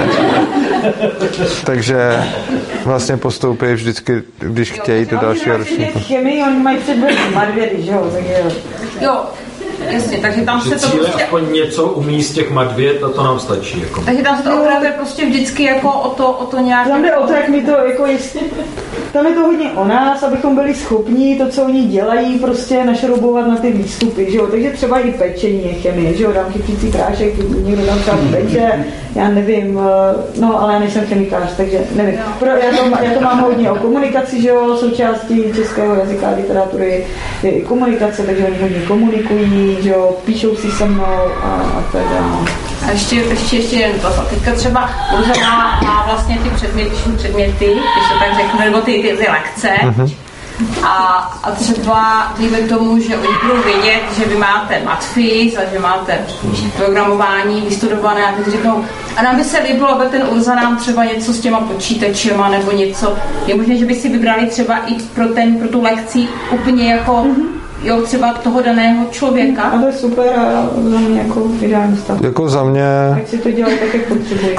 takže vlastně postoupí vždycky, když chtějí do dalšího ročníku. Chemii, oni mají předmět matvědy, že jo? Takže... Jo, jasně, takže tam se to prostě... aspoň něco umí z těch matvěd a to nám stačí. Jako. Takže tam se to opravdu prostě vždycky jako o to, o to nějak... Tam jde o to, jak mi to jako jistě... Tam je to hodně o nás, abychom byli schopni to, co oni dělají, prostě našroubovat na ty výstupy, že jo? Takže třeba i pečení je chemie, že jo? Dám chytící prášek, někdo tam třeba peče, já nevím, no ale já nejsem chemikář, takže nevím. Pro, já, to, já to mám hodně o komunikaci, že jo? Součástí českého jazyka a literatury je i komunikace, takže oni hodně komunikují, že jo? Píšou si se mnou a, a teda. A ještě, ještě, ještě jeden dotaz. A teďka třeba Urza má, má vlastně ty předměty, předměty, když to tak řeknu, nebo ty, ty, ty lekce. Uh-huh. A, a třeba dejme tomu, že oni budou vědět, že vy máte matfiz a že máte programování vystudované a teď řeknou, a nám by se líbilo, aby ten Urza nám třeba něco s těma počítačema nebo něco. Je možné, že by si vybrali třeba i pro, ten, pro tu lekci úplně jako uh-huh. jo, třeba toho daného člověka. A to je super a za mě jako ideální stav. Jako za mě... Ať si to dělají tak, jak potřebují.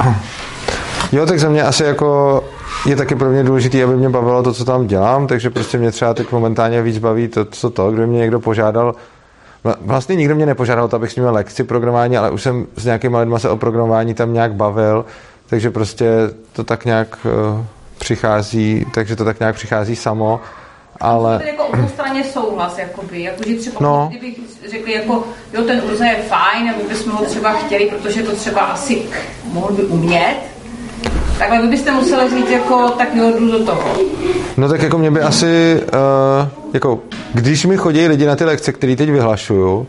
Jo, tak za mě asi jako je taky pro mě důležité, aby mě bavilo to, co tam dělám, takže prostě mě třeba teď momentálně víc baví to, co to, kdyby mě někdo požádal. Vlastně nikdo mě nepožádal, abych s ním měl lekci programování, ale už jsem s nějakýma lidma se o programování tam nějak bavil, takže prostě to tak nějak uh, přichází, takže to tak nějak přichází samo, ale... To je jako oboustranně souhlas, jakoby, jakože třeba no. Kdybych řekli jako, jo, ten Urza je fajn a my bychom ho třeba chtěli, protože to třeba asi mohl by umět, takhle vy byste museli říct jako, tak jo, jdu do toho. No tak jako mě by asi, uh, jako, když mi chodí lidi na ty lekce, které teď vyhlašuju,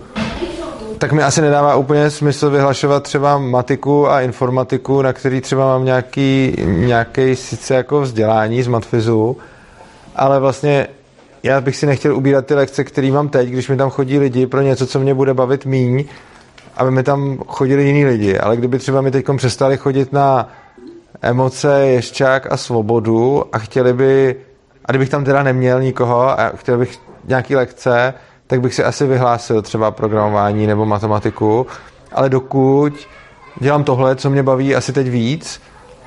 tak mi asi nedává úplně smysl vyhlašovat třeba matiku a informatiku, na který třeba mám nějaký, nějaký sice jako vzdělání z matfizu, ale vlastně já bych si nechtěl ubírat ty lekce, které mám teď, když mi tam chodí lidi pro něco, co mě bude bavit míň, aby mi tam chodili jiní lidi, ale kdyby třeba mi teď přestali chodit na emoce, ješťák a svobodu a chtěli by, a kdybych tam teda neměl nikoho a chtěl bych nějaký lekce, tak bych si asi vyhlásil třeba programování nebo matematiku, ale dokud dělám tohle, co mě baví asi teď víc,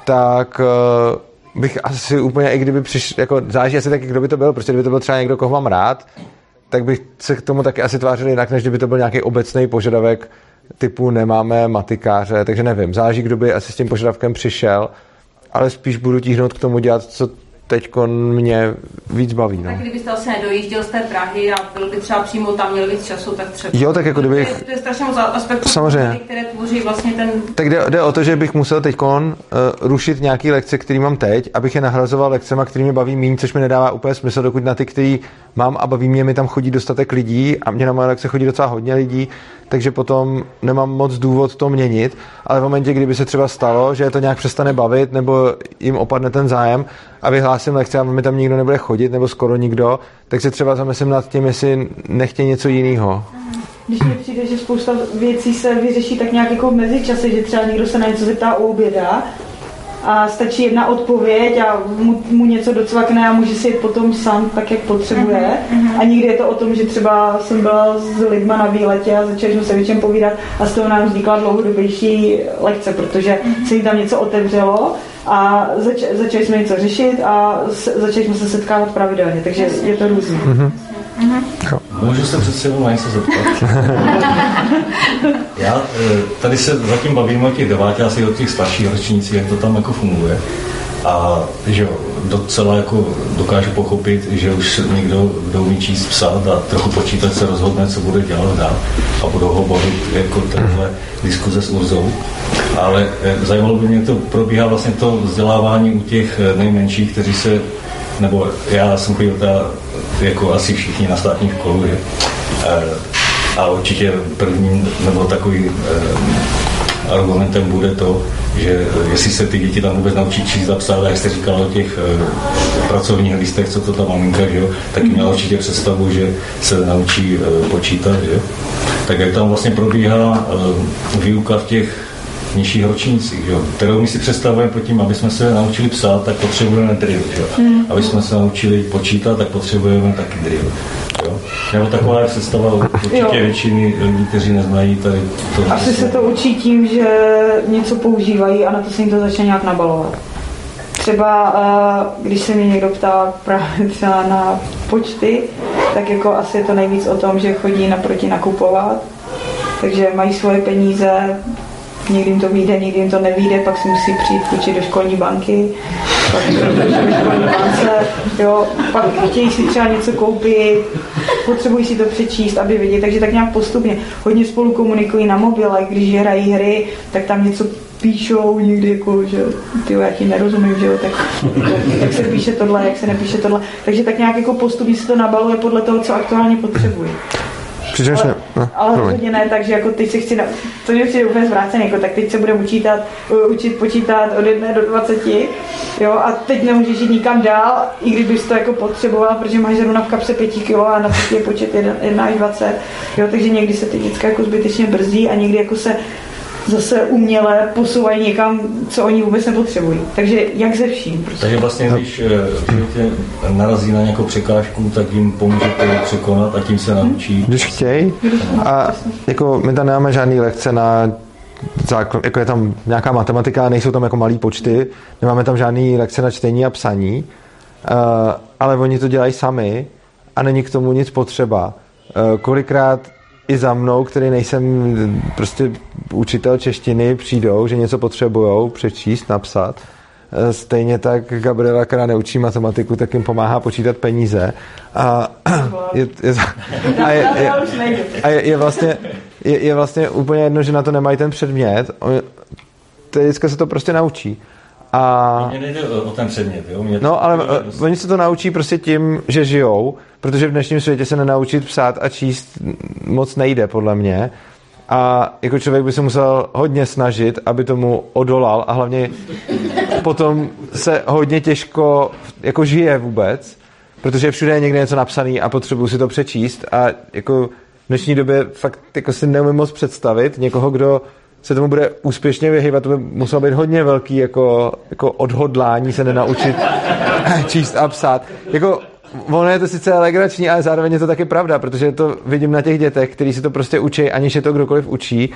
tak uh, bych asi úplně, i kdyby přišel, jako záleží asi taky, kdo by to byl, prostě kdyby to byl třeba někdo, koho mám rád, tak bych se k tomu taky asi tvářil jinak, než kdyby to byl nějaký obecný požadavek typu nemáme matikáře, takže nevím, záleží, kdo by asi s tím požadavkem přišel, ale spíš budu tíhnout k tomu dělat, co teďko mě víc baví. No. Tak kdybyste asi nedojížděl z té Prahy a byl by třeba přímo tam, měl víc času, tak třeba. Jo, tak jako kdybych... To je, to je strašně moc aspektů, samozřejmě, které tvoří vlastně ten... Tak jde, jde o to, že bych musel teďkon uh, rušit nějaký lekce, který mám teď, abych je nahrazoval lekcema, který mě baví míň, což mi nedává úplně smysl, dokud na ty, který mám a baví mě, mi tam chodí dostatek lidí a mě na moje lekce chodí docela hodně lidí, takže potom nemám moc důvod to měnit, ale v momentě, kdyby se třeba stalo, že je to nějak přestane bavit nebo jim opadne ten zájem a vyhlásím lekce a mi tam nikdo nebude chodit nebo skoro nikdo, tak se třeba zamyslím nad tím, jestli nechtějí něco jiného. Když mi přijde, že spousta věcí se vyřeší tak nějak jako v mezičase, že třeba někdo se na něco zeptá u oběda a stačí jedna odpověď a mu, mu něco docvakne a může si jít potom sám tak, jak potřebuje. Uh-huh. A někdy je to o tom, že třeba jsem byla s lidma na výletě a začali jsme se většinou povídat a z toho nám vznikla dlouhodobější lekce, protože uh-huh. se jim tam něco otevřelo a zač, začali jsme něco řešit a s, začali jsme se setkávat pravidelně, takže je to různé. Uh-huh. Uh-huh. Můžu se přece jenom na něco zeptat? Já tady se zatím bavím o těch deváťácích, o těch starších ročnících, jak to tam jako funguje. A že docela jako dokážu pochopit, že už někdo, kdo umí číst, psát a trochu počítat, se rozhodne, co bude dělat dál a budou ho bavit jako tenhle diskuze s Urzou. Ale zajímalo by mě, to probíhá vlastně to vzdělávání u těch nejmenších, kteří se, nebo já jsem chodil ta, jako asi všichni na státní školu, že? A určitě prvním nebo takový eh, argumentem bude to, že jestli se ty děti tam vůbec naučí číst a psát, jak jste říkala o těch eh, pracovních listech, co to ta maminka, že jo, tak měla určitě představu, že se naučí eh, počítat, že? Tak jak tam vlastně probíhá eh, výuka v těch nižších ročnících, jo, kterou my si představujeme pod tím, aby jsme se naučili psát, tak potřebujeme drill, jo. Mm. Aby jsme se naučili počítat, tak potřebujeme taky drill. Jo. Nebo taková je představa určitě většiny lidí, kteří neznají tady to. Asi se to učí tím, že něco používají a na to se jim to začne nějak nabalovat. Třeba, když se mě někdo ptá právě třeba na počty, tak jako asi je to nejvíc o tom, že chodí naproti nakupovat, takže mají svoje peníze, někdy jim to vyjde, někdy jim to nevyjde, pak si musí přijít půjčit do školní banky, pak do školní bance, jo, pak chtějí si třeba něco koupit, potřebují si to přečíst, aby viděli, takže tak nějak postupně. Hodně spolu komunikují na mobilech, když hrají hry, tak tam něco píšou někdy, jako, že tyjo, já ti nerozumím, že jo, tak jak se píše tohle, jak se nepíše tohle, takže tak nějak jako postupně se to nabaluje podle toho, co aktuálně potřebují. Přičemž ale, ne, no, ale rozhodně ne, takže jako teď se chci, na, to mě přijde úplně zvrácený, jako tak teď se budeme učit, učit počítat od jedné do dvaceti, jo, a teď nemůžeš jít nikam dál, i kdybys to jako potřeboval, protože máš zrovna v kapse pěti kilo a na to je počet jedna až dvacet, jo, takže někdy se ty děcka jako zbytečně brzdí a někdy jako se zase uměle posouvají někam, co oni vůbec nepotřebují. Takže jak ze vším. Prostě. Takže vlastně, když v životě narazí na nějakou překážku, tak jim pomůžete překonat a tím se naučí. Když chtějí. A jako my tam nemáme žádný lekce na základ, jako je tam nějaká matematika, nejsou tam jako malý počty, nemáme tam žádný lekce na čtení a psaní, uh, ale oni to dělají sami a není k tomu nic potřeba. Uh, kolikrát i za mnou, který nejsem prostě učitel češtiny, přijdou, že něco potřebujou přečíst, napsat. Uh, stejně tak Gabriela, která neučí matematiku, tak jim pomáhá počítat peníze. A je, je, a je, je, a je, je vlastně Je, je vlastně úplně jedno, že na to nemají ten předmět. Vždycky se to prostě naučí. A... Mně nejde o ten předmět, jo? Mě no, ale to... oni se to naučí prostě tím, že žijou, protože v dnešním světě se nenaučit psát a číst moc nejde, podle mě. A jako člověk by se musel hodně snažit, aby tomu odolal a hlavně potom se hodně těžko jako žije vůbec, protože všude je někde něco napsaný a potřebuji si to přečíst a jako v dnešní době fakt jako si neumím moc představit někoho, kdo se tomu bude úspěšně vyhýbat, to by muselo být hodně velký jako, jako odhodlání se nenaučit číst a psát. Jako, ono je to sice legrační, ale zároveň je to taky pravda, protože to vidím na těch dětech, kteří si to prostě učí, aniž je to kdokoliv učí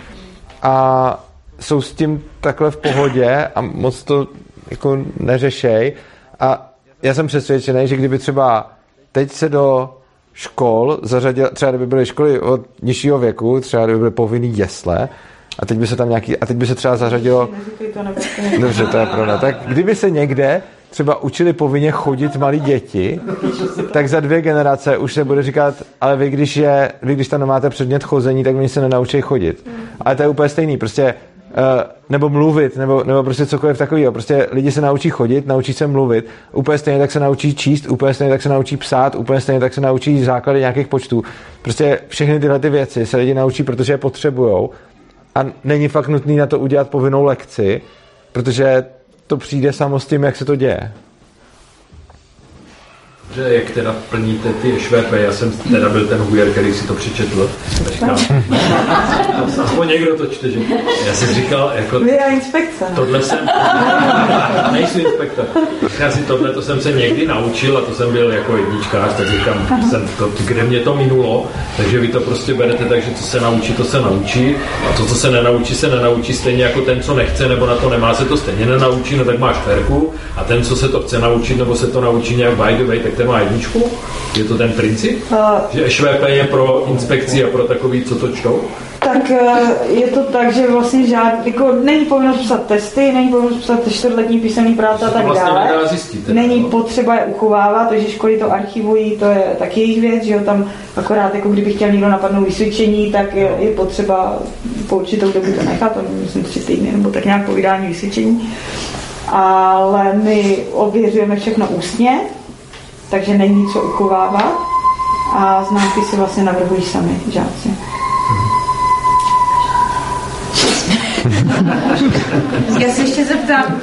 a jsou s tím takhle v pohodě a moc to jako neřešej. A já jsem přesvědčený, že kdyby třeba teď se do škol zařadil, třeba kdyby byly školy od nižšího věku, třeba kdyby byly povinný jesle, a teď by se tam nějaký, a teď by se třeba zařadilo... Dobře, to je pravda. Tak kdyby se někde třeba učili povinně chodit malí děti, tak za dvě generace už se bude říkat, ale vy když, je, vy, když tam nemáte předmět chození, tak oni se nenaučí chodit. Ale to je úplně stejný, prostě Uh, nebo mluvit, nebo, nebo prostě cokoliv takového. Prostě lidi se naučí chodit, naučí se mluvit, úplně stejně tak se naučí číst, úplně stejně tak se naučí psát, úplně stejně tak se naučí základy nějakých počtů. Prostě všechny tyhle ty věci se lidi naučí, protože je potřebujou a není fakt nutný na to udělat povinnou lekci, protože to přijde samo s tím, jak se to děje. Že jak teda plníte ty Š V P, já jsem teda byl ten hujer, který si to přečetl. Říkal, aspoň někdo to čte, že? Já jsem říkal, jako... Vy a inspekce. Tohle jsem... Nejsou inspektor. Já si tohle, to jsem se někdy naučil a to jsem byl jako jedničkář, tak říkám, jsem to, kde mě to minulo, takže vy to prostě berete tak, že co se naučí, to se naučí a to, co se nenaučí, se nenaučí stejně jako ten, co nechce nebo na to nemá, se to stejně nenaučí, no tak máš ferku a ten, co se to chce naučit nebo se to naučí nějak by the way, tak ten má jedničku? Je to ten princip? Uh, že Š V P je pro inspekci a pro takový, co to čtou? Tak je to tak, že vlastně žád, jako není povinnost psat testy, není povinnost psat čtvrtletní písemný práce a tak vlastně dále. Zjistit, není potřeba je uchovávat, takže školy to archivují, to je taky jejich věc, že jo, tam akorát jako kdyby chtěl někdo napadnout vysvědčení, tak je, je potřeba po určitou dobu to nechat, to myslím tři týdny nebo tak nějak po vydání vysvědčení. Ale my ověřujeme všechno ústně, takže není co uchovávat a známky si vlastně navrhují sami žáci. Já se ještě zeptám.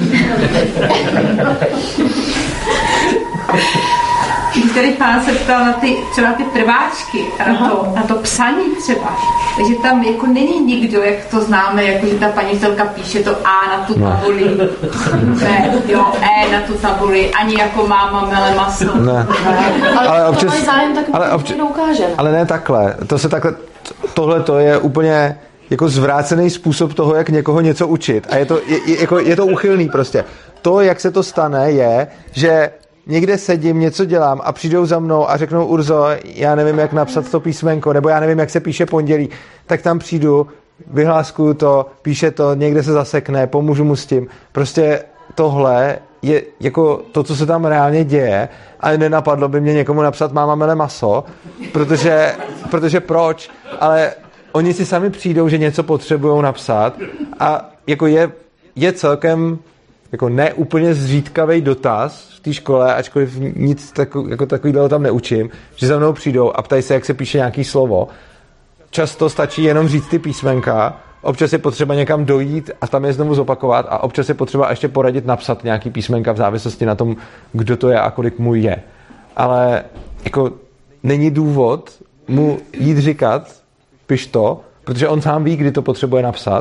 Když tady pán se ptal na ty, třeba ty prváčky a na to, na to psaní třeba, takže tam jako není nikdo, jak to známe, jako že ta paní učitelka píše to A na tu tabuli, ne, jo, E na tu tabuli, ani jako máma mele maso. Ne. Ale, ale občas, to zájem tak ale, občas, ukáže. Ale ne takhle, to se takhle, tohle to je úplně jako zvrácený způsob toho, jak někoho něco učit a je to, je, je, jako, je to uchylný prostě. To, jak se to stane, je, že někde sedím, něco dělám a přijdou za mnou a řeknou Urzo, já nevím, jak napsat to písmenko, nebo já nevím, jak se píše pondělí, tak tam přijdu, vyhláskuju to, píše to, někde se zasekne, pomůžu mu s tím. Prostě tohle je jako to, co se tam reálně děje, ale nenapadlo by mě někomu napsat máma mele maso, protože, protože proč, ale oni si sami přijdou, že něco potřebují napsat a jako je, je celkem jako neúplně zřídkavý dotaz v té škole, ačkoliv nic tako, jako takovýhle tam neučím, že za mnou přijdou a ptají se, jak se píše nějaký slovo. Často stačí jenom říct ty písmenka, občas je potřeba někam dojít a tam je znovu zopakovat a občas je potřeba ještě poradit napsat nějaký písmenka v závislosti na tom, kdo to je a kolik mu je. Ale jako není důvod mu jít říkat, piš to, protože on sám ví, kdy to potřebuje napsat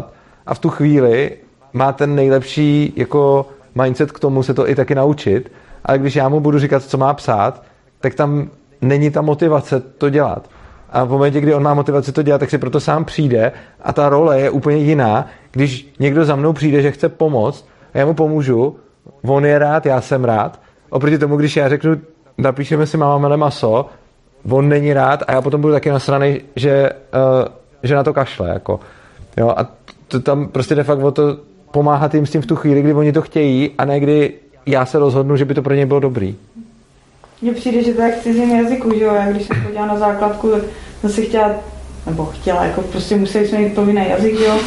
a v tu chvíli má ten nejlepší jako mindset k tomu se to i taky naučit, ale když já mu budu říkat, co má psát, tak tam není ta motivace to dělat. A v momentě, kdy on má motivaci to dělat, tak si proto sám přijde a ta role je úplně jiná, když někdo za mnou přijde, že chce pomoct a já mu pomůžu, on je rád, já jsem rád. Oproti tomu, když já řeknu, napíšeme si máma mele maso, on není rád a já potom budu taky nasranej, že, uh, že na to kašle. Jako. Jo, a to tam prostě de facto o to pomáhat jim s tím v tu chvíli, kdy oni to chtějí a ne kdy já se rozhodnu, že by to pro ně bylo dobrý. Mně přijde, že to je v cizím jazyku, že jo, já když jsem chodila na základku, tak jsem si chtěla, nebo chtěla, jako prostě museli jsme mít povinný jazyk, že jo.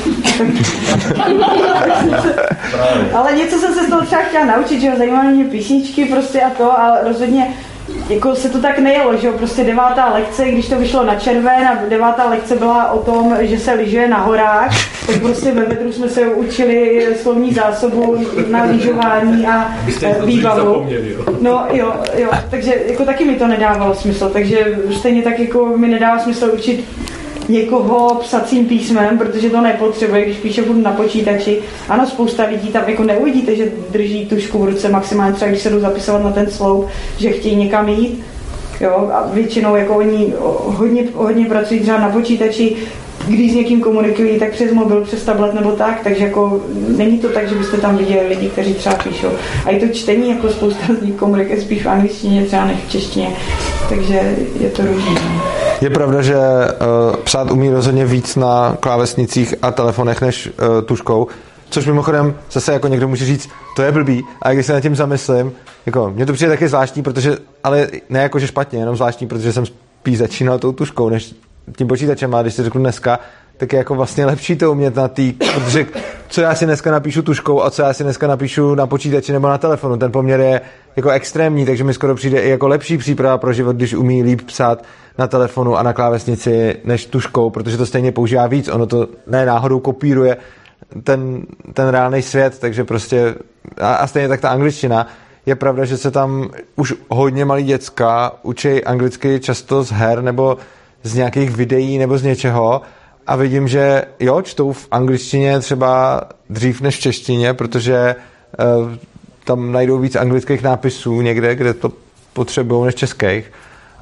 Ale něco jsem se z toho třeba chtěla naučit, že jo, zajímaly mě písničky prostě a to, a rozhodně jako se to tak nejelo, že jo, prostě devátá lekce, když to vyšlo na červen a devátá lekce byla o tom, že se lyžuje na horách, tak prostě ve vedru jsme se učili slovní zásobu na lyžování a výbavu. No jo, jo, takže jako taky mi to nedávalo smysl, takže stejně tak jako mi nedává smysl učit někoho psacím písmem, protože to nepotřebuje, když píše budu na počítači. Ano, spousta lidí tam jako neuvidíte, že drží tužku v ruce maximálně třeba, když se jdou zapisovat na ten sloup, že chtějí někam jít. Jo, a většinou jako oni hodně, hodně pracují třeba na počítači, když s někým komunikují, tak přes mobil, přes tablet nebo tak, takže jako není to tak, že byste tam viděli lidi, kteří třeba píšou. A i to čtení, jako spousta z nich komunikuje spíš v angličtině třeba než v češtině, takže je to různý. Je pravda, že uh, psát umí rozhodně víc na klávesnicích a telefonech než uh, tužkou, což mimochodem zase jako někdo může říct, to je blbý, a když se nad tím zamyslím, jako mně to přijde taky zvláštní, protože, ale ne jako že špatně, jenom zvláštní, protože jsem spíš začínal tou tužkou, než tím počítačem, a když si řeknu dneska, tak je jako vlastně lepší to umět na tý, protože co já si dneska napíšu tužkou a co já si dneska napíšu na počítači nebo na telefonu, ten poměr je jako extrémní, takže mi skoro přijde i jako lepší příprava pro život, když umí líp psát na telefonu a na klávesnici než tužkou, protože to stejně používá víc, ono to ne náhodou kopíruje ten, ten reálný svět, takže prostě a, a stejně tak ta angličtina. Je pravda, že se tam už hodně malí děcka učí anglicky často z her nebo z nějakých videí nebo z něčeho a vidím, že jo, čtou v angličtině třeba dřív než v češtině, protože uh, tam najdou víc anglických nápisů někde, kde to potřebují než českých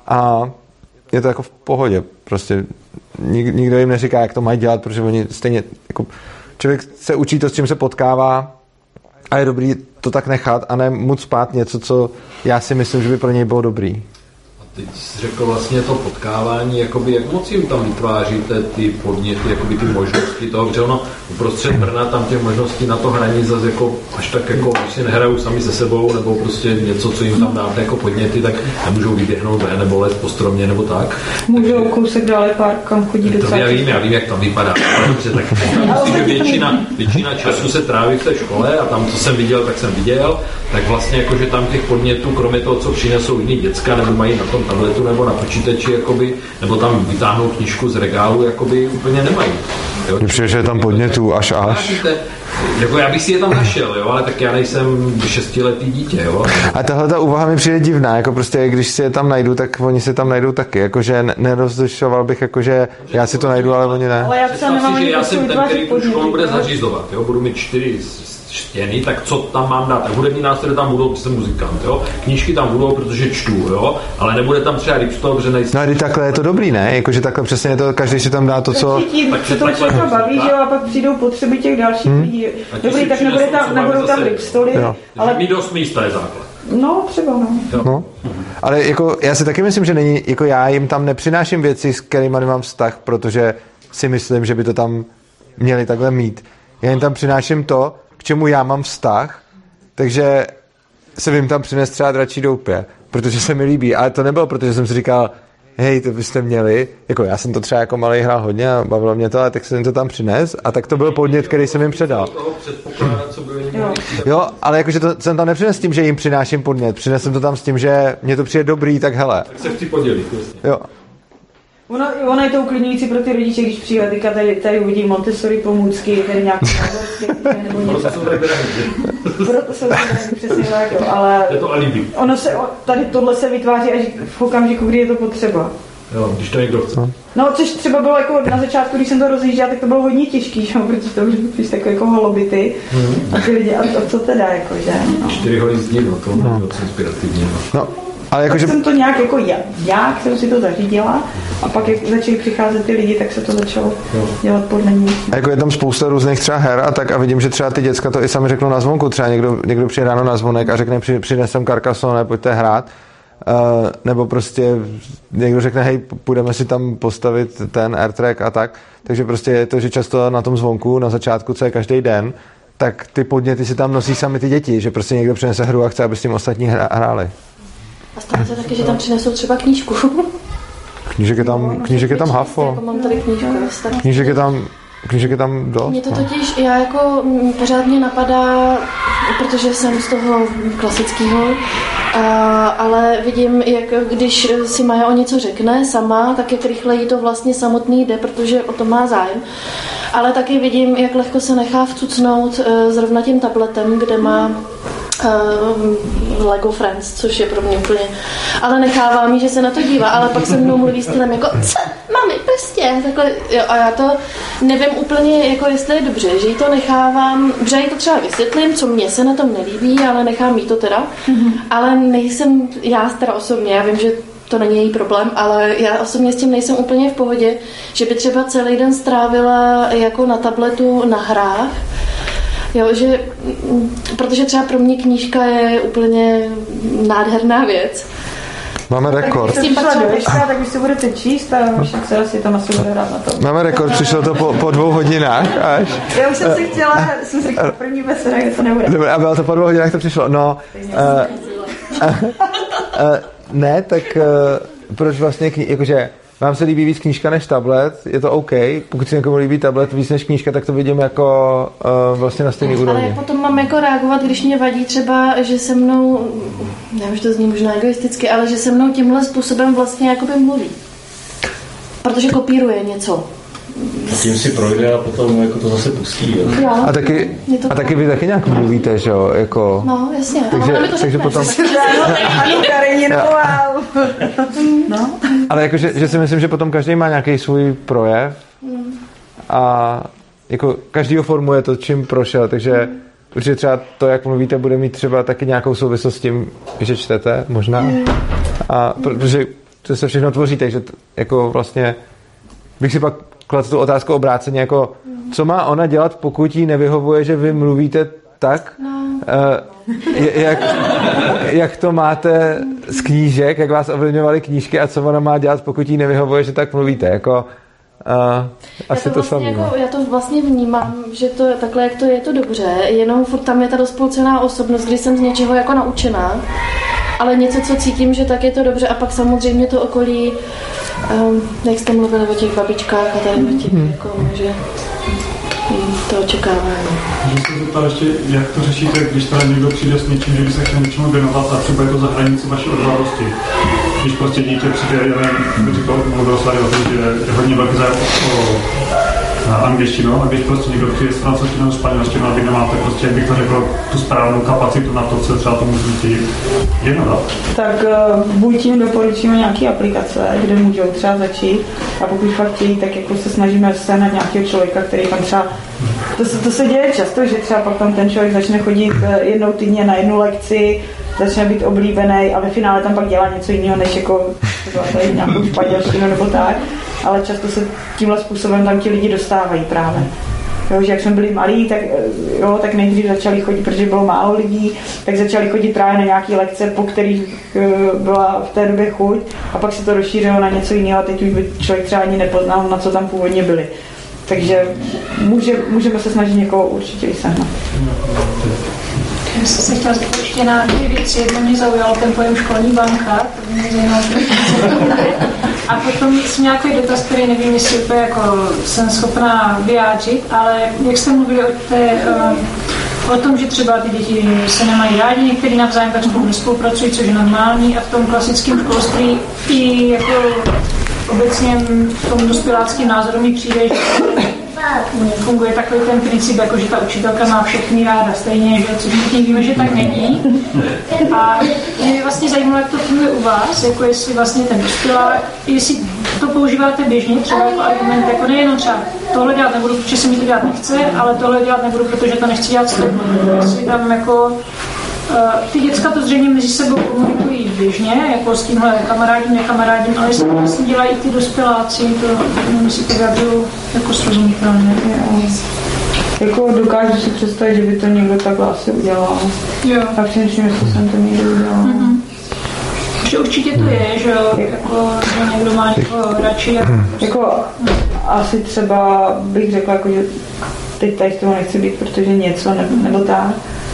a je to jako v pohodě, prostě nik, nikdo jim neříká, jak to mají dělat, protože oni stejně, jako člověk se učí to, s čím se potkává a je dobrý to tak nechat a ne moc spát něco, co já si myslím, že by pro něj bylo dobrý. Teď jsi řekl vlastně to potkávání, jakoby, jak moc jim tam vytváříte ty podněty, jakoby ty možnosti toho, protože ono uprostřed Brna tam těch možností na to hraní zase jako až tak jako, když si nehrajou sami se sebou, nebo prostě něco, co jim tam dáte jako podněty, tak nemůžou vyběhnout ven, nebo let po stromě, nebo tak. Můžou kousek dále park, kam chodí docela. To já vím, já vím, jak tam vypadá. Dobře, tak myslím, že většina, většina času se tráví v té škole a tam, co jsem viděl, tak jsem viděl, tak vlastně jako, že tam těch podnětů, kromě toho, co přinesou jiný děcka, nebo mají na tom tabletu nebo na počítači, jakoby, nebo tam vytáhnou knížku z regálu, jakoby úplně nemají. Mně přijde, že je tam podnětů až až. Jako já bych si je tam našel, jo, ale tak já nejsem šestiletý dítě, jo. A tahle ta úvaha mi přijde divná, jako prostě, když si je tam najdu, tak oni si tam najdou taky, jakože nerozlišoval bych, jakože já si to najdu, ale oni ne. Ale já třeba nemám si, že já jsem ten, který tu školu bude zařizovat, jo, budu mít čtyři stěny, tak co tam mám dát? Tak hudební nástroje tam budou, protože jsem muzikant, jo. Knížky tam budou, protože čtu, jo, ale nebude tam třeba ripstop, protože nejsem. No a takhle je to dobrý, ne? Jakože takhle přesně je to, každý si tam dá to, co... Tak se to člověka baví, že jo, a pak přijdou potřeby těch dalších hmm. lidí. Dobrý, tak nebude tam, nebudou tam ripstoly, ale... Mít dost místa je základ. No, třeba, no. no. Ale jako, já si taky myslím, že není, jako já jim tam nepřináším věci, s kterými nemám vztah, protože si myslím, že by to tam měli takhle mít. Já jim tam přináším to, k čemu já mám vztah, takže se jim tam přines třeba dračí doupě, protože se mi líbí, ale to nebylo, protože jsem si říkal, hej, to byste měli, jako já jsem to třeba jako malý hrál hodně a bavilo mě to, ale tak jsem jim to tam přines a tak to byl podnět, který jsem jim předal. Jo, ale jakože to jsem tam nepřines s tím, že jim přináším podnět, přinesl to tam s tím, že mě to přijde dobrý, tak hele. Tak se chci podělit. Jo. Ono, ono je to uklidňující pro ty rodiče, když přijde, teďka tady, tady uvidí Montessori pomůcky, tady nějaké nebo něco. Proto jsou tady Proto jsou tady přesně tak, jo, ale je to alibi. Ono se, tady tohle se vytváří až v okamžiku, kdy je to potřeba. Jo, když to někdo chce. No, což třeba bylo jako na začátku, když jsem to rozjížděla, tak to bylo hodně těžký, že? Protože to už takové jako holobity. Hmm. A ty lidi, a to, co teda, jako, že? No. Čtyři hory z no, to bylo moc inspirativní. No. Ale jako, tak že... jsem to nějak jako já, já, jsem si to zařídila a pak jak začali přicházet ty lidi, tak se to začalo jo. dělat podle ní. A jako je tam spousta různých třeba her a tak a vidím, že třeba ty děcka to i sami řeknou na zvonku, třeba někdo, někdo přijde ráno na zvonek a řekne při, přinesem Carcassonne, pojďte hrát. Uh, nebo prostě někdo řekne, hej, půjdeme si tam postavit ten airtrack a tak. Takže prostě je to, že často na tom zvonku, na začátku, co je každý den, tak ty podněty si tam nosí sami ty děti, že prostě někdo přinese hru a chce, aby s tím ostatní hráli. A stane se taky, že tam přinesou třeba knížku. Knížek je tam, no, knížek je tam hafo. Jako mám tady knížku. Knížek je tam, knížek je tam dost. Mě to totiž, já jako pořád mě napadá, protože jsem z toho klasického, a, ale vidím, jak když si Maja o něco řekne sama, tak jak rychle jí to vlastně samotný jde, protože o to má zájem. Ale taky vidím, jak lehko se nechá vcucnout zrovna tím tabletem, kde má Uh, Lego Friends, což je pro mě úplně... Ale nechává mi, že se na to dívá, ale pak se mnou mluví stylem jako co, mami, prostě, takhle, jo, a já to nevím úplně, jako jestli je dobře, že jí to nechávám, že jí to třeba vysvětlím, co mě se na tom nelíbí, ale nechám jí to teda, mm-hmm. ale nejsem, já teda osobně, já vím, že to není její problém, ale já osobně s tím nejsem úplně v pohodě, že by třeba celý den strávila jako na tabletu na hrách. Jo, že, protože třeba pro mě knížka je úplně nádherná věc. Máme rekord. Tak když jste přišla do Ješka, tak už si budete číst a však se asi tam asi bude hrát na to. Máme rekord, přišlo to po, po dvou hodinách až. Já už jsem si chtěla, jsem si chtěla první beseda, že to nebude. Dobře, a bylo to po dvou hodinách, to přišlo. No, uh, uh, uh, ne, tak uh, proč vlastně, kni- jakože vám se líbí víc knížka než tablet, je to OK. Pokud si někomu líbí tablet víc než knížka, tak to vidím jako uh, vlastně na stejný úrovni. Ale potom mám jako reagovat, když mě vadí třeba, že se mnou, nevím, že to zní možná egoisticky, ale že se mnou tímhle způsobem vlastně jakoby mluví. Protože kopíruje něco. A tím si projde a potom jako to zase pustí. Jo? Jo, a taky, to a taky vy taky nějak mluvíte, že jo? Jako... No, jasně. Takže, ale to takže potom... Ano, Karenino, wow. No. Ale jakože, že si myslím, že potom každý má nějaký svůj projev a jako každýho formuje to, čím prošel, takže určitě třeba to, jak mluvíte, bude mít třeba taky nějakou souvislost s tím, že čtete, možná. A protože to se všechno tvoří, takže t- jako vlastně bych si pak kladl tu otázku obráceně, jako co má ona dělat, pokud jí nevyhovuje, že vy mluvíte tak, no. uh, jak, jak to máte z knížek, jak vás ovlivňovaly knížky a co ona má dělat, pokud jí nevyhovuje, že tak mluvíte, jako uh, asi to, to vlastně samé. Jako, já to vlastně vnímám, že to takhle, jak to je, to dobře, jenom furt tam je ta rozpolcená osobnost, kdy jsem z něčeho jako naučená, ale něco, co cítím, že tak je to dobře a pak samozřejmě to okolí, um, jak jste mluvili o těch babičkách a tady o těch, hmm. jako, že to očekávání. Můžu se zeptat ještě, jak to řešíte, když tady někdo přijde s něčím, že by se chtěl něčemu věnovat a třeba je to za hranici vaší odvážnosti. Když prostě dítě přijde, já nevím, říkal, mluvil se tady o tom, že je hodně velký zájem o angličtinu a když prostě někdo přijde s francouzštinou, španělštinou a vy nemáte prostě, jak bych to řekl, tu správnou kapacitu na to, co třeba tomu dítě věnovat. Tak uh, buď tím doporučíme nějaké aplikace, kde můžou třeba začít a pokud fakt chtějí, tak jako se snažíme sehnat nějakého člověka, který tam třeba, to se, to se děje často, že třeba pak tam ten člověk začne chodit jednou týdně na jednu lekci, začne být oblíbený a ve finále tam pak dělá něco jiného, než jako tady nějakou španělštinu nebo tak, ale často se tímhle způsobem tam ti lidi dostávají právě. Jo, že jak jsme byli malí, tak, jo, tak nejdřív začali chodit, protože bylo málo lidí, tak začali chodit právě na nějaké lekce, po kterých uh, byla v té době chuť a pak se to rozšířilo na něco jiného a teď už by člověk třeba ani nepoznal, na co tam původně byli. Takže může, můžeme se snažit někoho určitě i sehnat. Já jsem se chtěla zeptat ještě na dvě věci. Jedno mě zaujalo ten pojem školní banka, to mě zajímalo. A potom jsem nějaký dotaz, který nevím, jestli úplně jako jsem schopná vyjádřit, ale jak jste mluvili o, té, o tom, že třeba ty děti se nemají rádi, některý navzájem tak spolu nespolupracují, což je normální a v tom klasickém školství i jako obecně v tom dospěláckém názoru mi přijde, že funguje takový ten princip, jako že ta učitelka má všechny ráda stejně, že což my víme, že tak není. A mě by vlastně zajímalo, jak to funguje u vás, jako jestli vlastně ten dospělák, jestli to používáte běžně třeba jako argument, jako nejenom třeba tohle dělat nebudu, protože se mi to dělat nechce, ale tohle dělat nebudu, protože to nechci dělat s tebou. Jestli tam jako uh, ty děcka to zřejmě mezi sebou komunikují běžně, jako s tímhle kamarádím, nekamarádím, ale jestli to vlastně dělají ty dospěláci, to nevím, si to vyjadřují jako srozumitelně. Jako dokážu si představit, že by to někdo takhle asi udělal. Jo. A přemýšlím, jestli jsem to někdo udělal. Mm-hmm. Že určitě to je, že, jako, že někdo má někoho radši. Jako, jako asi třeba bych řekla, jako, že teď tady z toho nechci být, protože něco ne, nebo tak.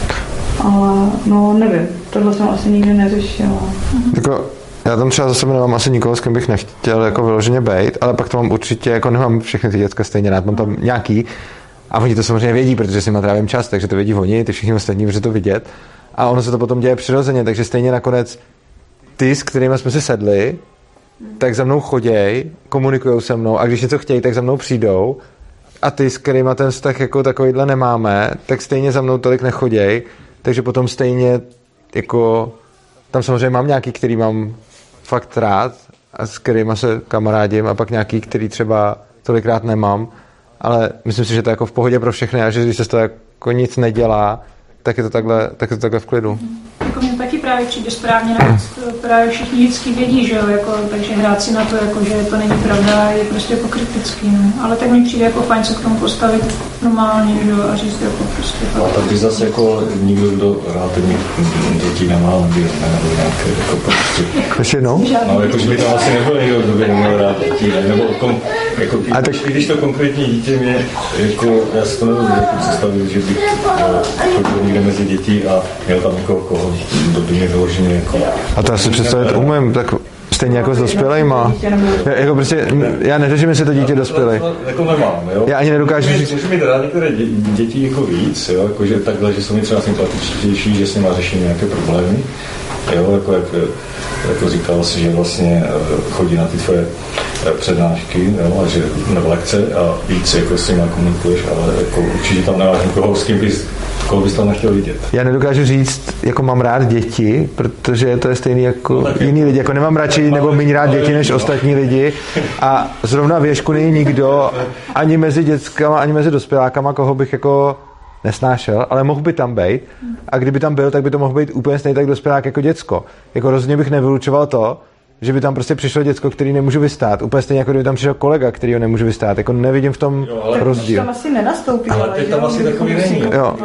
Ale no nevím, tohle jsem asi nikdy neřešila. Jako, já tam třeba za sebe nemám asi nikoho, s kým bych nechtěl jako vyloženě bejt, ale pak to mám určitě, jako nemám všechny ty děcka stejně rád, mám tam nějaký a oni to samozřejmě vědí, protože si trávím čas, takže to vědí oni, ty všichni ostatní, protože to vidět a ono se to potom děje přirozeně, takže stejně nakonec ty, s kterými jsme si sedli, tak za mnou choděj, komunikujou se mnou a když něco chtějí, tak za mnou přijdou a ty, s kterýma ten vztah jako takovýhle nemáme, tak stejně za mnou tolik nechoděj, takže potom stejně jako tam samozřejmě mám nějaký, který mám fakt rád a s kterýma se kamarádím a pak nějaký, který třeba tolikrát nemám, ale myslím si, že to je jako v pohodě pro všechny a že když se to jako nic nedělá, tak je to takhle, tak je to takhle v klidu. Jako mě taky právě přijde správně, navíc právě všichni vždycky vědí, že jo, jako, takže hrát si na to, jako, že to není pravda, je prostě pokrytický, no. Ale tak mi přijde jako fajn se k tomu postavit normálně, že jo, a říct jako prostě fakt. A tak když zase jako nikdo, kdo relativně dětí nemá, nebo nějaké jako prostě... Ještě jednou? No, jako, že by tam asi nebyl někdo, kdo by neměl rád dětí, nebo kom, jako, i, tak... když to konkrétní dítě mě, jako, já si to nebudu jako představit, že bych chodil někde mezi děti a měl tam někoho, koho by mě vyloženě jako... A to asi představit umím, tak stejně jako s dospělejma. Já, jako prostě, já neřeším, jestli to dítě dospělej. Jako nemám, jo. Já ani nedokážu říct... Můžu mít rád některé děti jako víc, jo, jako že takhle, že jsou mi třeba sympatičtější, že s nimi řeším nějaké problémy, jo, jako jak, jako říkal si, že vlastně chodí na ty tvoje přednášky, jo, a že nebo lekce a víc jako s nimi komunikuješ, ale jako určitě tam nemáš nikoho, s kým bys koho bys tam nechtěl vidět. Já nedokážu říct, jako mám rád děti, protože to je stejný jako no, jiný lidi. Jako nemám radši nebo méně rád děti než ostatní lidi. A zrovna v Ježku není nikdo ani mezi dětskama, ani mezi dospělákama, koho bych jako nesnášel, ale mohl by tam být. A kdyby tam byl, tak by to mohl být úplně stejný tak dospělák jako děcko. Jako rozhodně bych nevylučoval to, že by tam prostě přišlo děcko, který nemůžu vystát. Úplně stejně jako kdyby tam přišel kolega, který ho nemůžu vystát. Jako nevidím v tom jo, ale rozdíl. Tam asi nenastoupí. Ale teď tam asi takový není. Jo.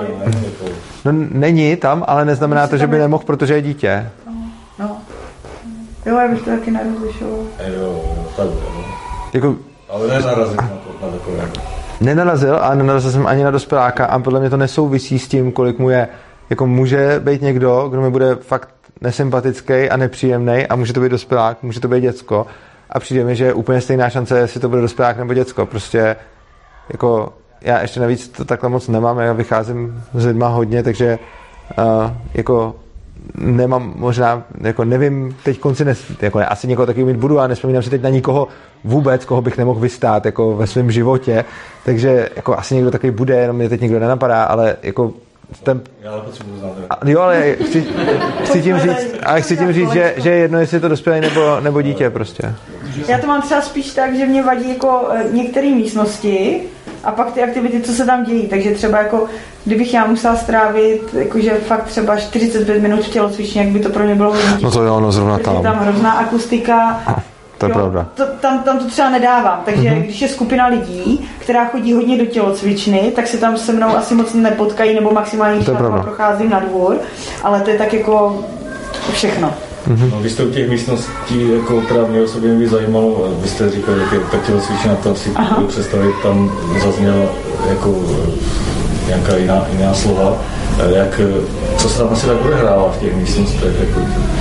No není tam, ale neznamená to, že by nemohl, protože je dítě. No. Jo, já bych to taky nerozlišoval. Jo, jo, tak jo. Jako... Ale nenarazil na to, na takové. Nenarazil a nenarazil jsem ani na dospěláka a podle mě to nesouvisí s tím, kolik mu je. Jako může být někdo, kdo mi bude fakt nesympatický a nepříjemný a může to být dospělák, může to být děcko a přijde mi, že je úplně stejná šance, jestli to bude dospělák nebo děcko. Prostě jako já ještě navíc to takhle moc nemám, já vycházím s lidma hodně, takže uh, jako nemám možná, jako nevím, teď konci nes, jako ne, asi někoho takový mít budu, ale nespomínám si teď na nikoho vůbec, koho bych nemohl vystát jako ve svém životě, takže jako asi někdo takový bude, jenom mě teď nikdo nenapadá, ale jako ten... Já ale potřebuji znát. Jo, ale chci, chci tím říct, ale chci tím říct, že, že je jedno, jestli je to dospělý nebo, nebo dítě prostě. Já to mám třeba spíš tak, že mě vadí jako některé místnosti a pak ty aktivity, co se tam dějí. Takže třeba jako, kdybych já musela strávit jakože fakt třeba čtyřicet pět minut v tělocvičně, jak by to pro mě bylo hodně. No to jo, no zrovna tam. Je tam hrozná akustika. To je jo, pravda. To, tam, tam to třeba nedávám, takže mm-hmm. když je skupina lidí, která chodí hodně do tělocvičny, tak se tam se mnou asi moc nepotkají, nebo maximálně když procházím na dvůr, ale to je tak jako všechno. Mm-hmm. No, vy jste u těch místností, jako právě osobě mě by zajímalo, vy jste říkali, že ta tělocvična, tam si budu představit, tam zazněla jako nějaká jiná, jiná slova, jak, co se tam asi tak odehrává v těch místnostech, jako,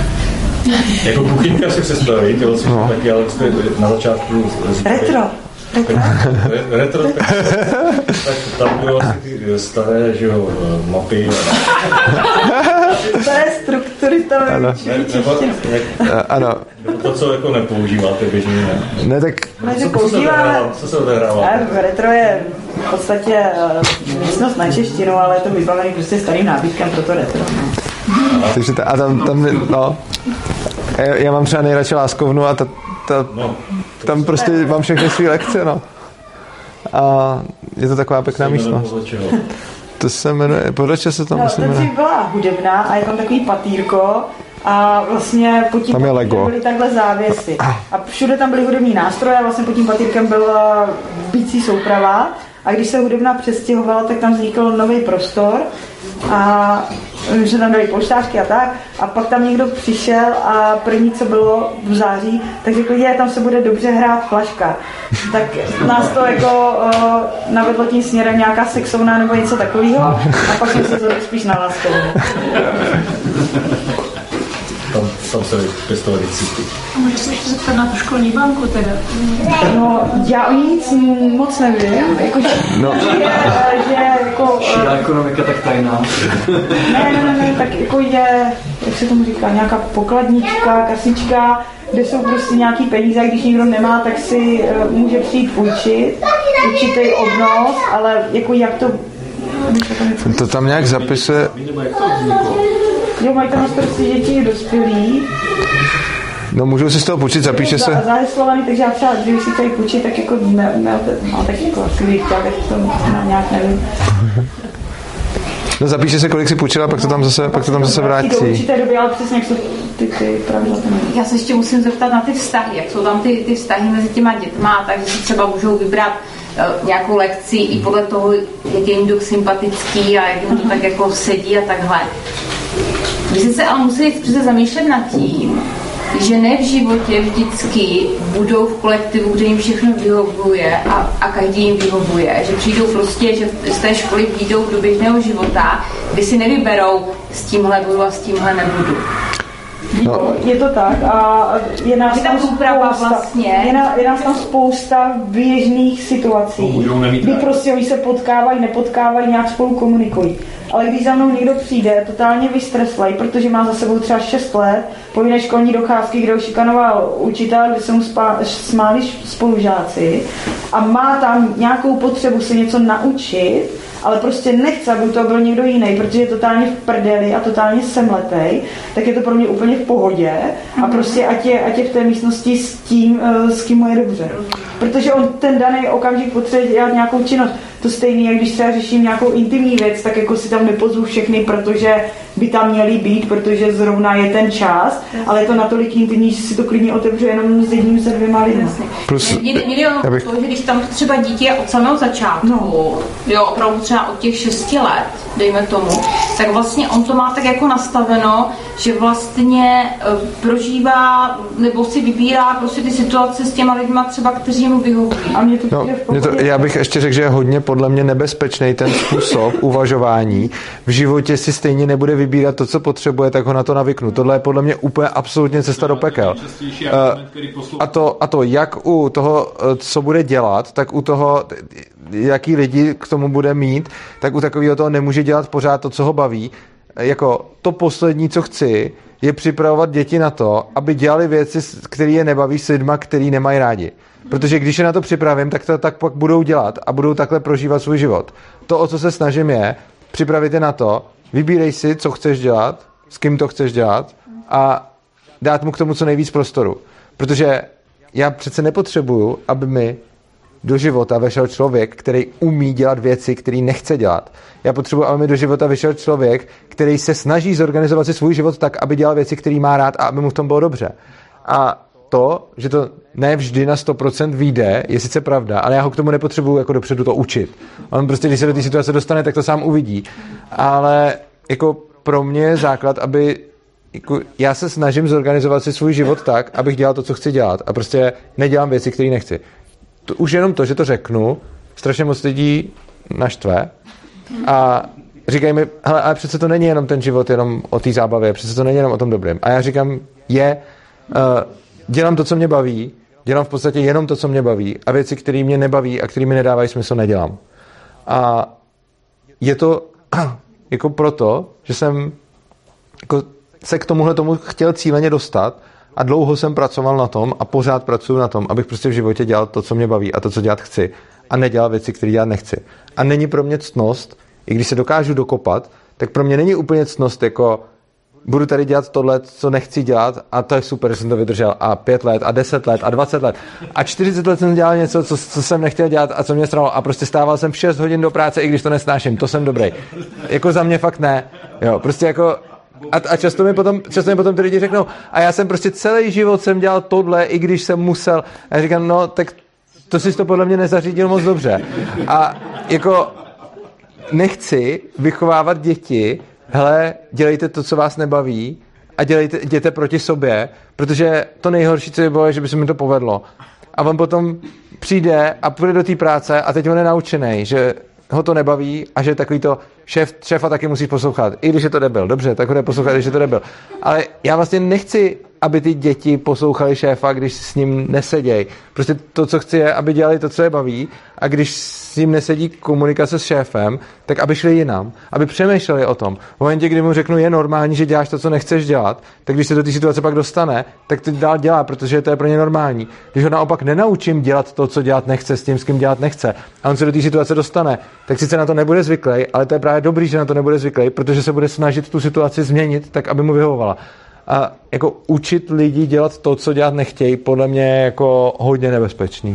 jako kuchyňka si představí, tělocvična no. Taky, ale jste na začátku říkali, retro. Retro. Retro, tak, tak tam bylo asi ty staré, že jo, mapy. Staré struktury tam ano. Ano. To, co jako nepoužíváte běžně, ne? Ne, tak... Ne, že co, používáme... Co se odehrává? Retro je v podstatě místnost na češtinu, ale je to vybavený prostě starým nábytkem pro to retro. Takže ta, a tam, tam, no... Já mám třeba nejradši láskovnu a ta, ta, tam prostě mám všechny své lekce, no. A je to taková pěkná místnost. To se jmenuje, podle čeho se tam no, myslím jmenuje? Ta byla hudebná a je tam takový patýrko a vlastně pod tím patýrkem byly takhle závěsy. A všude tam byly hudební nástroje a vlastně pod tím patýrkem byla bicí souprava. A když se hudebna přestěhovala, tak tam vznikl nový prostor a že tam dali polštářky a tak. A pak tam někdo přišel a první, co bylo v září, tak řekl, že tam se bude dobře hrát flaška. Tak nás to jako uh, navedlo tím směrem nějaká sexovna nebo něco takového. A pak jsme se zhodli spíš na láskou. Tam, tam se pěstovali cíty. A můžu se ještě zeptat na tu školní banku teda? No, já o ní nic moc nevím. Jako, že, no. že, že jako... Šíla ekonomika tak tajná. Ne, ne, ne, ne, tak jako je, jak se tomu říká, nějaká pokladnička, kasička, kde jsou prostě nějaký peníze a když někdo nemá, tak si uh, může přijít půjčit, určitý obnos, ale jako jak to... To tam nějak zapisuje... Jo, mají tam prostě děti dospělí. No můžu si z toho půjčit, zapíše se? Zaheslovaný, takže já třeba, když si tady půjčit, tak jako ne, ne, no, tak jako asi bych chtěla, tak to no, nějak nevím. No zapíše se, kolik si půjčila, pak to tam zase, pak to tam zase vrátí. Do určité doby, ale přesně jak jsou ty, ty pravidla. Já se ještě musím zeptat na ty vztahy, jak jsou tam ty, ty vztahy mezi těma dětma, takže si třeba můžou vybrat uh, nějakou lekci i podle toho, jak je jim duch sympatický a jak jim to tak jako sedí a takhle. Vy jste se ale museli přece zamýšlet nad tím, že ne v životě vždycky budou v kolektivu, kde jim všechno vyhovuje a, a každý jim vyhovuje. Že přijdou prostě, že z té školy přijdou do běžného života, kdy si nevyberou s tímhle budu a s tímhle nebudu. No. Je to tak a je nás je tam spousta, vlastně. je, na, je nás tam spousta běžných situací, kdy prostě oni se potkávají, nepotkávají, nějak spolu komunikují. Ale když za mnou někdo přijde, totálně vystreslej, protože má za sebou třeba šest let povinné školní docházky, kde ho šikanoval učitel, kde se mu spá, smáli spolužáci a má tam nějakou potřebu se něco naučit, ale prostě nechce, aby to byl někdo jiný, protože je totálně v prdeli a totálně semletej, tak je to pro mě úplně v pohodě a prostě ať je, ať je v té místnosti s tím, s kým mu je dobře. Protože on ten daný okamžik potřebuje dělat nějakou činnost. To stejný, jak když třeba řeším nějakou intimní věc, tak jako si tam nepozvu všechny, protože by tam měli být, protože zrovna je ten čas, ale je to natolik intimní, že si to klidně otevřu jenom s jedním, se dvěma lidmi. Mě jde jenom bych... to, že když tam třeba dítě je od samého začátku, no. jo, opravdu třeba od těch šesti let, dejme tomu, tak vlastně on to má tak jako nastaveno, že vlastně prožívá nebo si vybírá prostě ty situace s těma lidma třeba, kteří mu vyhovují. A mě to no, mě to, já bych ještě řekl, že je hodně podle mě nebezpečný ten způsob uvažování. V životě si stejně nebude vybírat to, co potřebuje, tak ho na to navyknu. Tohle je podle mě úplně absolutně cesta do pekel. A to, a to jak u toho, co bude dělat, tak u toho, jaký lidi k tomu bude mít, tak u takového toho nemůže dělat pořád to, co ho baví. Jako to poslední, co chci, je připravovat děti na to, aby dělali věci, které je nebaví s lidma, který nemají rádi. Protože když je na to připravím, tak to tak pak budou dělat a budou takhle prožívat svůj život. To, o co se snažím, je připravit je na to, vybírej si, co chceš dělat, s kým to chceš dělat a dát mu k tomu co nejvíc prostoru. Protože já přece nepotřebuju, aby mi do života vešel člověk, který umí dělat věci, který nechce dělat. Já potřebuji, aby mi do života vyšel člověk, který se snaží zorganizovat si svůj život tak, aby dělal věci, který má rád a aby mu v tom bylo dobře. A to, že to ne vždy na sto procent vyjde, je sice pravda, ale já ho k tomu nepotřebuji jako dopředu to učit. On prostě, když se do té situace dostane, tak to sám uvidí. Ale jako pro mě je základ, aby jako já se snažím zorganizovat si svůj život tak, abych dělal to, co chci dělat a prostě nedělám věci, které nechci. To, už jenom to, že to řeknu, strašně moc lidí naštve a říkají mi, hele, ale přece to není jenom ten život jenom o té zábavě, přece to není jenom o tom dobrém. A já říkám, je, uh, dělám to, co mě baví, dělám v podstatě jenom to, co mě baví a věci, které mě nebaví a které mi nedávají smysl, nedělám. A je to jako proto, že jsem jako se k tomuhle tomu chtěl cíleně dostat a dlouho jsem pracoval na tom a pořád pracuji na tom, abych prostě v životě dělal to, co mě baví a to, co dělat chci a nedělal věci, které dělat nechci. A není pro mě ctnost, i když se dokážu dokopat, tak pro mě není úplně ctnost jako budu tady dělat tohle, co nechci dělat a to je super, že jsem to vydržel a pět let a deset let a dvacet let a čtyřicet let jsem dělal něco, co, co jsem nechtěl dělat a co mě stralo a prostě stával jsem v šest hodin do práce, i když to nesnáším, to jsem dobrý. Jako za mě fakt ne. Jo, prostě jako a, a často mi potom, často mi potom ty lidi řeknou a já jsem prostě celý život jsem dělal tohle, i když jsem musel. A já říkám, no tak to jsi to podle mě nezařídil moc dobře. A jako nechci vychovávat děti, hele, dělejte to, co vás nebaví a dělejte, jděte proti sobě, protože to nejhorší, co by bylo, je, že by se mi to povedlo. A on potom přijde a půjde do té práce a teď on je naučený, že ho to nebaví a že takový to šéf, šéfa taky musíš poslouchat. I když je to debil. Dobře, tak ho jde poslouchat, když je to debil. Ale já vlastně nechci, aby ty děti poslouchali šéfa, když s ním nesedějí. Prostě to, co chci, je, aby dělali to, co je baví a když s ním nesedí komunikace s šéfem, tak aby šli jinam, aby přemýšleli o tom. V momentě, kdy mu řeknu, je normální, že děláš to, co nechceš dělat, tak když se do té situace pak dostane, tak to dál dělá, protože to je pro ně normální. Když ho naopak nenaučím dělat to, co dělat nechce, s tím, s kým dělat nechce, a on se do té situace dostane, tak sice na to nebude zvyklý, ale to je právě dobrý, že na to nebude zvyklý, protože se bude snažit tu situaci změnit tak, aby mu vyhovovala. A jako učit lidi dělat to, co dělat nechtějí, podle mě je jako hodně nebezpečný.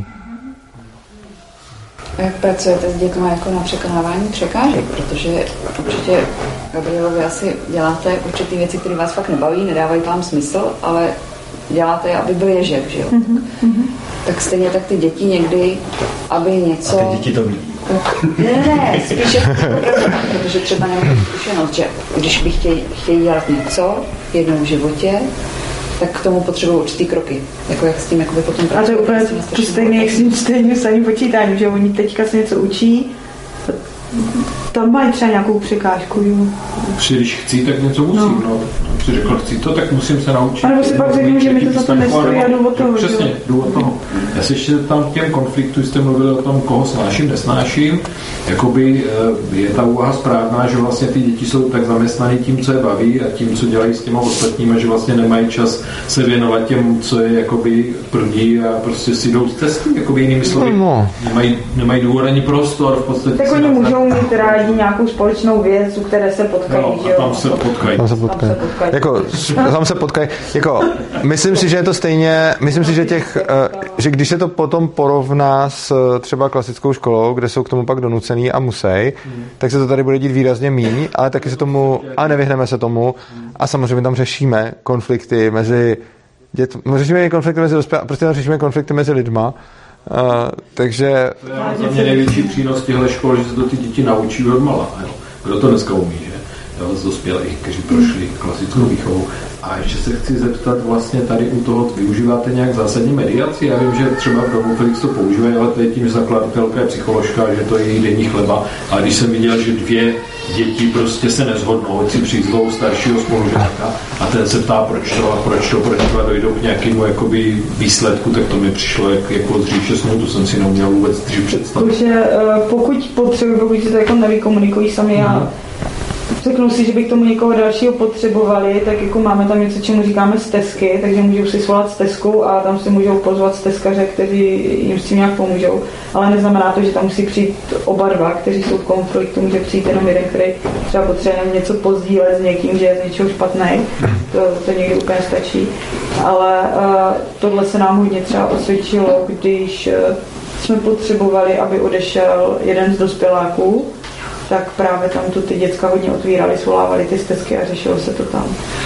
Jak pracujete s dětmi jako na překonávání překážek? Protože určitě, Gabrielo, vy asi děláte určitý věci, které vás fakt nebaví, nedávají vám smysl, ale děláte je, aby byl ježek, že jo? Mm-hmm. Tak stejně tak ty děti někdy, aby něco... A ty děti to ví. Ne, ne, spíše protože třeba nemám zkušenost, že když by chtějí, chtějí dělat něco jednou v životě, tak k tomu potřebují určitý kroky. Jako jak s tím jakoby potom pracuje. A to je úplně to stejné, jak s tím stejným samým počítáním, že oni teďka se něco učí, tam mají třeba nějakou překážku, jo. Když chci, tak něco musím, no. no. Si řekl, chci to, tak musím se naučit. A nebo si pak řeknu, že mi to za to nestojí a jdu od toho. Přesně, jdu od toho. Já se ještě tam k těm konfliktu, jste mluvili o tom, koho snáším, nesnáším. Jakoby je ta úvaha správná, že vlastně ty děti jsou tak zaměstnaný tím, co je baví a tím, co dělají s těma ostatníma, že vlastně nemají čas se věnovat těm, co je jakoby první a prostě si jdou z cesty, jakoby jinými slovy. No. Nemají, nemají důvod ani prostor v podstatě. Tak oni můžou mít rádi nějakou společnou věc, u které se potkají, no, že jo? Tam se potkají. Tam se potkají. Jako, tam se potkají. Jako, myslím si, že je to stejně, myslím si, že těch, že když se to potom porovná s třeba klasickou školou, kde jsou k tomu pak donucený a musej, hmm. tak se to tady bude dít výrazně míň, ale taky se tomu, a nevyhneme se tomu a samozřejmě tam řešíme konflikty mezi dětmi, řešíme konflikty mezi dospělými, prostě tam řešíme konflikty mezi lidma. Uh, takže... To je za mě největší přínos těchto škol, že se to ty děti naučí od mala. Jo. Kdo to dneska umí, že? Jo, z dospělých, kteří prošli klasickou výchovou. A ještě se chci zeptat, vlastně tady u toho využíváte nějak zásadní mediaci? Já vím, že třeba v domu Felix to používají, ale to je tím, že zakladatelka je psycholožka, že to je její denní chleba. Ale když jsem viděl, že dvě děti prostě se nezhodnou, si přizvou staršího spolužáka a ten se ptá, proč to a proč to, proč to a dojdou k nějakému jakoby výsledku, tak to mi přišlo jak, jako dřív smutku, to jsem si neuměl vůbec dřív představit. Takže pokud potřebuji, pokud si to jako nevykomunikují sami, mm. já řeknu si, že bych tomu někoho dalšího potřebovali, tak jako máme tam něco, čemu říkáme stezky, takže můžou si svolat stezku a tam si můžou pozvat stezkaře, kteří jim s tím nějak pomůžou. Ale neznamená to, že tam musí přijít oba dva, kteří jsou v konfliktu, může přijít jenom jeden, který třeba potřebuje něco pozdílet s někým, že je z něčeho špatný. To, to někdy úplně stačí. Ale uh, tohle se nám hodně třeba osvědčilo, když uh, jsme potřebovali, aby odešel jeden z dospěláků, tak právě tam tu ty děcka hodně otvírali, svolávali ty stezky a řešilo se to tam.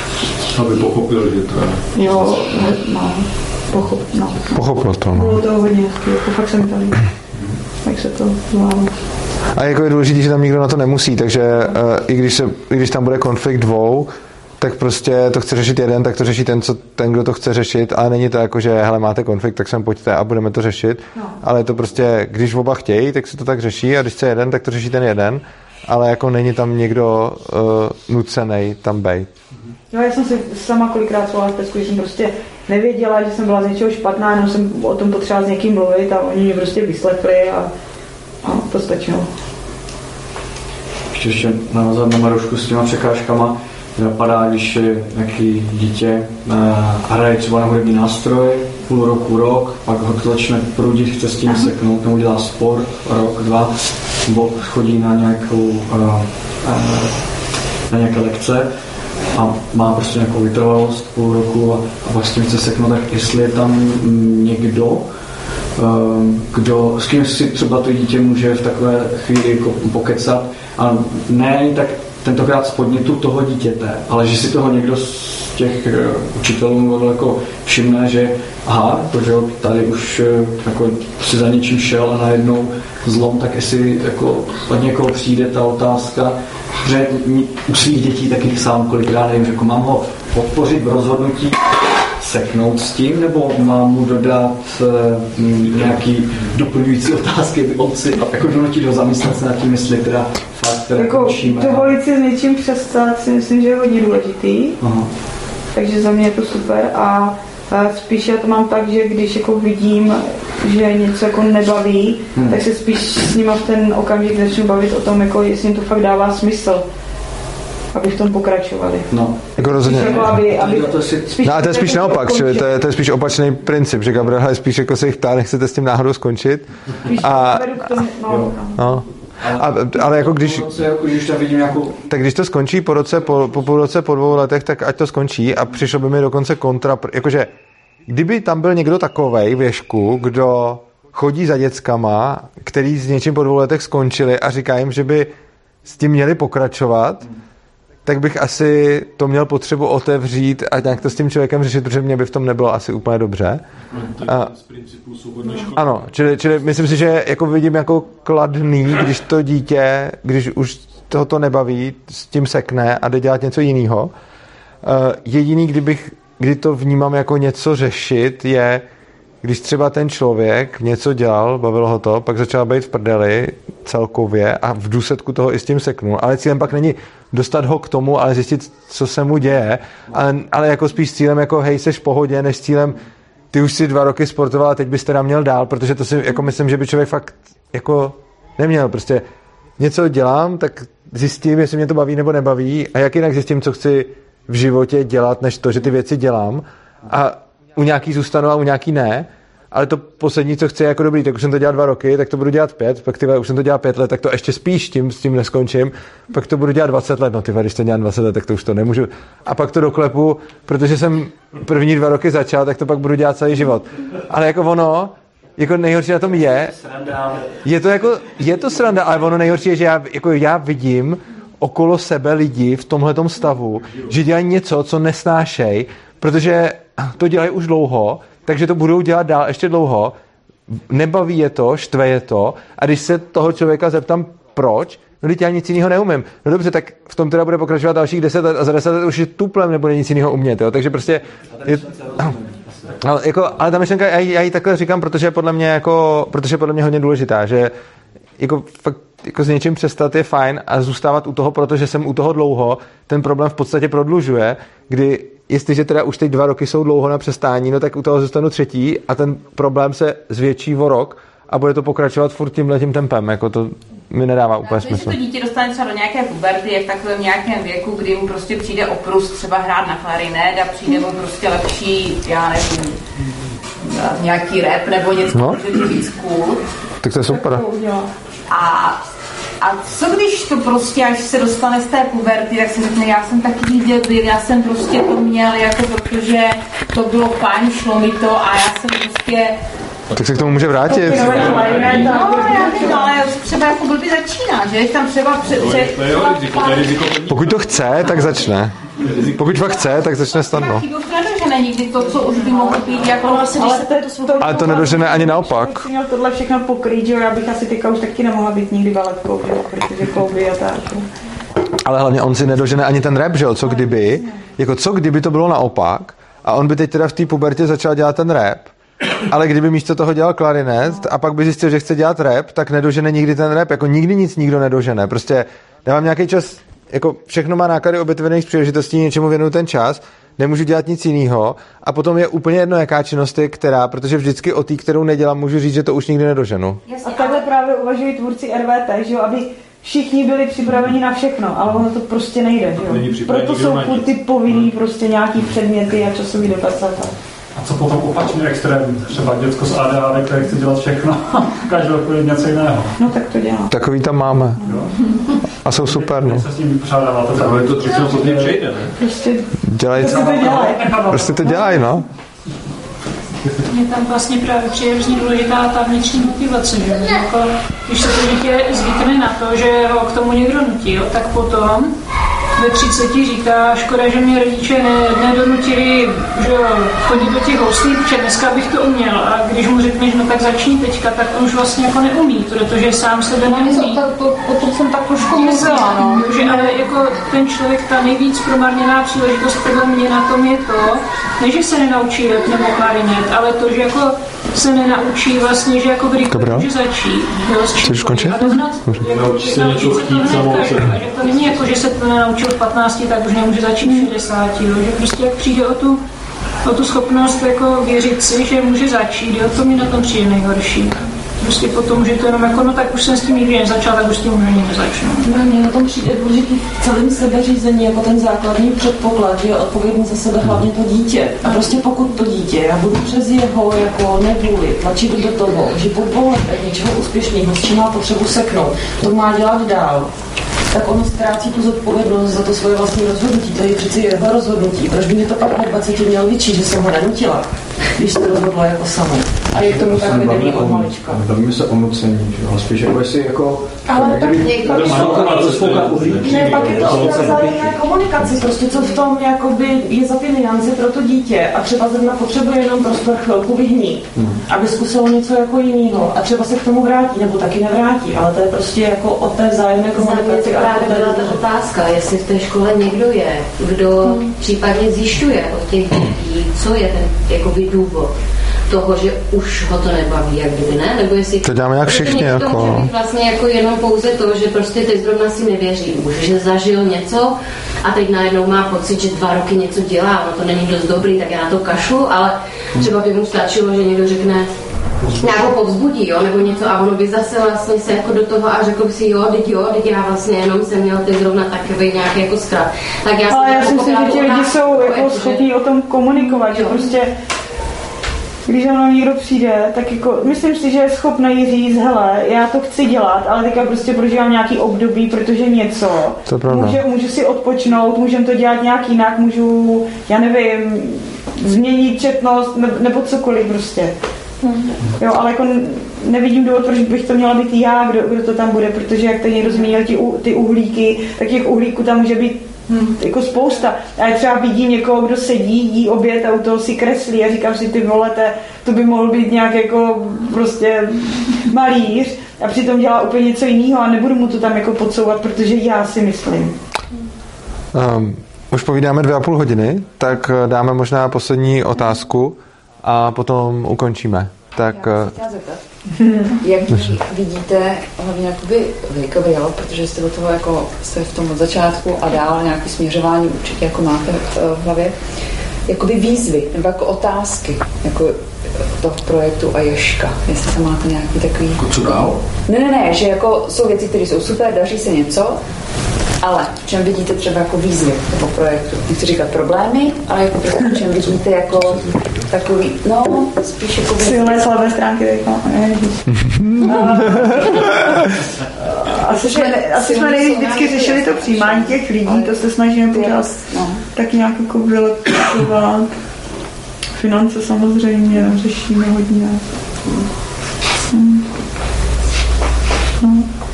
Aby pochopil, že to je... Jo, no, pochop, no. Pochopil to, no. Bylo to hodně hezky, jako fakt jsem tady, jak se to zvládlo. A jako je důležité, že tam nikdo na to nemusí, takže uh, i, když se, i když tam bude konflikt dvou, tak prostě to chce řešit jeden, tak to řeší ten, co, ten, kdo to chce řešit, ale není to jako, že hele, máte konflikt, tak sem pojďte a budeme to řešit, no. Ale je to prostě, když oba chtějí, tak se to tak řeší a když chce jeden, tak to řeší ten jeden, ale jako není tam někdo uh, nucenej tam bejt. Jo, já jsem si sama kolikrát svolala v že jsem prostě nevěděla, že jsem byla z něčeho špatná, jenom jsem o tom potřebovala s někým mluvit a oni mě prostě vyslechli a, a to stačilo. Ještě ještě navázat na Marušku s těma překážkama. Napadá, když nějaký dítě hraje třeba na hudební nástroj, půl roku, rok, pak ho to začne prudit, chce s tím seknout, nebo dělá sport, rok, dva, nebo chodí na nějakou na nějaké lekce a má prostě nějakou vytrvalost půl roku a, a vlastně chce seknout, tak jestli je tam někdo, kdo, s kým si třeba to dítě může v takové chvíli jako pokecat a ne tak tentokrát z podnětu toho dítěte, ale že si toho někdo z těch učitelů jako všimne, že aha, protože tady už jako si za něčím šel a najednou zlom, tak jestli jako od někoho přijde ta otázka, že u svých dětí taky sám kolikrát nevím, že jako mám ho podpořit v rozhodnutí seknout s tím, nebo mám mu dodat e, nějaký doplňující otázky, aby on si jako donutit ho zamyslet se nad tím, jestli teda fakt teda jako končíme. Dovolit si s něčím přestat si myslím, že je hodně důležitý. Aha. Takže za mě je to super a spíš já to mám tak, že když jako vidím, že něco jako nebaví, hmm. tak se spíš s nima v ten okamžik začnu bavit o tom, jako jestli jim to fakt dává smysl, aby v tom pokračovali. No, jako rozhodně. Jako aby, aby spíš no a to je spíš naopak, že to je, to je spíš opačný princip, že Gabriela je spíš jako se jich ptá, nechcete s tím náhodou skončit. A, no, no. A, ale jako když, jako... tak když to skončí po roce, po, po půl roce, po dvou letech, tak ať to skončí a přišlo by mi dokonce kontra, jakože kdyby tam byl někdo takovej věšku, kdo chodí za dětskama, který s něčím po dvou letech skončili a říká jim, že by s tím měli pokračovat, tak bych asi to měl potřebu otevřít a nějak to s tím člověkem řešit, protože mě by v tom nebylo asi úplně dobře. A, ano, čili, čili myslím si, že jako vidím jako kladný, když to dítě, když už tohoto nebaví, s tím sekne a jde dělat něco jiného. Uh, jediný, kdybych, kdy to vnímám jako něco řešit, je, když třeba ten člověk něco dělal, bavilo ho to, pak začal být v prdeli celkově a v důsledku toho i s tím seknul. Ale cílem pak není dostat ho k tomu, ale zjistit, co se mu děje. Ale, ale jako spíš cílem jako hej, seš v pohodě, než cílem ty už si dva roky sportoval a teď bys teda měl dál, protože to si jako myslím, že by člověk fakt jako neměl. Prostě něco dělám, tak zjistím, jestli mě to baví nebo nebaví a jak jinak zjistím, co chci v životě dělat, než to, že ty věci dělám a u nějaký zůstanu a u nějaký ne, ale to poslední, co chci, je jako dobrý, tak už jsem to dělal dva roky, tak to budu dělat pět, pak tyhle, už jsem to dělal pět let, tak to ještě spíš tím, s tím neskončím, pak to budu dělat dvacet let, no tyhle, když to dělám dvacet let, tak to už to nemůžu. A pak to doklepu, protože jsem první dva roky začal, tak to pak budu dělat celý život. Ale jako ono, jako nejhorší na tom je, je to jako, je to sranda, ale ono nejhorší je, že já, jako já vidím okolo sebe lidi v tomhletom stavu, že dělají něco, co nesnášej, protože to dělají už dlouho, takže to budou dělat dál ještě dlouho, nebaví je to, štve je to a když se toho člověka zeptám proč, no teď já nic jiného neumím. No dobře, tak v tom teda bude pokračovat dalších deset let a za deset let už je tuplem nebude nic jiného umět, jo? Takže prostě je, ale, jako, ale ta myšlenka, já, já ji takhle říkám, protože podle mě jako, protože podle mě hodně důležitá, že jako fakt jako s něčím přestat je fajn a zůstávat u toho, protože jsem u toho dlouho, ten problém v podstatě prodlužuje, kdy jestliže teda už teď dva roky jsou dlouho na přestání, no tak u toho zůstanu třetí a ten problém se zvětší o rok a bude to pokračovat furt tímhletím tempem, jako to mi nedává úplně smysl. Když to dítě dostane třeba do nějaké puberty, je v takovém nějakém věku, kdy mu prostě přijde oprus třeba hrát na klarinet a přijde mu prostě lepší, já nevím, nějaký rap nebo něco, no. Protože víc cool. Tak to je super. A A co když to prostě, až se dostane z té puberty, tak si řekne, já jsem taky viděl, já jsem prostě to měl, jako protože to bylo fajn, šlo mi to a já jsem prostě... Tak se k tomu může vrátit. No, já vím, ale třeba jako blbý začíná, že? Tam třeba před... Pokud to chce, tak začne. Pokud fakt chce, tak začne snadno. Nedožene nikdy to, co už by mohlo být jako... Ale, ale, to, to, ale to nedožene ani naopak. Měl tohle všechno pokrýt, že já bych asi teďka už taky nemohla být nikdy baletkou, protože klouby a tak. Ale hlavně on si nedožene ani ten rap, že jo? Co kdyby, jako co kdyby to bylo naopak a on by teď teda v té pubertě začal dělat ten rap, ale kdyby místo toho dělal klarinet a pak by zjistil, že chce dělat rap, tak nedožene nikdy ten rap, jako nikdy nic nikdo nedožene. Prostě dávám nějaký čas, jako všechno má náklady obětvených příležitostí, něčemu věnuju ten čas, nemůžu dělat nic jiného a potom je úplně jedno, jaká činnost je která, protože vždycky o té, kterou nedělám, můžu říct, že to už nikdy nedoženu. A takhle právě uvažují tvůrci R V T, že jo, aby všichni byli připraveni na všechno, ale ono to prostě nejde, že jo. Proto jsou ty povinný prostě nějaký předměty a časový dotace. A co potom opačný extrém? Třeba děcko s A D H D, které chce dělat všechno, každý odpověď něco jiného. No tak to dělá. Takový tam máme. Jo. A A jsou super, no. Se s tím vypořádáváte. Ale to třicet hodně přejde, ne? Prostě, dělají, prostě to dělají. Prostě to dělají, no. Je tam vlastně právě přijde hrozně důležitá ta vnitřní motivace, že jako, když se to dítě zvykne na to, že ho k tomu někdo nutí, jo, tak potom ve třiceti říká, škoda, že mě rodiče ne, nedonutili, že jo, chodit do těch houslí, protože dneska bych to uměl. A když mu řekneš, no tak začni teďka, tak on už vlastně jako neumí, protože sám sebe neumí. Potom jsem tak trošku myslela, no. Že ale jako ten člověk, ta nejvíc promarněná příležitost podle mě na tom je to, ne, že se nenaučí rap nebo klarinet, ale to, že jako se nenaučí vlastně, že jako kdykoliv může začít. Chceš skončit? Naučí se něco chtít samou sebe. Že to není jako, že se to nenaučil v patnácti, tak už nemůže začít v šedesáti. Jo? Že prostě jak přijde o tu, o tu schopnost jako věřit si, že může začít, jo? To mi na tom přijde nejhorší. Prostě potom, že to jenom jako, no tak už jsem s tím nikdy nezačal, tak už s tím už ani nezačnu. No, mně na tom přijde důležitý v celém sebeřízení jako ten základní předpoklad, že je odpovědný za sebe hlavně to dítě. A prostě pokud to dítě, já budu přes jeho jako nevůli tlačit do toho, že po dvou letech něčeho úspěšného, s čím má potřebu seknout, to má dělat dál, tak on ztrácí tu zodpovědnost za to svoje vlastní rozhodnutí. To je přeci jeho rozhodnutí. Proč by mě to pak po dvaceti měl vyčít, že jsem ho nenutila, když se rozhodla jako samo. A je k tomu tak vedený od malička. Bavíme se o nucení, že jo, spíš jako jestli jako... Ale tak někdo... Ne, pak je to o vzájemné komunikaci, prostě co v tom jakoby je za ty niance pro to dítě a třeba zrovna potřebuje jenom prostor chvilku vyhnít, hmm. aby zkusilo něco jako jiného a třeba se k tomu vrátí, nebo taky nevrátí, ale to je prostě jako o té vzájemné komunikaci. Právě byla ta otázka, jestli v té škole někdo je, kdo hmm. případně zjišťuje od těch dětí, co je ten jakoby důvod toho, že už ho to nebaví, jak kdyby ne, nebo jestli... To děláme jak všichni, jako... To může být vlastně jako jenom pouze to, že prostě teď zrovna si nevěří už, že zažil něco a teď najednou má pocit, že dva roky něco dělá, no to není dost dobrý, tak já na to kašlu, ale třeba by mu stačilo, že někdo řekne, nějakou povzbudí, jo, nebo něco a ono by zase vlastně se jako do toho a řekl by si, jo, teď jo, teď já vlastně jenom jsem měl teď zrovna takový nějaký jako strach. Tak já ale já si myslím, že ti lidi jsou jako schopní o tom komunikovat, že prostě když za mnou někdo přijde, tak jako myslím si, že je schopný říct, hele, já to chci dělat, ale teďka prostě prožívám nějaký období, protože něco. Může, můžu si odpočnout, můžeme to dělat nějak jinak, můžu, já nevím, změnit četnost nebo cokoliv prostě. Hmm. Jo, ale jako nevidím důvod, proč bych to měla být já, kdo, kdo to tam bude, protože jak tady někdo zmínil ty, ty uhlíky, tak těch uhlíků tam může být hmm. jako spousta. A já třeba vidím někoho, kdo sedí, jí oběd a u toho si kreslí a říkám si, ty vole, to by mohl být nějak jako prostě malíř a přitom dělá úplně něco jiného a nebudu mu to tam jako podsouvat, protože já si myslím. Um, už povídáme dvě a půl hodiny, tak dáme možná poslední otázku a potom ukončíme. Tak, já bych chtěla zeptat, jak vidíte hlavně jakoby vejkově, jo, protože jste do toho jako jste v tom od začátku a dál nějaké směřování určitě jako máte v hlavě, jakoby výzvy nebo jako otázky jako toho projektu a Ježka, jestli se máte nějaký takový... Co dál? Ne, ne, ne, že jako jsou věci, které jsou super, daří se něco, ale v čem vidíte třeba jako výzvy toho projektu? Nechci říkat problémy, ale jako v čem vidíte jako takový, no, spíš jako... Silné slabé stránky, jako, Asi jsme, asi jsme nejvíc vždycky řešili to přijímání těch lidí, to se snažíme pořád no. tak nějak jako vylepšovat. Finance samozřejmě řešíme hodně. Hmm. No.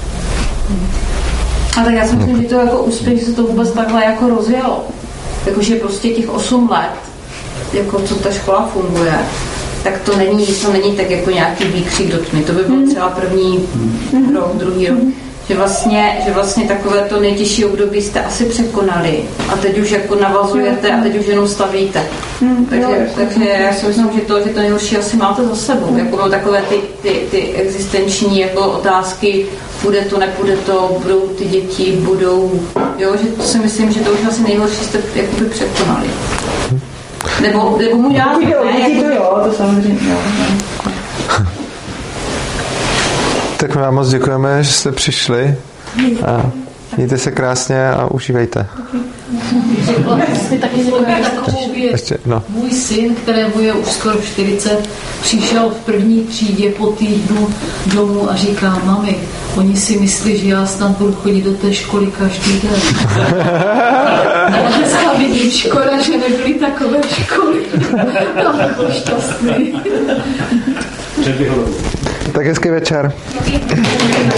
A tak já si myslím, že to je jako úspěch, že se to vůbec takhle jako rozjelo. Jakože prostě těch osm let, jako co ta škola funguje, tak to není, to není tak jako nějaký výkřik do tmy. To by byl třeba první rok, druhý rok. Že vlastně, že vlastně takové to nejtěžší období jste asi překonali a teď už jako navazujete a teď už jenom stavíte. Takže, takže já si myslím, že to, že to nejhorší asi máte za sebou. Jako mám takové ty, ty, ty existenční jako otázky, půjde to, nepůjde to, budou ty děti, budou, jo, že to si myslím, že to už asi nejhorší jste jakoby překonali. Nebo, nebo mu dělat, ne? Děti to jo, to samozřejmě, jo. Tak my vám moc děkujeme, že jste přišli. A Mějte se krásně a užívejte. Takovou věc. Ještě, no. Můj syn, kterému je už skoro čtyřicet, přišel v první třídě po týdnu domů a říká, mami, oni si myslí, že já snad budu chodit do té školy každý den. A dneska vidím, škoda, že nebyly takové školy. Tam byl šťastný. Tak hezký večer.